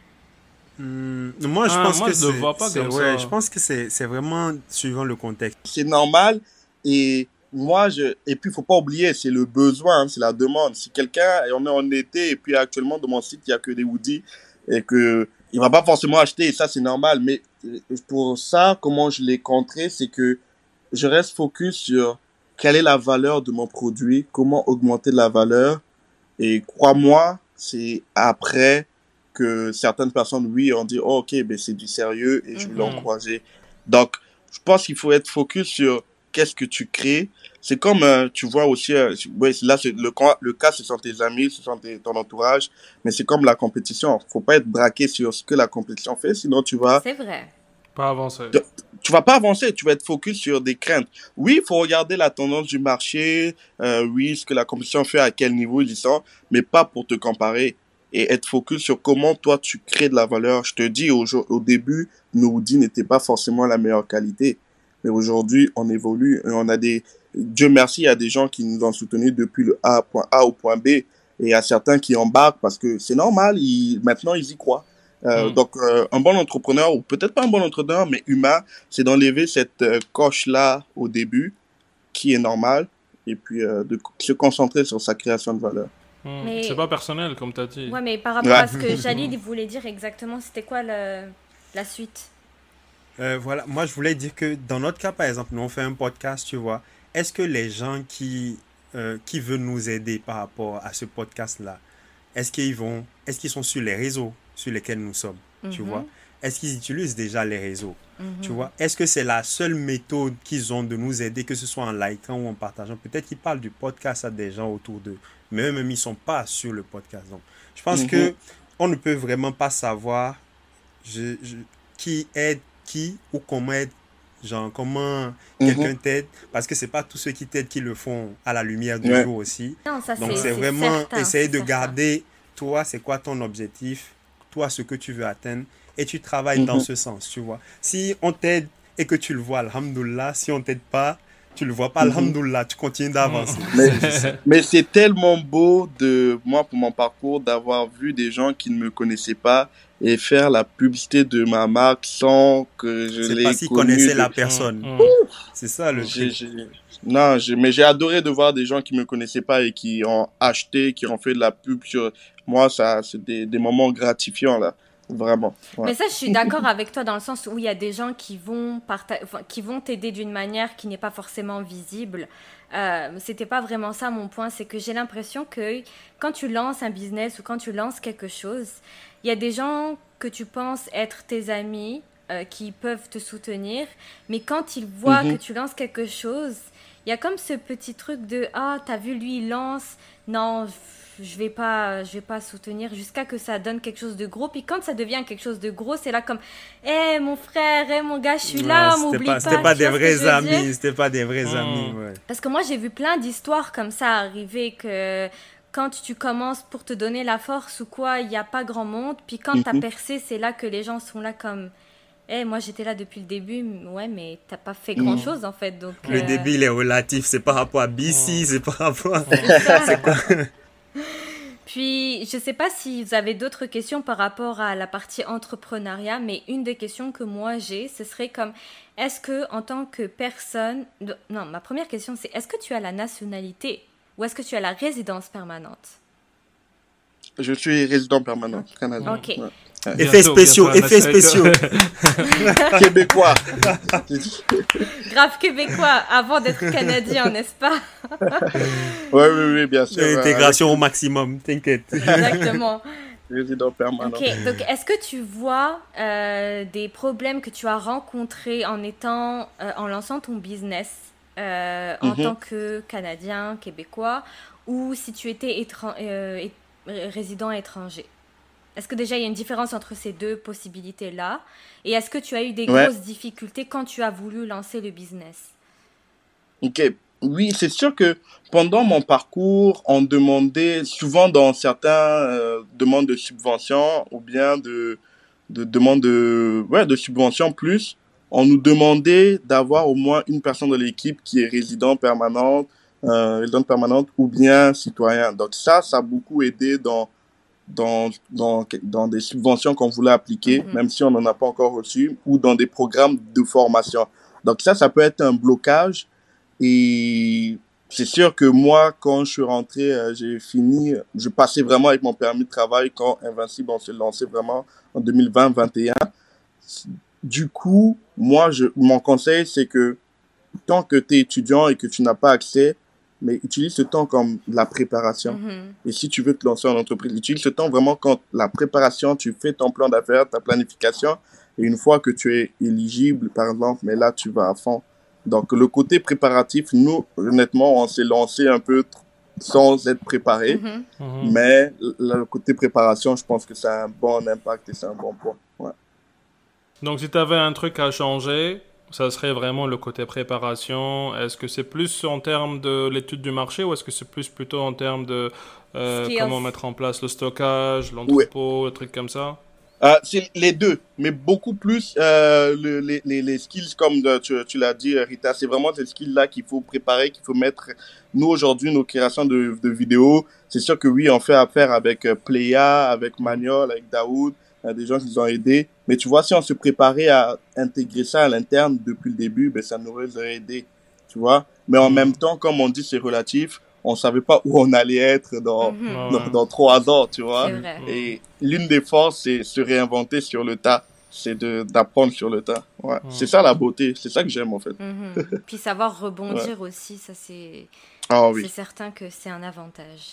Hmm, moi, je Ah, pense moi, que je le c'est, vois pas c'est- comme ouais, ça. je pense que c'est, c'est vraiment suivant le contexte. C'est normal. Et moi, je, et puis, faut pas oublier, c'est le besoin, hein, c'est la demande. Si quelqu'un, et on est en été, et puis actuellement, dans mon site, il y a que des hoodies, et que, il va pas forcément acheter, et ça, c'est normal. Mais euh, pour ça, comment je l'ai contré, c'est que je reste focus sur quelle est la valeur de mon produit, comment augmenter la valeur. Et crois-moi, c'est après que certaines personnes, oui, ont dit, oh, ok, ben c'est du sérieux et je vais Mhm. l'encourager. Donc, je pense qu'il faut être focus sur qu'est-ce que tu crées. C'est comme, euh, tu vois aussi, euh, ouais, là, c'est le, cas- le cas, ce sont tes amis, ce sont tes- ton entourage, mais c'est comme la compétition. Faut pas être braqué sur ce que la compétition fait, sinon tu vas C'est vrai. Pas avancé. tu vas pas avancer, tu vas être focus sur des craintes. Oui, il faut regarder la tendance du marché, euh, oui, ce que la compétition fait, à quel niveau ils y sont, mais pas pour te comparer. Et être focus sur comment toi tu crées de la valeur. Je te dis, au, jo- au début, nos hoodies n'étaient pas forcément la meilleure qualité. Mais aujourd'hui, on évolue et on a des... Dieu merci, il y a des gens qui nous ont soutenus depuis le A, point A au point B. Et il y a certains qui embarquent parce que c'est normal, ils, maintenant ils y croient. Euh, Mm. Donc, euh, un bon entrepreneur, ou peut-être pas un bon entrepreneur, mais humain, c'est d'enlever cette euh, coche-là au début, qui est normale, et puis euh, de co- se concentrer sur sa création de valeur. Mm. Mais- C'est pas personnel, comme t'as dit. Ouais, mais par rapport Ouais. à ce que Jalil voulait dire exactement, c'était quoi le, la suite? Euh, voilà, moi je voulais dire que dans notre cas, par exemple, nous on fait un podcast, tu vois. Est-ce que les gens qui, euh, qui veulent nous aider par rapport à ce podcast-là, est-ce qu'ils vont, est-ce qu'ils sont sur les réseaux sur lesquels nous sommes, tu Mhm. vois? Est-ce qu'ils utilisent déjà les réseaux, Mhm. tu vois? Est-ce que c'est la seule méthode qu'ils ont de nous aider, que ce soit en likant ou en partageant? Peut-être qu'ils parlent du podcast à des gens autour d'eux, mais eux-mêmes ils sont pas sur le podcast. Donc, je pense Mhm. que on ne peut vraiment pas savoir je, je- qui aide qui ou comment aide, genre comment quelqu'un t'aide, parce que c'est pas tous ceux qui t'aident qui le font à la lumière du Ouais. jour aussi. Non, ça Donc c'est c'est c'est vraiment certain, essayer c'est de certain. garder, toi, c'est quoi ton objectif, toi, ce que tu veux atteindre, et tu travailles dans Mhm. ce sens, tu vois. Si on t'aide et que tu le vois, alhamdoulilah, si on t'aide pas, tu le vois pas, Mhm. alhamdoulilah, tu continues d'avancer. Mais, mais c'est tellement beau de moi, pour mon parcours, d'avoir vu des gens qui ne me connaissaient pas et faire la publicité de ma marque sans que je C'est l'ai pas s'ils connue connaissaient de- la personne. Mm. C'est ça le J'ai- truc. j'ai- Non, j'ai- mais j'ai adoré de voir des gens qui me connaissaient pas et qui ont acheté, qui ont fait de la pub sur moi. Ça, c'est des, des moments gratifiants là, vraiment. Ouais. Mais ça, je suis d'accord avec toi dans le sens où il y a des gens qui vont, parta- enfin, qui vont t'aider d'une manière qui n'est pas forcément visible. Euh, c'était pas vraiment ça mon point, c'est que j'ai l'impression que quand tu lances un business ou quand tu lances quelque chose, il y a des gens que tu penses être tes amis euh, qui peuvent te soutenir, mais quand ils voient Mhm. que tu lances quelque chose, il y a comme ce petit truc de ah, t'as vu lui il lance, non je vais pas je vais pas soutenir jusqu'à que ça donne quelque chose de gros, puis quand ça devient quelque chose de gros, c'est là comme hé mon frère, hé mon gars, je suis là, Ouais, m'oublie c'était pas, pas, c'était pas tu des vois ce que vrais je veux amis, dire? c'était pas des vrais Mm. amis, ouais. Parce que moi, j'ai vu plein d'histoires comme ça arriver, que quand tu commences pour te donner la force ou quoi, il n'y a pas grand monde. Puis quand tu as Mhm. percé, c'est là que les gens sont là comme Eh, moi j'étais là depuis le début, ouais, mais t'as pas fait Mhm. grand chose en fait. Donc, Le euh, début, il est relatif, c'est par rapport à B C, c'est par rapport à... c'est ça. Puis, je ne sais pas si vous avez d'autres questions par rapport à la partie entrepreneuriat, mais une des questions que moi j'ai, ce serait comme, est-ce que en tant que personne... Non, ma première question, c'est, est-ce que tu as la nationalité ou est-ce que tu as la résidence permanente? Je suis résident permanent Ok. canadien. Ok. Ouais. Effets Bientôt, spéciaux, bientôt, la effets nationalité. spéciaux. Québécois. Grave québécois, avant d'être canadien, n'est-ce pas? Oui, oui, oui, bien sûr. L'intégration au maximum, t'inquiète. Exactement. Résident permanent. Ok, donc est-ce que tu vois euh, des problèmes que tu as rencontrés en étant, euh, en lançant ton business euh, en Mhm. tant que Canadien, Québécois, ou si tu étais étran- euh, é- résident étranger? Est-ce que déjà il y a une différence entre ces deux possibilités-là? Et est-ce que tu as eu des Ouais. grosses difficultés quand tu as voulu lancer le business? Ok. Oui, c'est sûr que pendant mon parcours, on demandait souvent dans certains euh, demandes de subventions ou bien de, de demandes de, ouais, de subventions plus, on nous demandait d'avoir au moins une personne de l'équipe qui est résident permanente, euh, résidente permanente ou bien citoyen. Donc ça, ça a beaucoup aidé dans dans, dans, dans des subventions qu'on voulait appliquer, Mhm. même si on n'en a pas encore reçu, ou dans des programmes de formation. Donc ça, ça peut être un blocage. Et c'est sûr que moi, quand je suis rentré, euh, j'ai fini, je passais vraiment avec mon permis de travail quand Invincible, on s'est lancé vraiment en deux mille vingt vingt et un. Du coup, moi, je, mon conseil, c'est que tant que tu es étudiant et que tu n'as pas accès, mais utilise ce temps comme la préparation. Mhm. Et si tu veux te lancer en entreprise, utilise ce temps vraiment quand la préparation, tu fais ton plan d'affaires, ta planification, et une fois que tu es éligible, par exemple, mais là, tu vas à fond. Donc, le côté préparatif, nous, honnêtement, on s'est lancé un peu tr- sans être préparé, Mhm. Mhm. mais le côté préparation, je pense que ça a un bon impact et c'est un bon point. Ouais. Donc, si tu avais un truc à changer, ça serait vraiment le côté préparation. Est-ce que c'est plus en termes de l'étude du marché ou est-ce que c'est plus plutôt en termes de euh, Skills. comment mettre en place le stockage, l'entrepôt, le truc comme ça? Euh, c'est les deux, mais beaucoup plus euh, le, les, les, les skills, comme de- tu, tu l'as dit, Rita, c'est vraiment ces skills-là qu'il faut préparer, qu'il faut mettre. Nous, aujourd'hui, nos créations de, de vidéos, c'est sûr que oui, on fait affaire avec euh, Pléa, avec Manuel, avec Daoud, euh, des gens qui nous ont aidés. Mais tu vois, si on se préparait à intégrer ça à l'interne depuis le début, ben, ça nous aurait aidé, tu vois. Mais en Mhm. même temps, comme on dit, c'est relatif. On savait pas où on allait être dans, Mhm. Ouais, dans, ouais. dans trois ans, tu vois. C'est vrai. Et l'une des forces, c'est se réinventer sur le tas. C'est de d'apprendre sur le tas. Ouais. Mm. C'est ça la beauté. C'est ça que j'aime, en fait. Mhm. Puis savoir rebondir aussi, ça c'est Ah c'est oui. certain que c'est un avantage.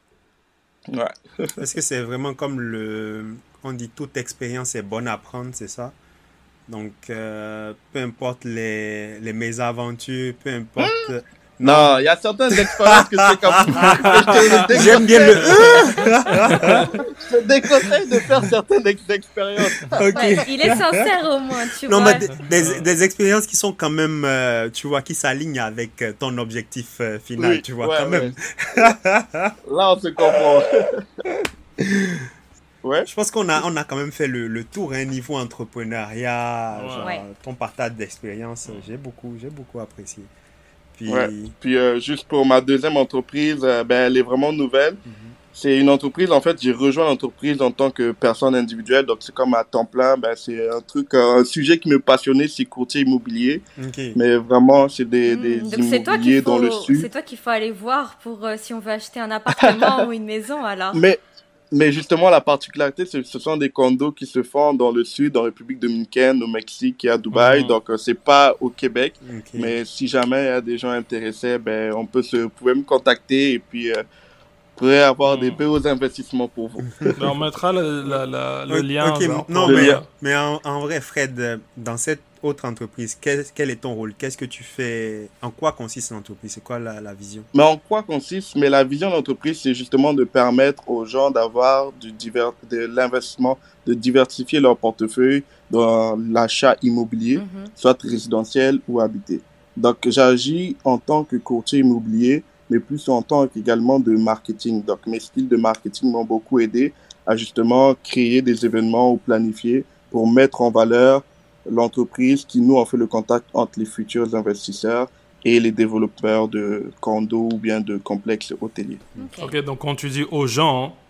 Ouais. Parce que c'est vraiment comme le... On dit toute expérience est bonne à prendre, c'est ça? Donc, euh, peu importe les, les mésaventures, peu importe... Non, il y a certaines expériences que c'est comme... je te J'aime bien le... Je te déconseille de faire certaines ex- expériences. Ok. Ouais, il est sincère au moins, tu Non, vois. mais des, des, des expériences qui sont quand même, euh, tu vois, qui s'alignent avec euh, ton objectif euh, final, Oui, tu vois, ouais, quand même. ouais. Là, on se comprend. Ouais. Je pense qu'on a, on a quand même fait le, le tour, hein, niveau entrepreneuriat, Ouais. genre, Ouais. ton partage d'expérience, euh, j'ai beaucoup, j'ai beaucoup apprécié. Puis, Ouais. Puis euh, juste pour ma deuxième entreprise, euh, ben elle est vraiment nouvelle. C'est une entreprise, en fait, j'ai rejoint l'entreprise en tant que personne individuelle, donc c'est comme à temps plein. Ben c'est un truc, euh, un sujet qui me passionnait, c'est courtier immobilier, ok. mais vraiment c'est des, Hmm, des donc c'est toi immobiliers qu'il dans le faut, sud. c'est toi qu'il faut aller voir pour euh, si on veut acheter un appartement ou une maison alors. Mais mais justement la particularité, c'est ce sont des condos qui se font dans le sud, en République dominicaine, au Mexique et à Dubaï, Mhm. donc euh, c'est pas au Québec. Ok. Mais si jamais il y a des gens intéressés, ben on peut se, vous pouvez me contacter et puis euh, pourrait avoir Mm. des beaux investissements pour vous. Ben, on mettra le, la- la- le Ok, lien. ok, vers- non, pour- Le mais, lien. mais en, en vrai, Fred, euh, dans cette autre entreprise, quel, quel est ton rôle? Qu'est-ce que tu fais? En quoi consiste l'entreprise? C'est quoi la, la vision? Mais en quoi consiste? Mais la vision de l'entreprise, c'est justement de permettre aux gens d'avoir du divers, de l'investissement, de diversifier leur portefeuille dans l'achat immobilier, Mhm. soit résidentiel ou habité. Donc, j'agis en tant que courtier immobilier, mais plus en tant qu'également de marketing. Donc, mes skills de marketing m'ont beaucoup aidé à justement créer des événements ou planifier pour mettre en valeur l'entreprise qui, nous, en fait le contact entre les futurs investisseurs et les développeurs de condos ou bien de complexes hôteliers. Ok. Ok, donc quand tu dis aux gens,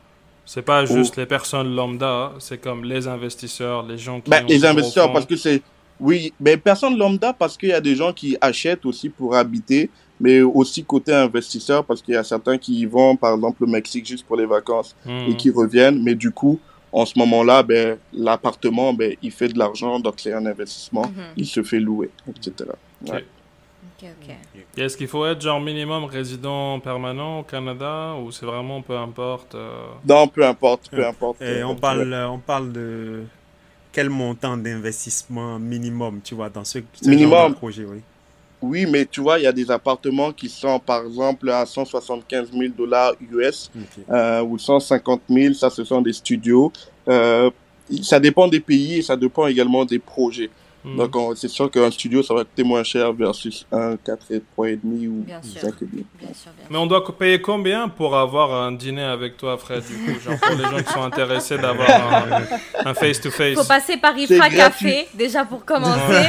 C'est pas juste Oh. les personnes lambda, c'est comme les investisseurs, les gens qui Ben, ont les des gros investisseurs, fonds. parce que c'est... Oui, mais personne lambda, parce qu'il y a des gens qui achètent aussi pour habiter, mais aussi côté investisseur, parce qu'il y a certains qui y vont, par exemple, au Mexique, juste pour les vacances, et Hmm. qui reviennent. Mais du coup, en ce moment-là, ben, l'appartement, ben, il fait de l'argent, donc c'est un investissement, Mhm. il se fait louer, et cetera. Ok. Ouais. Ok, ok. Et est-ce qu'il faut être genre minimum résident permanent au Canada ou c'est vraiment peu importe euh, Non, peu importe, peu importe. Et euh, on parle, euh, on parle de quel montant d'investissement minimum, tu vois, dans ce, ce genre de Minimum. projet, oui. Oui, mais tu vois, il y a des appartements qui sont, par exemple, à cent soixante-quinze mille dollars U S Ok. euh, ou cent cinquante mille, ça, ce sont des studios. Euh, ça dépend des pays et ça dépend également des projets. hmm. Donc, on- c'est sûr qu'un studio, ça va coûter moins cher versus un quatre et trois et demi ou Bien sûr. cinq et demi. Bien sûr, bien Mais sûr. on doit payer combien pour avoir un dîner avec toi, Fred, du coup, genre pour les gens qui sont intéressés d'avoir un, un face-to-face. Faut passer par C'est Ifra gratuit. Café, déjà pour commencer.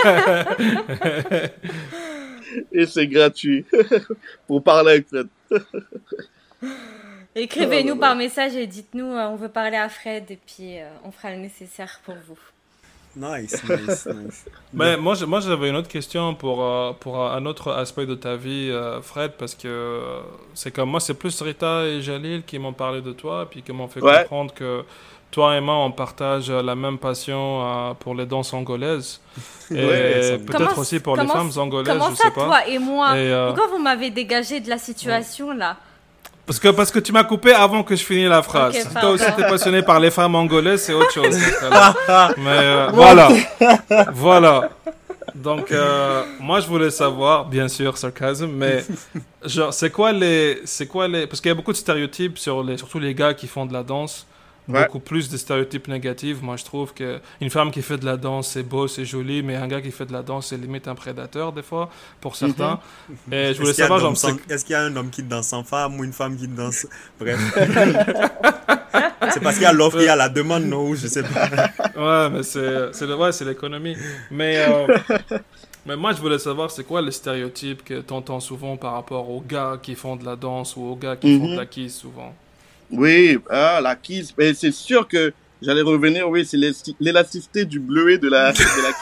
Et c'est gratuit pour parler avec Fred. Écrivez-nous Oh là par là. message et dites-nous, euh, on veut parler à Fred et puis euh, on fera le nécessaire pour vous. Nice, nice, nice. Mais moi, j'ai- moi, j'avais une autre question pour, euh, pour un autre aspect de ta vie, euh, Fred, parce que euh, c'est comme moi, c'est plus Rita et Jalil qui m'ont parlé de toi, puis qui m'ont fait Ouais. comprendre que toi et moi, on partage la même passion euh, pour les danses angolaises. Et Ouais, ça- peut-être Comment- aussi pour les comment- femmes angolaises, Comment je ça, sais pas. toi et moi Et, euh, Pourquoi vous m'avez dégagé de la situation là Parce que, parce que tu m'as coupé avant que je finisse la phrase. Ok, Si toi pardon. aussi t'es passionné par les femmes angolaises, c'est autre chose. Mais euh, voilà. Voilà. Donc, euh, moi, je voulais savoir, bien sûr, sarcasme, mais genre, c'est quoi les, c'est quoi les, parce qu'il y a beaucoup de stéréotypes sur les, surtout les gars qui font de la danse, Ouais. beaucoup plus de stéréotypes négatifs. Moi, je trouve que une femme qui fait de la danse, c'est beau, c'est joli, mais un gars qui fait de la danse, c'est limite un prédateur des fois pour certains. Et je voulais Est-ce qu'il y a savoir, un genre, homme c'est- sans- Est-ce qu'il y a un homme qui danse sans femme ou une femme qui danse? Bref. C'est parce qu'il y a l'offre, il y a la demande, non? Ou je sais pas. ouais, mais c'est, c'est, le- ouais, c'est l'économie. Mais, euh, mais moi, je voulais savoir, c'est quoi le stéréotype que tu entends souvent par rapport aux gars qui font de la danse ou aux gars qui font Mhm. de la kiss souvent? Oui, ah, la kiss. Mais c'est sûr que j'allais revenir, oui, c'est l'élasti- l'élasticité du bleuet de la, de la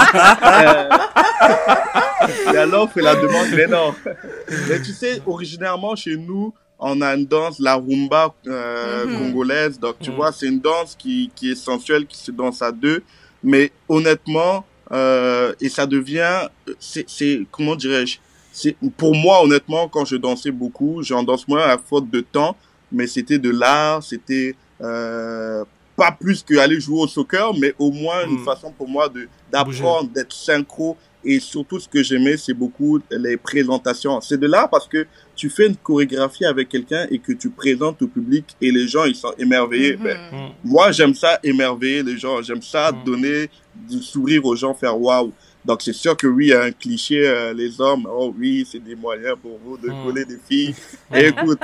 kiss. Euh, Il y a l'offre et la demande, mais non. Mais tu sais, originairement, chez nous, on a une danse, la rumba euh, Mhm. congolaise. Donc, tu Mhm. vois, c'est une danse qui, qui est sensuelle, qui se danse à deux. Mais honnêtement, euh, et ça devient, c'est, c'est comment dirais-je, c'est, pour moi, honnêtement, quand je dansais beaucoup, j'en danse moins à faute de temps, mais c'était de l'art, c'était euh, pas plus qu'aller jouer au soccer, mais au moins une Mm. façon pour moi de d'apprendre, d'être synchro. Et surtout, ce que j'aimais, c'est beaucoup les présentations. C'est de l'art parce que tu fais une chorégraphie avec quelqu'un et que tu présentes au public et les gens, ils sont émerveillés. Mhm. Ben, Mm. moi, j'aime ça émerveiller les gens. J'aime ça Mm. donner du sourire aux gens, faire waouh. Donc, c'est sûr que oui, il y a un cliché, euh, les hommes, oh oui, c'est des moyens pour vous de Mm. coller des filles. Et écoute,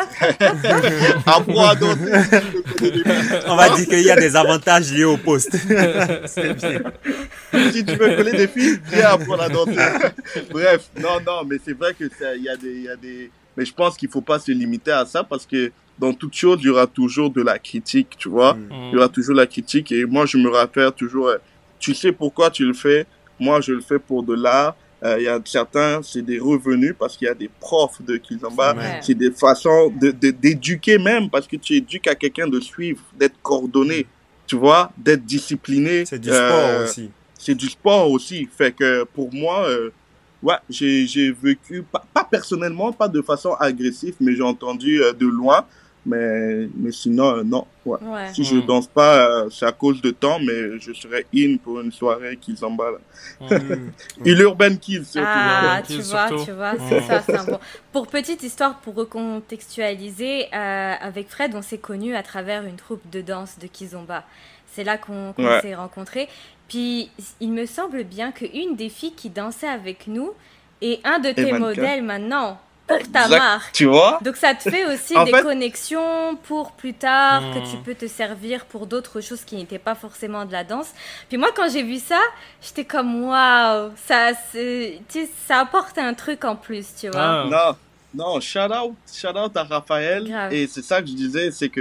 apprends à danser de coller des filles. On va dire qu'il y a des avantages liés au poste. C'est bien. Si tu veux coller des filles, viens apprendre à danser. Bref, non, non, mais c'est vrai que ça, il y a des, il y a des, mais je pense qu'il faut pas se limiter à ça parce que dans toute chose, il y aura toujours de la critique, tu vois. Mm. Il y aura toujours la critique et moi, je me rappelle toujours, euh, tu sais pourquoi tu le fais? Moi, je le fais pour de l'art. Euh, Il y a certains, c'est des revenus parce qu'il y a des profs de Kizomba. Ouais. C'est des façons de, de, d'éduquer même parce que tu éduques à quelqu'un de suivre, d'être coordonné, tu vois, d'être discipliné. C'est du Euh, sport aussi. c'est du sport aussi. Fait que pour moi, euh, ouais, j'ai, j'ai vécu, pas, pas personnellement, pas de façon agressive, mais j'ai entendu euh, de loin. Mais, mais sinon, euh, non. Ouais. Ouais. Si je Mm. danse pas, euh, c'est à cause de temps, mais je serais in pour une soirée qui s'emballe. Mm. Et l'Urban Kids, surtout. Ah, Kids tu vois, surtout. tu vois, Mm. c'est ça, c'est un bon. Pour petite histoire, pour recontextualiser, euh, avec Fred, on s'est connus à travers une troupe de danse de Kizomba. C'est là qu'on, qu'on Ouais. s'est rencontrés. Puis, il me semble bien qu'une des filles qui dansait avec nous est un de tes Evanka. modèles maintenant pour ta Exact. marque. Tu vois? Donc ça te fait aussi En des fait- connexions pour plus tard, Mm. que tu peux te servir pour d'autres choses qui n'étaient pas forcément de la danse. Puis moi, quand j'ai vu ça, j'étais comme waouh, ça, c'est- tu sais, ça apporte un truc en plus, tu vois. Ah. Non, non, shout out, shout out à Raphaël. Grave. Et c'est ça que je disais, c'est que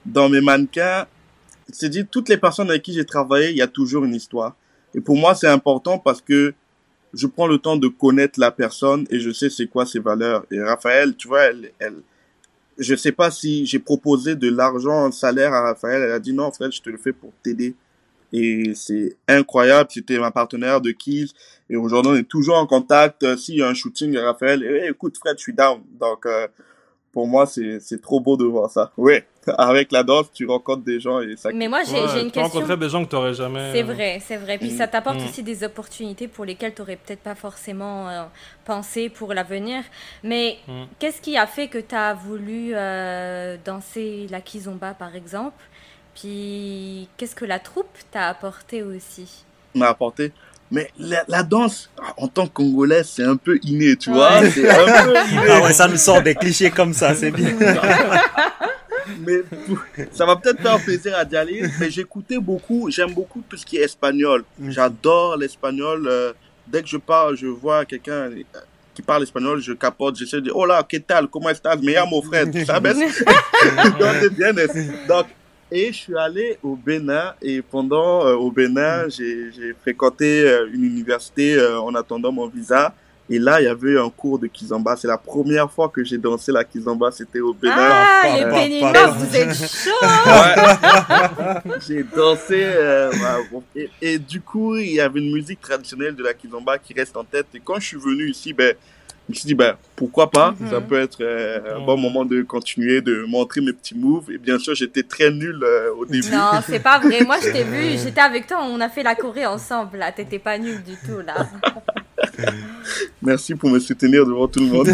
dans mes mannequins, c'est dit, toutes les personnes avec qui j'ai travaillé, il y a toujours une histoire. Et pour moi, c'est important parce que je prends le temps de connaître la personne et je sais c'est quoi ses valeurs. Et Raphaël, tu vois, elle, elle, je sais pas si j'ai proposé de l'argent, un salaire à Raphaël. Elle a dit non, Fred, je te le fais pour t'aider. Et c'est incroyable. C'était ma partenaire de Keys. Et aujourd'hui, on est toujours en contact. Euh, S'il y a un shooting, Raphaël, eh, écoute, Fred, je suis down. Donc, euh, pour moi, c'est, c'est trop beau de voir ça. Ouais. Avec la danse, tu rencontres des gens et ça. Mais moi, j'ai, Ouais, j'ai une tu peux question. rencontrer des gens que tu n'aurais jamais. C'est vrai, c'est vrai. Puis Mm. ça t'apporte Mm. aussi des opportunités pour lesquelles tu n'aurais peut-être pas forcément euh, pensé pour l'avenir. Mais Mm. qu'est-ce qui a fait que tu as voulu euh, danser la kizomba, par exemple? Puis qu'est-ce que la troupe t'a apporté aussi? M'a apporté. Mais la, la danse, en tant que Congolais, c'est un peu inné, tu vois. Ouais. C'est un peu inné. Ah ouais, ça nous sort des clichés comme ça, c'est bien. Mais pour- ça va peut-être faire plaisir à Dialy, mais j'écoutais beaucoup, j'aime beaucoup tout ce qui est espagnol. Mhm. J'adore l'espagnol. euh, dès que je parle, je vois quelqu'un euh, qui parle espagnol, je capote, j'essaie de dire, oh là, ¿qué tal? ¿Cómo estás? Me llamo Fred, ¿sabes? ¿Dónde vienes? Donc, et je suis allé au Bénin, et pendant, euh, au Bénin, j'ai, j'ai fréquenté euh, une université euh, en attendant mon visa. Et là, il y avait un cours de kizomba. C'est la première fois que j'ai dansé la kizomba, c'était au Bénin. Ah, pas, les pas, Béninois, pas. vous êtes chauds! J'ai dansé, euh, voilà, bon. et, et du coup, il y avait une musique traditionnelle de la kizomba qui reste en tête. Et quand je suis venu ici, ben, je me suis dit, ben, pourquoi pas? Mhm. Ça peut être euh, un Mhm. bon moment de continuer, de montrer mes petits moves. Et bien sûr, j'étais très nul euh, au début. Non, c'est pas vrai. Moi, je t'ai vu, j'étais avec toi, on a fait la choré ensemble, là. T'étais pas nul du tout, là. Merci pour me soutenir devant tout le monde.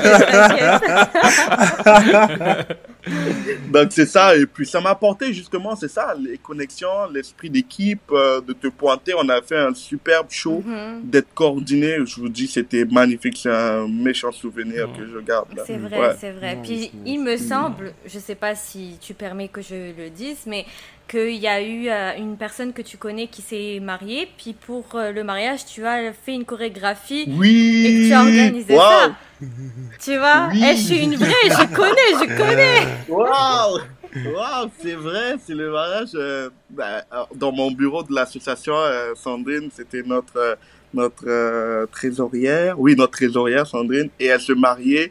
T'inquiète. Donc c'est ça, et puis ça m'a apporté justement, c'est ça, les connexions, l'esprit d'équipe, euh, de te pointer. On a fait un superbe show, Mhm. d'être coordonné. Je vous dis, c'était magnifique, c'est un méchant souvenir Mhm. que je garde là. C'est vrai, Ouais. c'est vrai. Non, Puis c'est- il me semble, je sais pas si tu permets que je le dise, mais qu'il y a eu euh, une personne que tu connais qui s'est mariée, puis pour euh, le mariage, tu as fait une chorégraphie Oui. et que tu as organisé Wow. ça. Tu vois? Oui. Eh, je suis une vraie, je connais, je connais. Waouh! Waouh, c'est vrai, c'est le mariage. euh, bah, alors, dans mon bureau de l'association, euh, Sandrine, c'était notre, euh, notre euh, trésorière. Oui, notre trésorière, Sandrine. Et elle se mariait.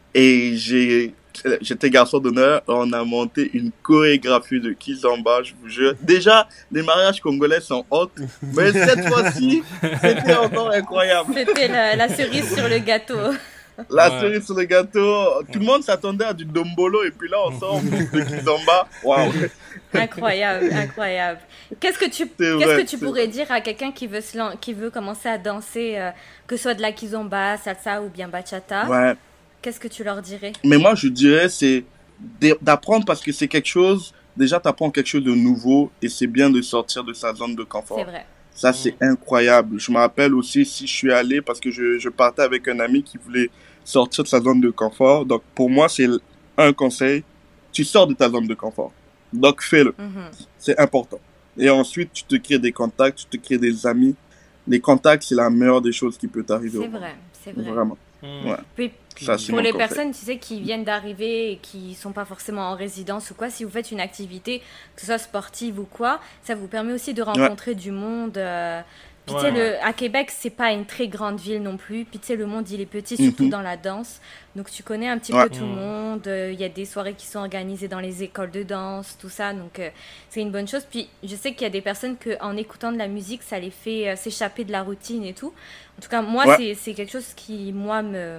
Et j'ai, j'étais garçon d'honneur. On a monté une chorégraphie de kizomba, je vous jure. Déjà, les mariages congolais sont hautes. Mais cette fois-ci, c'était encore incroyable. C'était la, la cerise sur le gâteau. La Ouais. cerise sur le gâteau. Tout le monde s'attendait à du dombolo. Et puis là, on sort de kizomba. Waouh! Incroyable, incroyable. Qu'est-ce que tu, C'est qu'est-ce vrai, que tu c'est pourrais dire à quelqu'un qui veut, se lan- qui veut commencer à danser, euh, que ce soit de la kizomba, salsa ou bien bachata? Ouais. Qu'est-ce que tu leur dirais? Mais moi, je dirais, c'est d- d'apprendre parce que c'est quelque chose, déjà, tu apprends quelque chose de nouveau et c'est bien de sortir de sa zone de C'est confort. vrai. Ça, c'est incroyable. Je me rappelle aussi si je suis allé parce que je, je partais avec un ami qui voulait sortir de sa zone de confort. Donc, pour moi, c'est l- un conseil. Tu sors de ta zone de confort. Donc, fais-le. Mhm. C'est important. Et ensuite, tu te crées des contacts, tu te crées des amis. Les contacts, c'est la meilleure des choses qui peut t'arriver au C'est monde. vrai, c'est vrai. Vraiment. Mm. Ouais. Puis, Ça, c'est pour mon les conseil. personnes, tu sais, qui viennent d'arriver et qui sont pas forcément en résidence ou quoi, si vous faites une activité, que ce soit sportive ou quoi, ça vous permet aussi de rencontrer du monde. euh, Puis tu sais, Ouais. le- à Québec, c'est pas une très grande ville non plus. Puis tu sais, le monde, il est petit, surtout Mhm. dans la danse. Donc tu connais un petit Ouais. peu tout le Mhm. monde. Euh, Il y a des soirées qui sont organisées dans les écoles de danse, tout ça. Donc euh, c'est une bonne chose. Puis je sais qu'il y a des personnes que, en écoutant de la musique, ça les fait euh, s'échapper de la routine et tout. En tout cas, moi, Ouais. c'est c'est quelque chose qui, moi, me,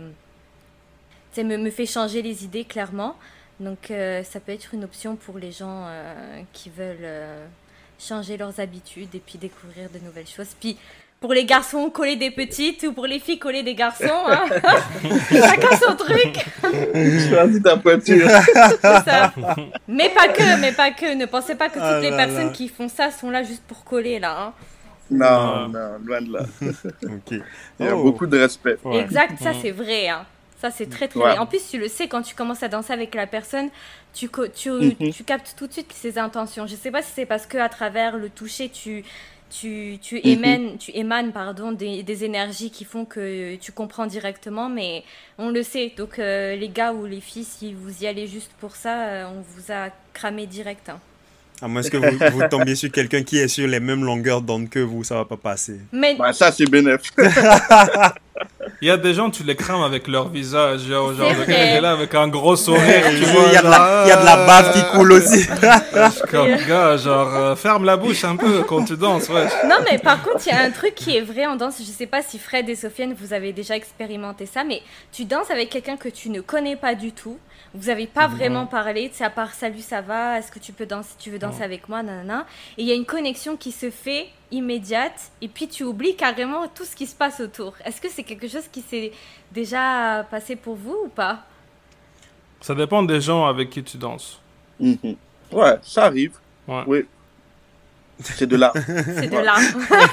tu sais, me, me fait changer les idées, clairement. Donc euh, ça peut être une option pour les gens euh, qui veulent euh, changer leurs habitudes et puis découvrir de nouvelles choses. Puis pour les garçons, coller des petites ou pour les filles, coller des garçons. Hein. Chacun son truc. Choisis ta pointure. C'est ça. Mais pas que, mais pas que. Ne pensez pas que toutes Ah les là personnes là. qui font ça sont là juste pour coller, là. Hein. Non, non, loin de là. Ok. Il y a Oh. beaucoup de respect. Ouais. Exact, ça Mhm. c'est vrai. Hein. Ça c'est très très Ouais. vrai. En plus, tu le sais, quand tu commences à danser avec la personne, tu, co- tu, Mhm. tu captes tout de suite ses intentions. Je sais pas si c'est parce que à travers le toucher, tu, tu, tu émanes, tu émanes pardon, des, des énergies qui font que tu comprends directement, mais on le sait. Donc euh, les gars ou les filles, si vous y allez juste pour ça, euh, on vous a cramé direct. Hein. À moins que vous, vous tombiez sur quelqu'un qui est sur les mêmes longueurs d'onde que vous, ça va pas passer. Mais Bah, ça, c'est bénéf. Il y a des gens, tu les crames avec leur visage, genre, genre C'est le vrai. gars il est là avec un gros sourire, Il tu y, vois. a de la, il y a de la bave qui coule aussi. Je suis comme gars, genre, euh, ferme la bouche un peu quand tu danses, ouais. non, mais par contre, il y a un truc qui est vrai en danse. Je sais pas si Fred et Sofiane, vous avez déjà expérimenté ça, mais tu danses avec quelqu'un que tu ne connais pas du tout. Vous n'avez pas Mhm. vraiment parlé, c'est à part salut, ça va, est-ce que tu peux danser, tu veux danser Mhm. avec moi, nanana. Et il y a une connexion qui se fait immédiate, et puis tu oublies carrément tout ce qui se passe autour. Est-ce que c'est quelque chose qui s'est déjà passé pour vous ou pas? Ça dépend des gens avec qui tu danses. Mhm. Ouais, ça arrive. Ouais. Oui. C'est de là. C'est de Ouais. là.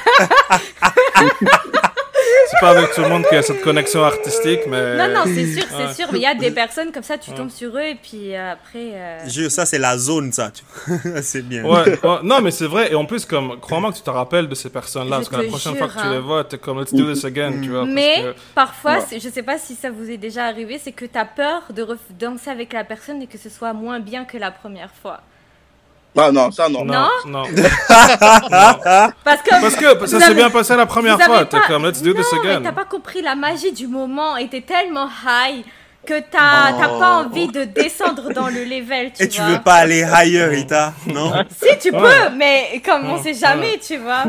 C'est pas avec tout le monde qu'il y a cette connexion artistique, mais... Non, non, c'est sûr, c'est Ouais. sûr. Mais il y a des personnes comme ça, tu Ouais. tombes sur eux, et puis euh, après... euh, Je- ça, c'est la zone, ça. tu- c'est bien. Ouais, ouais. Non, mais c'est vrai. Et en plus, comme, crois-moi que tu te rappelles de ces personnes-là. Je Parce que te la prochaine jure, fois que tu hein. les vois, t'es comme, let's do this again, tu vois. parce Mais que- parfois, Ouais. c'est- je sais pas si ça vous est déjà arrivé, c'est que tu as peur de ref- danser avec la personne et que ce soit moins bien que la première fois. Ah non, ça non. Non. Non. Parce que, Parce que ça vous s'est avez- bien passé la première vous avez fois. T'es pas- comme, let's do this Non, mais again. t'as pas compris la magie du moment et t'es tellement high que t'as t'as pas envie de descendre dans le level, tu Et tu vois. veux pas aller ailleurs, Rita? Non? Si, tu Ouais. peux, mais comme on Ouais. sait jamais, tu vois.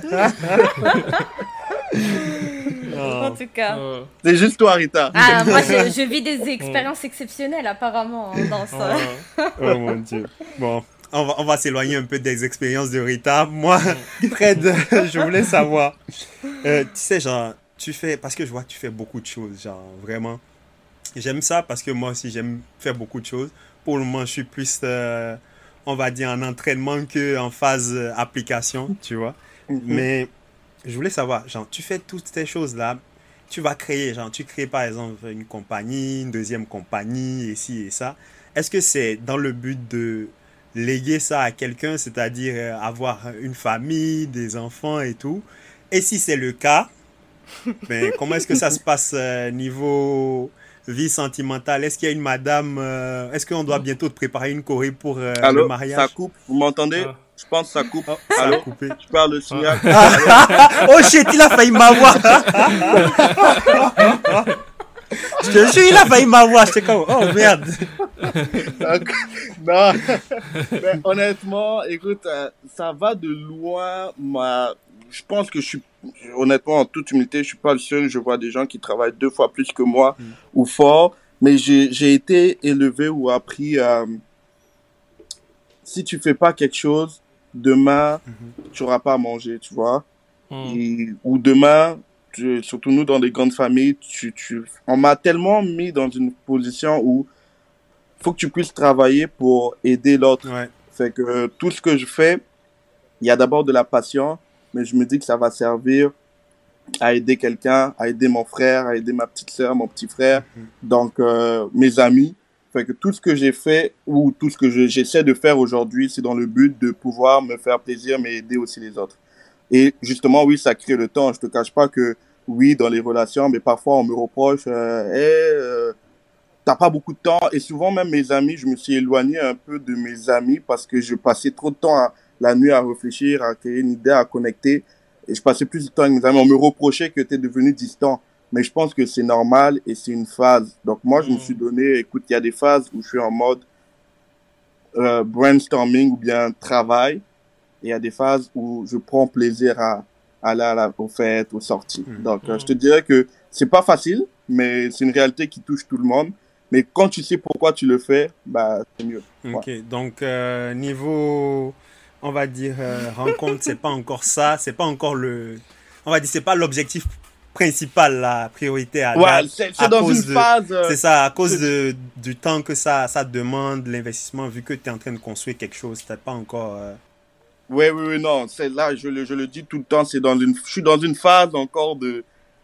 En tout cas. Euh, C'est juste toi, Rita. Ah, moi, je, je vis des expériences exceptionnelles, apparemment, en danse. ouais. Oh mon Dieu. Bon, on va, on va s'éloigner un peu des expériences de Rita. Moi, Fred, je voulais savoir. Euh, tu sais, genre, tu fais. Parce que je vois que tu fais beaucoup de choses, genre, vraiment. J'aime ça parce que moi aussi, j'aime faire beaucoup de choses. Pour le moment, je suis plus, euh, on va dire, en entraînement qu'en phase euh, application, tu vois. Mais je voulais savoir, genre, tu fais toutes ces choses-là. Tu vas créer, genre, tu crées par exemple une compagnie, une deuxième compagnie, et ci et ça. Est-ce que c'est dans le but de léguer ça à quelqu'un, c'est-à-dire euh, avoir une famille, des enfants et tout? Et si c'est le cas, ben, comment est-ce que ça se passe euh, niveau vie sentimentale? Est-ce qu'il y a une madame, euh, est-ce qu'on doit bientôt te préparer une choré pour euh, le Allô, mariage? ça coupe. Vous m'entendez? Ah. Je pense que ça coupe. Oh, ça a Allô? coupé. Je parle le signal. Oh shit, il a failli m'avoir. Je te jure, il a failli m'avoir. J'étais comme, oh merde. Non. Mais honnêtement, écoute, euh, ça va de loin. Ma... Je pense que je suis, honnêtement, en toute humilité, je suis pas le seul. Je vois des gens qui travaillent deux fois plus que moi Mm. ou fort. Mais j'ai, j'ai été élevé ou appris, euh, si tu fais pas quelque chose, demain, tu auras pas à manger, tu vois. Hmm. Et- ou demain, tu- surtout nous dans des grandes familles, tu, tu, on m'a tellement mis dans une position où faut que tu puisses travailler pour aider l'autre. Ouais. Fait que euh, tout ce que je fais, il y a d'abord de la passion, mais je me dis que ça va servir à aider quelqu'un, à aider mon frère, à aider ma petite sœur, mon petit frère, Mhm. donc euh, mes amis. Fait que tout ce que j'ai fait ou tout ce que je- j'essaie de faire aujourd'hui, c'est dans le but de pouvoir me faire plaisir, mais aider aussi les autres. Et justement, oui, ça crée le temps. Je te cache pas que, oui, dans les relations, mais parfois on me reproche, euh, hey, euh, t'as pas beaucoup de temps. Et souvent, même mes amis, je me suis éloigné un peu de mes amis parce que je passais trop de temps à, la nuit à réfléchir, à créer une idée, à connecter. Et je passais plus de temps avec mes amis. On me reprochait que t'es devenu distant. Mais je pense que c'est normal et c'est une phase. Donc moi, je me Mm. suis donné, écoute, il y a des phases où je suis en mode euh, brainstorming ou bien travail. Et il y a des phases où je prends plaisir à aller à la, aux fêtes, aux sorties. Mm. Donc euh, Mm. je te dirais que c'est pas facile, mais c'est une réalité qui touche tout le monde. Mais quand tu sais pourquoi tu le fais, bah c'est mieux. Ok, donc euh, niveau, on va dire, euh, rencontre, c'est pas encore ça, c'est pas encore le, on va dire, c'est pas l'objectif principal, la priorité à Ouais, date. c'est à c'est dans cause une de- phase. euh, C'est ça, à cause de, du temps que ça, ça demande, l'investissement, vu que tu es en train de construire quelque chose, t'as pas encore... euh, Oui, oui, oui, non, c'est là, je le, je le dis tout le temps, c'est dans une, je suis dans une phase encore de,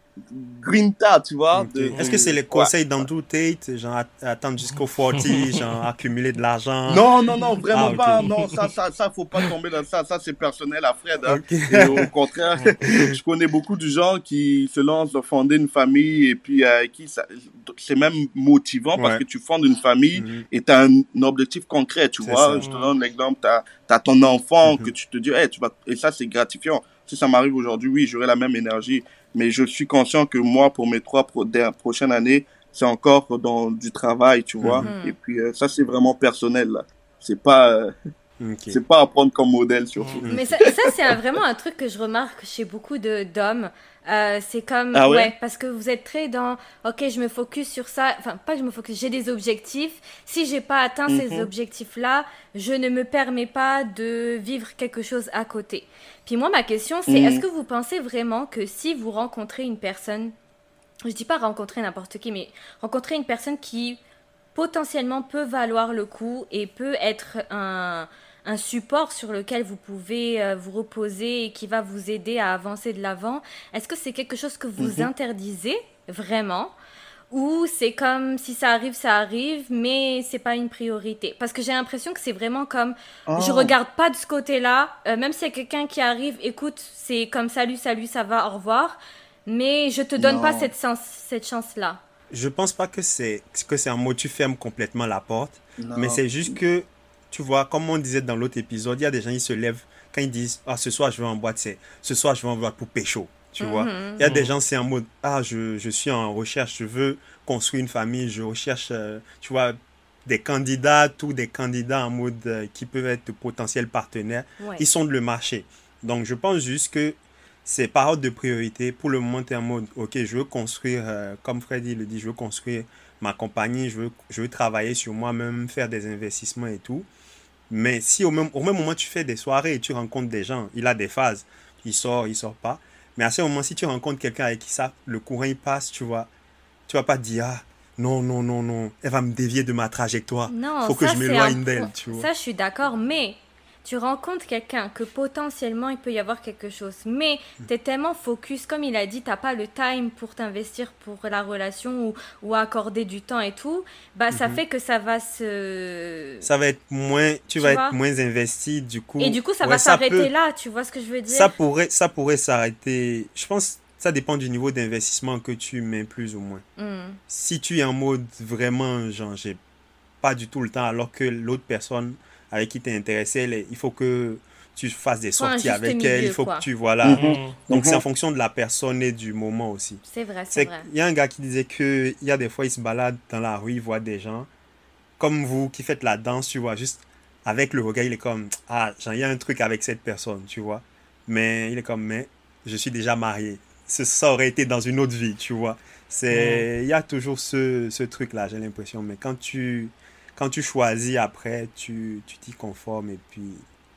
grinta, tu vois. Ok. De, de- Est-ce que c'est les ouais. conseils d'Andrew Tate, genre att- attendre jusqu'au quarante, genre accumuler de l'argent? Non, non, non, vraiment Ah, ok. pas. Non, ça, ça, ça, faut pas tomber dans ça. Ça, c'est personnel à Fred. Hein. Ok. Et au contraire, je connais beaucoup de gens qui se lancent à fonder une famille et puis euh, qui ça, c'est même motivant parce Ouais. que tu fondes une famille Mhm. et tu as un, un objectif concret, tu C'est vois. ça. Je te donne l'exemple, tu as ton enfant Mhm. que tu te dis, hey, tu vas... et ça, c'est gratifiant. Si ça m'arrive aujourd'hui, oui, j'aurai la même énergie. Mais je suis conscient que moi, pour mes trois pro- der- prochaines années, c'est encore dans du travail, tu vois. Mhm. Et puis, euh, ça, c'est vraiment personnel, là. C'est pas, euh, Ok. c'est pas à prendre comme modèle, surtout. Mhm. Mais ça, ça, c'est un- vraiment un truc que je remarque chez beaucoup de d'hommes. Euh, c'est comme, Ah ouais? ouais, parce que vous êtes très dans, ok, je me focus sur ça, enfin, pas que je me focus, j'ai des objectifs. Si j'ai pas atteint ces Mhm. objectifs-là, je ne me permets pas de vivre quelque chose à côté. Puis moi, ma question, c'est, Mhm. est-ce que vous pensez vraiment que si vous rencontrez une personne, je dis pas rencontrer n'importe qui, mais rencontrer une personne qui potentiellement peut valoir le coup et peut être un, un support sur lequel vous pouvez euh, vous reposer et qui va vous aider à avancer de l'avant, est-ce que c'est quelque chose que vous Mhm. interdisez vraiment ou c'est comme si ça arrive, ça arrive, mais c'est pas une priorité? Parce que j'ai l'impression que c'est vraiment comme je Ah. regarde pas de ce côté-là, euh, même s'il y a quelqu'un qui arrive, écoute, c'est comme salut, salut, ça va, au revoir, mais je te donne pas Non. cette, sens- cette chance-là. Je pense pas que c'est que c'est un mot, tu fermes complètement la porte, Non. mais c'est juste que, tu vois, comme on disait dans l'autre épisode, il y a des gens qui se lèvent quand ils disent, ah, ce soir je vais en boîte, c'est ce soir je vais en boîte pour pécho, tu vois. Mhm. Il y a des gens, c'est en mode, ah, je, je suis en recherche, je veux construire une famille, je recherche, euh, tu vois, des candidats, tous des candidats en mode euh, qui peuvent être de potentiels partenaires. Ouais. Ils sont de le marché. Donc, je pense juste que c'est par ordre de priorité. Pour le moment, tu es en mode, ok, je veux construire, euh, comme Freddy le dit, je veux construire ma compagnie, je veux, je veux travailler sur moi-même, faire des investissements et tout. Mais si au même, au même moment, tu fais des soirées et tu rencontres des gens, il a des phases, il sort, il sort pas. Mais à ce moment, si tu rencontres quelqu'un avec qui ça, le courant, il passe, tu vois, tu vas pas te dire, ah, non, non, non, non, elle va me dévier de ma trajectoire. Non, Faut que ça, je c'est m'éloigne un d'elle, point- tu vois. Ça, je suis d'accord, mais tu rencontres quelqu'un que potentiellement il peut y avoir quelque chose, mais tu es tellement focus, comme il a dit, t'as pas le time pour t'investir pour la relation ou, ou accorder du temps et tout, bah ça Mhm. fait que ça va se... Ça va être moins, tu, Tu vas vois? être moins investi, du coup. Et du coup, ça ouais, va s'arrêter peut- là, tu vois ce que je veux dire? Ça pourrait, ça pourrait s'arrêter. Je pense que ça dépend du niveau d'investissement que tu mets plus ou moins. Hmm. Si tu es en mode vraiment, genre, j'ai pas du tout le temps, alors que l'autre personne avec qui tu es intéressé, elle est- il faut que tu fasses des Faut un sorties juste avec milieu, elle, il faut quoi. que tu, voilà. Mhm. Donc, c'est Mhm. en fonction de la personne et du moment aussi. C'est vrai, c'est C'est vrai. Il y a un gars qui disait qu'il y a des fois, il se balade dans la rue, il voit des gens comme vous qui faites la danse, tu vois, juste avec le regard, il est comme, ah, genre, il y a un truc avec cette personne, tu vois. Mais il est comme, mais je suis déjà marié. Ce- Ça aurait été dans une autre vie, tu vois. C'est, il y a toujours ce, ce truc-là, j'ai l'impression. Mais quand tu, quand tu choisis après, tu, tu t'y conformes et puis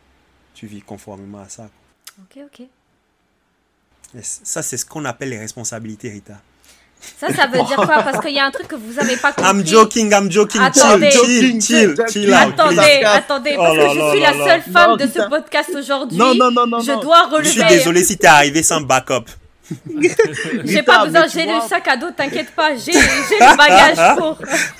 tu vis conformément à ça. Ok, ok. Et c- ça, c'est ce qu'on appelle les responsabilités, Rita. Ça, ça veut dire quoi? Parce qu'il y a un truc que vous avez pas compris. I'm joking, I'm joking. Attendez. Chill, chill, chill, Joking. chill out. Attendez, please. attendez, Oh parce là que je là suis là la là. seule femme Non, de ce Rita. podcast aujourd'hui. Non, non, non, non, Je non. dois Je relever. suis désolé si t'es arrivé sans backup. J'ai Rita, pas besoin, mais tu j'ai vois- le sac à dos, t'inquiète pas, j'ai j'ai le bagage pour.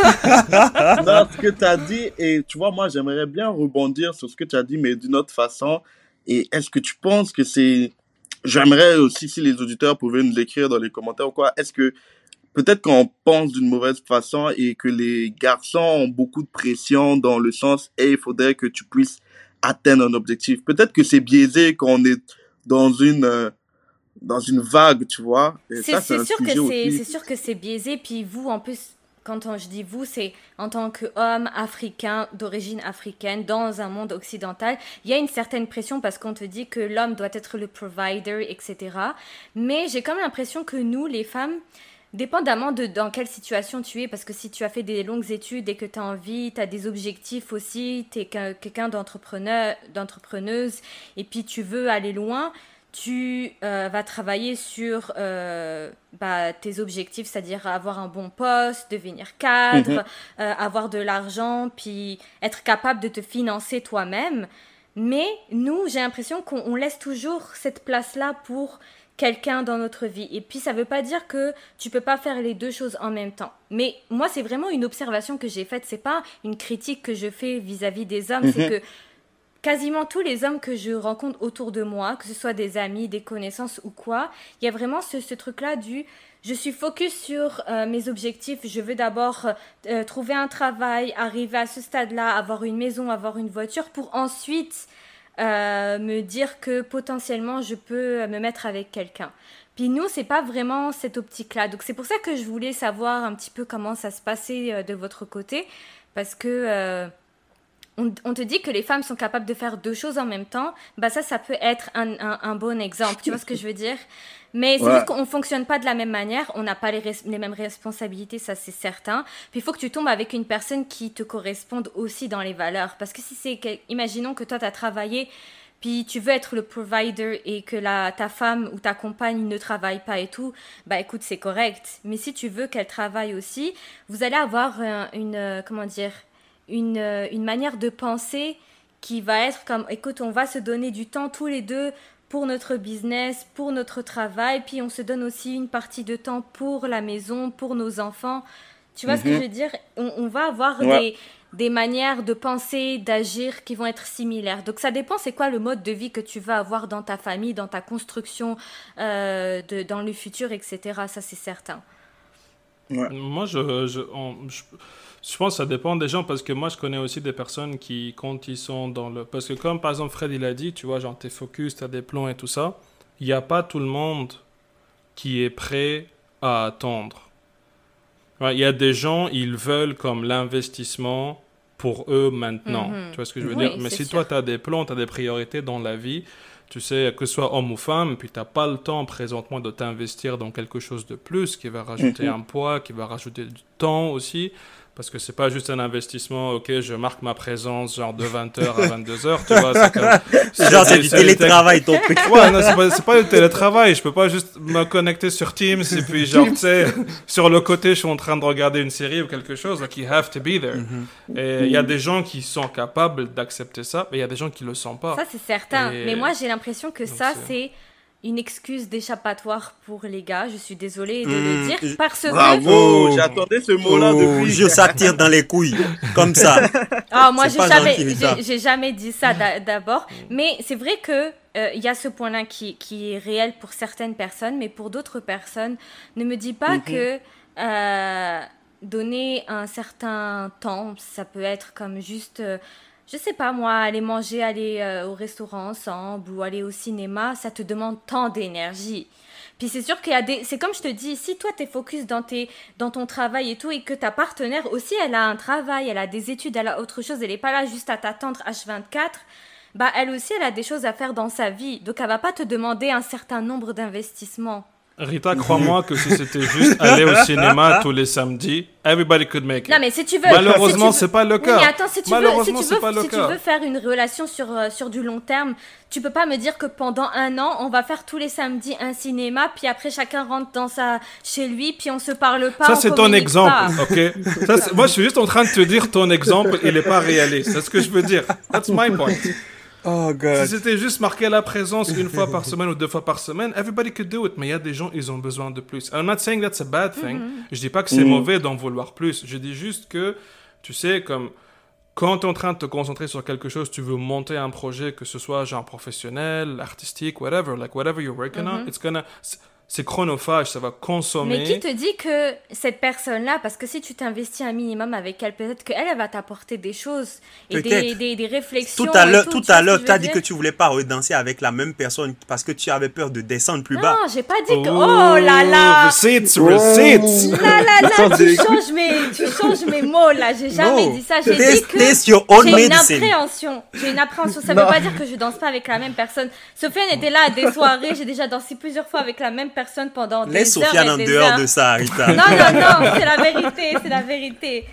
Non, ce que tu as dit, et tu vois, moi, j'aimerais bien rebondir sur ce que tu as dit, mais d'une autre façon. Et est-ce que tu penses que c'est... J'aimerais aussi, si les auditeurs pouvaient nous l'écrire dans les commentaires ou quoi, est-ce que peut-être qu'on pense d'une mauvaise façon et que les garçons ont beaucoup de pression dans le sens, hey, il faudrait que tu puisses atteindre un objectif. Peut-être que c'est biaisé qu'on est dans une... euh, dans une vague, tu vois. Et C'est ça, c'est c'est un sûr que sujet c'est aussi. c'est sûr que c'est biaisé. Puis vous, en plus, quand on- je dis vous, c'est en tant qu'homme africain, d'origine africaine, dans un monde occidental, il y a une certaine pression parce qu'on te dit que l'homme doit être le provider, et cetera. Mais j'ai quand même l'impression que nous, les femmes, dépendamment de dans quelle situation tu es, parce que si tu as fait des longues études et que tu as envie, tu as des objectifs aussi, tu es quelqu'un d'entrepreneur, d'entrepreneuse, et puis tu veux aller loin, tu euh, vas travailler sur euh, bah, tes objectifs, c'est-à-dire avoir un bon poste, devenir cadre, Mhm. euh, avoir de l'argent, puis être capable de te financer toi-même. Mais nous, j'ai l'impression qu'on on laisse toujours cette place-là pour quelqu'un dans notre vie. Et puis, ça veut pas dire que tu peux pas faire les deux choses en même temps. Mais moi, c'est vraiment une observation que j'ai faite. C'est pas une critique que je fais vis-à-vis des hommes. Mm-hmm. C'est que quasiment tous les hommes que je rencontre autour de moi, que ce soit des amis, des connaissances ou quoi, il y a vraiment ce, ce truc-là du... Je suis focus sur euh, mes objectifs. Je veux d'abord euh, trouver un travail, arriver à ce stade-là, avoir une maison, avoir une voiture, pour ensuite euh, me dire que potentiellement je peux me mettre avec quelqu'un. Puis nous, c'est pas vraiment cette optique-là. Donc c'est pour ça que je voulais savoir un petit peu comment ça se passait euh, de votre côté, parce que euh, on, on te dit que les femmes sont capables de faire deux choses en même temps. Bah ça, ça peut être un, un, un bon exemple. Tu vois ce que je veux dire? Mais c'est ouais. juste qu'on ne fonctionne pas de la même manière, on n'a pas les, res- les mêmes responsabilités, ça c'est certain. Puis il faut que tu tombes avec une personne qui te corresponde aussi dans les valeurs. Parce que si c'est, que, imaginons que toi tu as travaillé, puis tu veux être le provider et que la, ta femme ou ta compagne ne travaille pas et tout, bah écoute, c'est correct. Mais si tu veux qu'elle travaille aussi, vous allez avoir euh, une, euh, comment dire, une, euh, une manière de penser qui va être comme, écoute, on va se donner du temps tous les deux pour notre business, pour notre travail, puis on se donne aussi une partie de temps pour la maison, pour nos enfants. Tu vois mm-hmm. ce que je veux dire? On, on va avoir ouais. des, des manières de penser, d'agir qui vont être similaires. Donc ça dépend, c'est quoi le mode de vie que tu vas avoir dans ta famille, dans ta construction, euh, de, dans le futur, et cetera. Ça, c'est certain. Ouais. Moi, je... je, on, je... Je pense que ça dépend des gens, parce que moi, je connais aussi des personnes qui, quand ils sont dans le... Parce que comme, par exemple, Fred, il a dit, tu vois, genre, t'es focus, t'as des plans et tout ça, il n'y a pas tout le monde qui est prêt à attendre. Il y a des gens, ils veulent comme l'investissement pour eux maintenant. Mm-hmm. Tu vois ce que je veux oui, dire? Mais si sûr. toi, t'as des plans, t'as des priorités dans la vie, tu sais, que ce soit homme ou femme, puis t'as pas le temps présentement de t'investir dans quelque chose de plus qui va rajouter mm-hmm. un poids, qui va rajouter du temps aussi. Parce que c'est pas juste un investissement, ok, je marque ma présence genre de vingt heures à vingt-deux heures, tu vois. C'est comme, c'est genre c'est du télétravail ton truc. Ouais, non, c'est pas, c'est pas du télétravail, je peux pas juste me connecter sur Teams et puis genre, tu sais, sur le côté, je suis en train de regarder une série ou quelque chose, like you have to be there. Mm-hmm. Et il y a des gens qui sont capables d'accepter ça, mais il y a des gens qui le sont pas. Ça, c'est certain. Et... Mais moi, j'ai l'impression que donc, ça, c'est... c'est une excuse d'échappatoire pour les gars, je suis désolée de mmh, le dire, parce que... Bravo, j'attendais ce mot-là oh, depuis. Je s'attire dans les couilles, comme ça. Ah, moi, j'ai jamais, j'ai, j'ai jamais dit ça d'abord, mais c'est vrai que il euh, y a ce point-là qui, qui est réel pour certaines personnes, mais pour d'autres personnes, ne me dis pas mmh. que euh, donner un certain temps, ça peut être comme juste... Euh, je sais pas moi, aller manger, aller euh, au restaurant ensemble ou aller au cinéma, ça te demande tant d'énergie. Puis c'est sûr qu'il y a des... C'est comme je te dis, si toi t'es focus dans, tes, dans ton travail et tout, et que ta partenaire aussi, elle a un travail, elle a des études, elle a autre chose, elle n'est pas là juste à t'attendre H vingt-quatre, bah elle aussi, elle a des choses à faire dans sa vie. Donc elle va pas te demander un certain nombre d'investissements. Rita, crois-moi que si c'était juste aller au cinéma tous les samedis, everybody could make it. Non, mais si tu veux... Malheureusement, si tu veux, c'est pas le cas. Oui, mais attends, si tu Malheureusement, veux, si tu c'est veux, pas le si cas. tu veux faire une relation sur, euh, sur du long terme, tu peux pas me dire que pendant un an, on va faire tous les samedis un cinéma, puis après, chacun rentre dans sa... chez lui, puis on se parle pas, Ça, on c'est ton exemple, pas. ok? Ça, c'est... Moi, je suis juste en train de te dire ton exemple, il est pas réaliste. C'est ce que je veux dire. That's my point. Oh God. Si c'était juste marquer la présence une fois par semaine ou deux fois par semaine, everybody could do it. Mais il y a des gens, ils ont besoin de plus. I'm not saying that's a bad thing. Mm-hmm. Je dis pas que c'est mm-hmm. mauvais d'en vouloir plus. Je dis juste que, tu sais, comme quand tu es en train de te concentrer sur quelque chose, tu veux monter un projet, que ce soit genre professionnel, artistique, whatever, like whatever you're working mm-hmm. on, it's gonna... C'est chronophage, ça va consommer. Mais qui te dit que cette personne-là, parce que si tu t'investis un minimum avec elle, peut-être qu'elle, elle va t'apporter des choses et des, des, des réflexions. Tout à l'heure, tout, tout à l'heure, tu as dit que tu voulais pas redanser avec la même personne parce que tu avais peur de descendre plus non, bas. Non, j'ai pas dit que... Oh, oh là là Receipts, receipts oh. Là là là, tu changes, mes, tu changes mes mots là, j'ai jamais no. dit ça. J'ai this, dit que this your own j'ai medicine. une appréhension. J'ai une appréhension. Ça veut pas dire que je danse pas avec la même personne. Sofiane était là à des soirées, j'ai déjà dansé plusieurs fois avec la même personne pendant des Laisse Sofiane en dehors de ça, Rita. Non, non, non, c'est la vérité, c'est la vérité.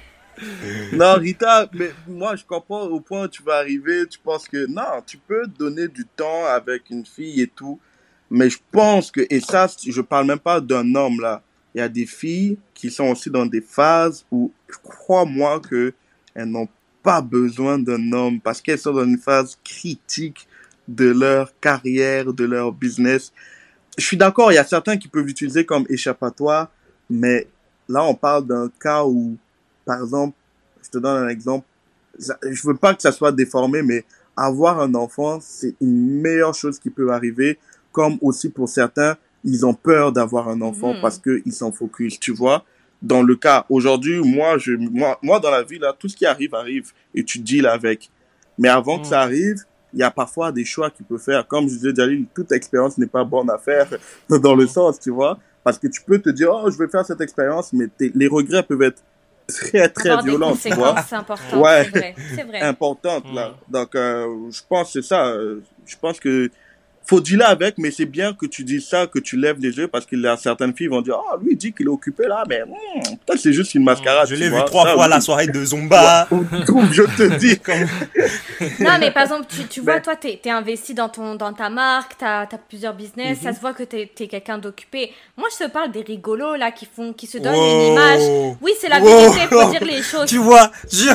Non, Rita, mais moi, je comprends au point où tu vas arriver. Tu penses que, non, tu peux donner du temps avec une fille et tout. Mais je pense que, et ça, je parle même pas d'un homme, là. Il y a des filles qui sont aussi dans des phases où, crois-moi que elles n'ont pas besoin d'un homme parce qu'elles sont dans une phase critique de leur carrière, de leur business. je suis d'accord, il y a certains qui peuvent l'utiliser comme échappatoire, mais là, on parle d'un cas où, par exemple, je te donne un exemple, je veux pas que ça soit déformé, mais avoir un enfant, c'est une meilleure chose qui peut arriver, comme aussi pour certains, ils ont peur d'avoir un enfant mmh. parce qu'ils s'en focus, tu vois. Dans le cas, aujourd'hui, moi, je, moi, moi, dans la vie, là, tout ce qui arrive, arrive, et tu deals avec. Mais avant mmh. que ça arrive, il y a parfois des choix qu'il peut faire. Comme je disais, Jalil, toute expérience n'est pas bonne à faire dans le sens, tu vois. Parce que tu peux te dire, oh, je vais faire cette expérience, mais les regrets peuvent être très, très avoir violents, des tu vois. C'est important, ouais. c'est vrai. C'est vrai. Importante, mmh. là. Donc, euh, je pense que c'est ça. Euh, je pense que faut dealer avec, mais c'est bien que tu dises ça, que tu lèves les yeux, parce qu'il y a certaines filles qui vont dire, ah, oh, lui, il dit qu'il est occupé là, mais hmm, peut-être c'est juste une mascarade. Je l'ai vu vois, trois ça, fois à oui. la soirée de Zumba. Je te dis. Non, mais par exemple, tu, tu vois, toi, t'es, t'es investi dans, ton, dans ta marque, t'as, t'as plusieurs business, mm-hmm. ça se voit que t'es, t'es quelqu'un d'occupé. Moi, je te parle des rigolos, là, qui, font, qui se donnent wow. une image. Oui, c'est la vérité, il faut dire les choses. Tu vois, je...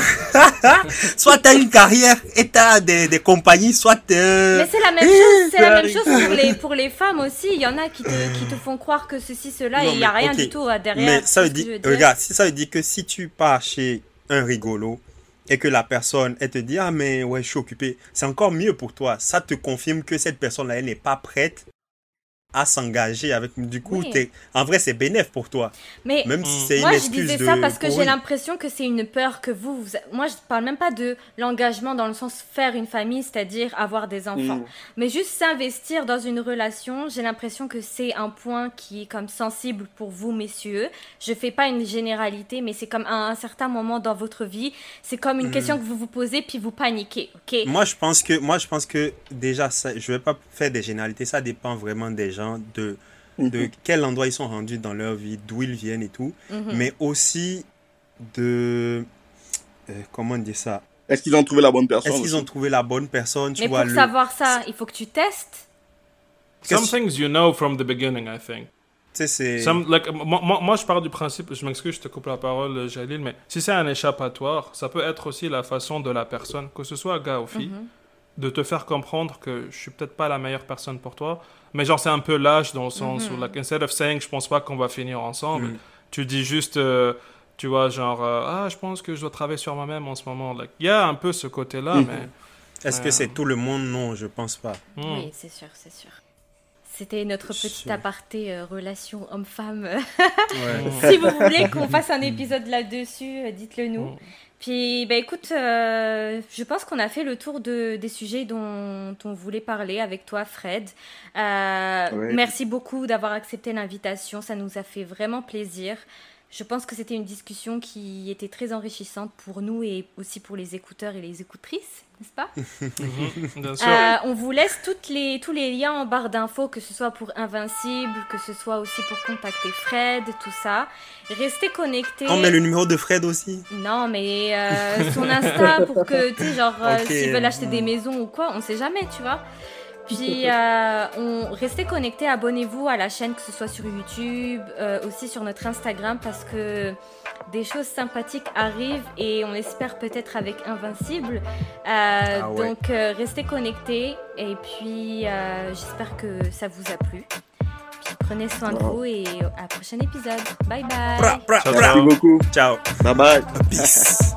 soit t'as une carrière et t'as des, des compagnies, soit t'es... Mais c'est la même chose, c'est la même chose pour les, pour les femmes aussi. Il y en a qui te, qui te font croire que ceci, cela, non, et il n'y a rien okay. du tout derrière. Mais ça veut dire, regarde, si ça veut dire que si tu pars chez un rigolo et que la personne, elle te dit, ah, mais ouais, je suis occupé, c'est encore mieux pour toi. Ça te confirme que cette personne-là, elle n'est pas prête à s'engager avec. Du coup, oui. t'es... en vrai, c'est bénéf pour toi. Mais même si c'est moi, une je excuse disais de... ça parce que oui. j'ai l'impression que c'est une peur que vous, vous... Moi, je parle même pas de l'engagement dans le sens faire une famille, c'est-à-dire avoir des enfants. Mm. Mais juste s'investir dans une relation, j'ai l'impression que c'est un point qui est comme sensible pour vous, messieurs. Je fais pas une généralité, mais c'est comme à un certain moment dans votre vie, c'est comme une mm. question que vous vous posez puis vous paniquez, ok? Moi, je pense que, moi, je pense que déjà, ça, je vais pas faire des généralités, ça dépend vraiment des gens, de, de mm-hmm. quel endroit ils sont rendus dans leur vie, d'où ils viennent et tout, mm-hmm. mais aussi de... Euh, comment dire ça? Est-ce qu'ils ont trouvé la bonne personne? Est-ce qu'ils aussi? ont trouvé la bonne personne? Tu mais vois, pour le... savoir ça, il faut que tu testes. Some things you know from the beginning, I think. Tu sais, c'est... Some, like, moi, moi, moi, je pars du principe, je m'excuse, je te coupe la parole, Jalil, mais si c'est un échappatoire, ça peut être aussi la façon de la personne, que ce soit gars ou fille, mm-hmm. de te faire comprendre que je suis peut-être pas la meilleure personne pour toi, mais genre c'est un peu lâche dans le sens mm-hmm. où, like, instead of saying je pense pas qu'on va finir ensemble, mm. tu dis juste, euh, tu vois, genre, euh, ah, je pense que je dois travailler sur moi-même en ce moment. Like, il y a un peu ce côté-là, mm-hmm. mais... Est-ce euh... que c'est tout le monde? Non, je pense pas. Mm. Oui, c'est sûr, c'est sûr. C'était notre petit aparté euh, relation homme-femme. Ouais. Si vous voulez qu'on fasse un épisode là-dessus, euh, dites-le nous. Mm. Puis, bah, écoute, euh, je pense qu'on a fait le tour de, des sujets dont on voulait parler avec toi, Fred. Euh, ouais. Merci beaucoup d'avoir accepté l'invitation. Ça nous a fait vraiment plaisir. Je pense que c'était une discussion qui était très enrichissante pour nous et aussi pour les écouteurs et les écoutrices, n'est-ce pas? mm-hmm, bien sûr. Euh, on vous laisse toutes les, tous les liens en barre d'infos, que ce soit pour Invincible, que ce soit aussi pour contacter Fred, tout ça. Restez connectés. On met le numéro de Fred aussi? Non, mais euh, son Insta pour que, tu sais, genre, okay. euh, s'ils veulent acheter des maisons ou quoi, on sait jamais, tu vois. Puis, euh, on, restez connectés, abonnez-vous à la chaîne, que ce soit sur YouTube, euh, aussi sur notre Instagram, parce que des choses sympathiques arrivent et on espère peut-être avec Invincible. Euh, ah ouais. Donc, euh, restez connectés et puis euh, j'espère que ça vous a plu. Puis, prenez soin de vous et à un prochain épisode. Bye bye. Merci beaucoup. Ciao. Bye bye. Peace.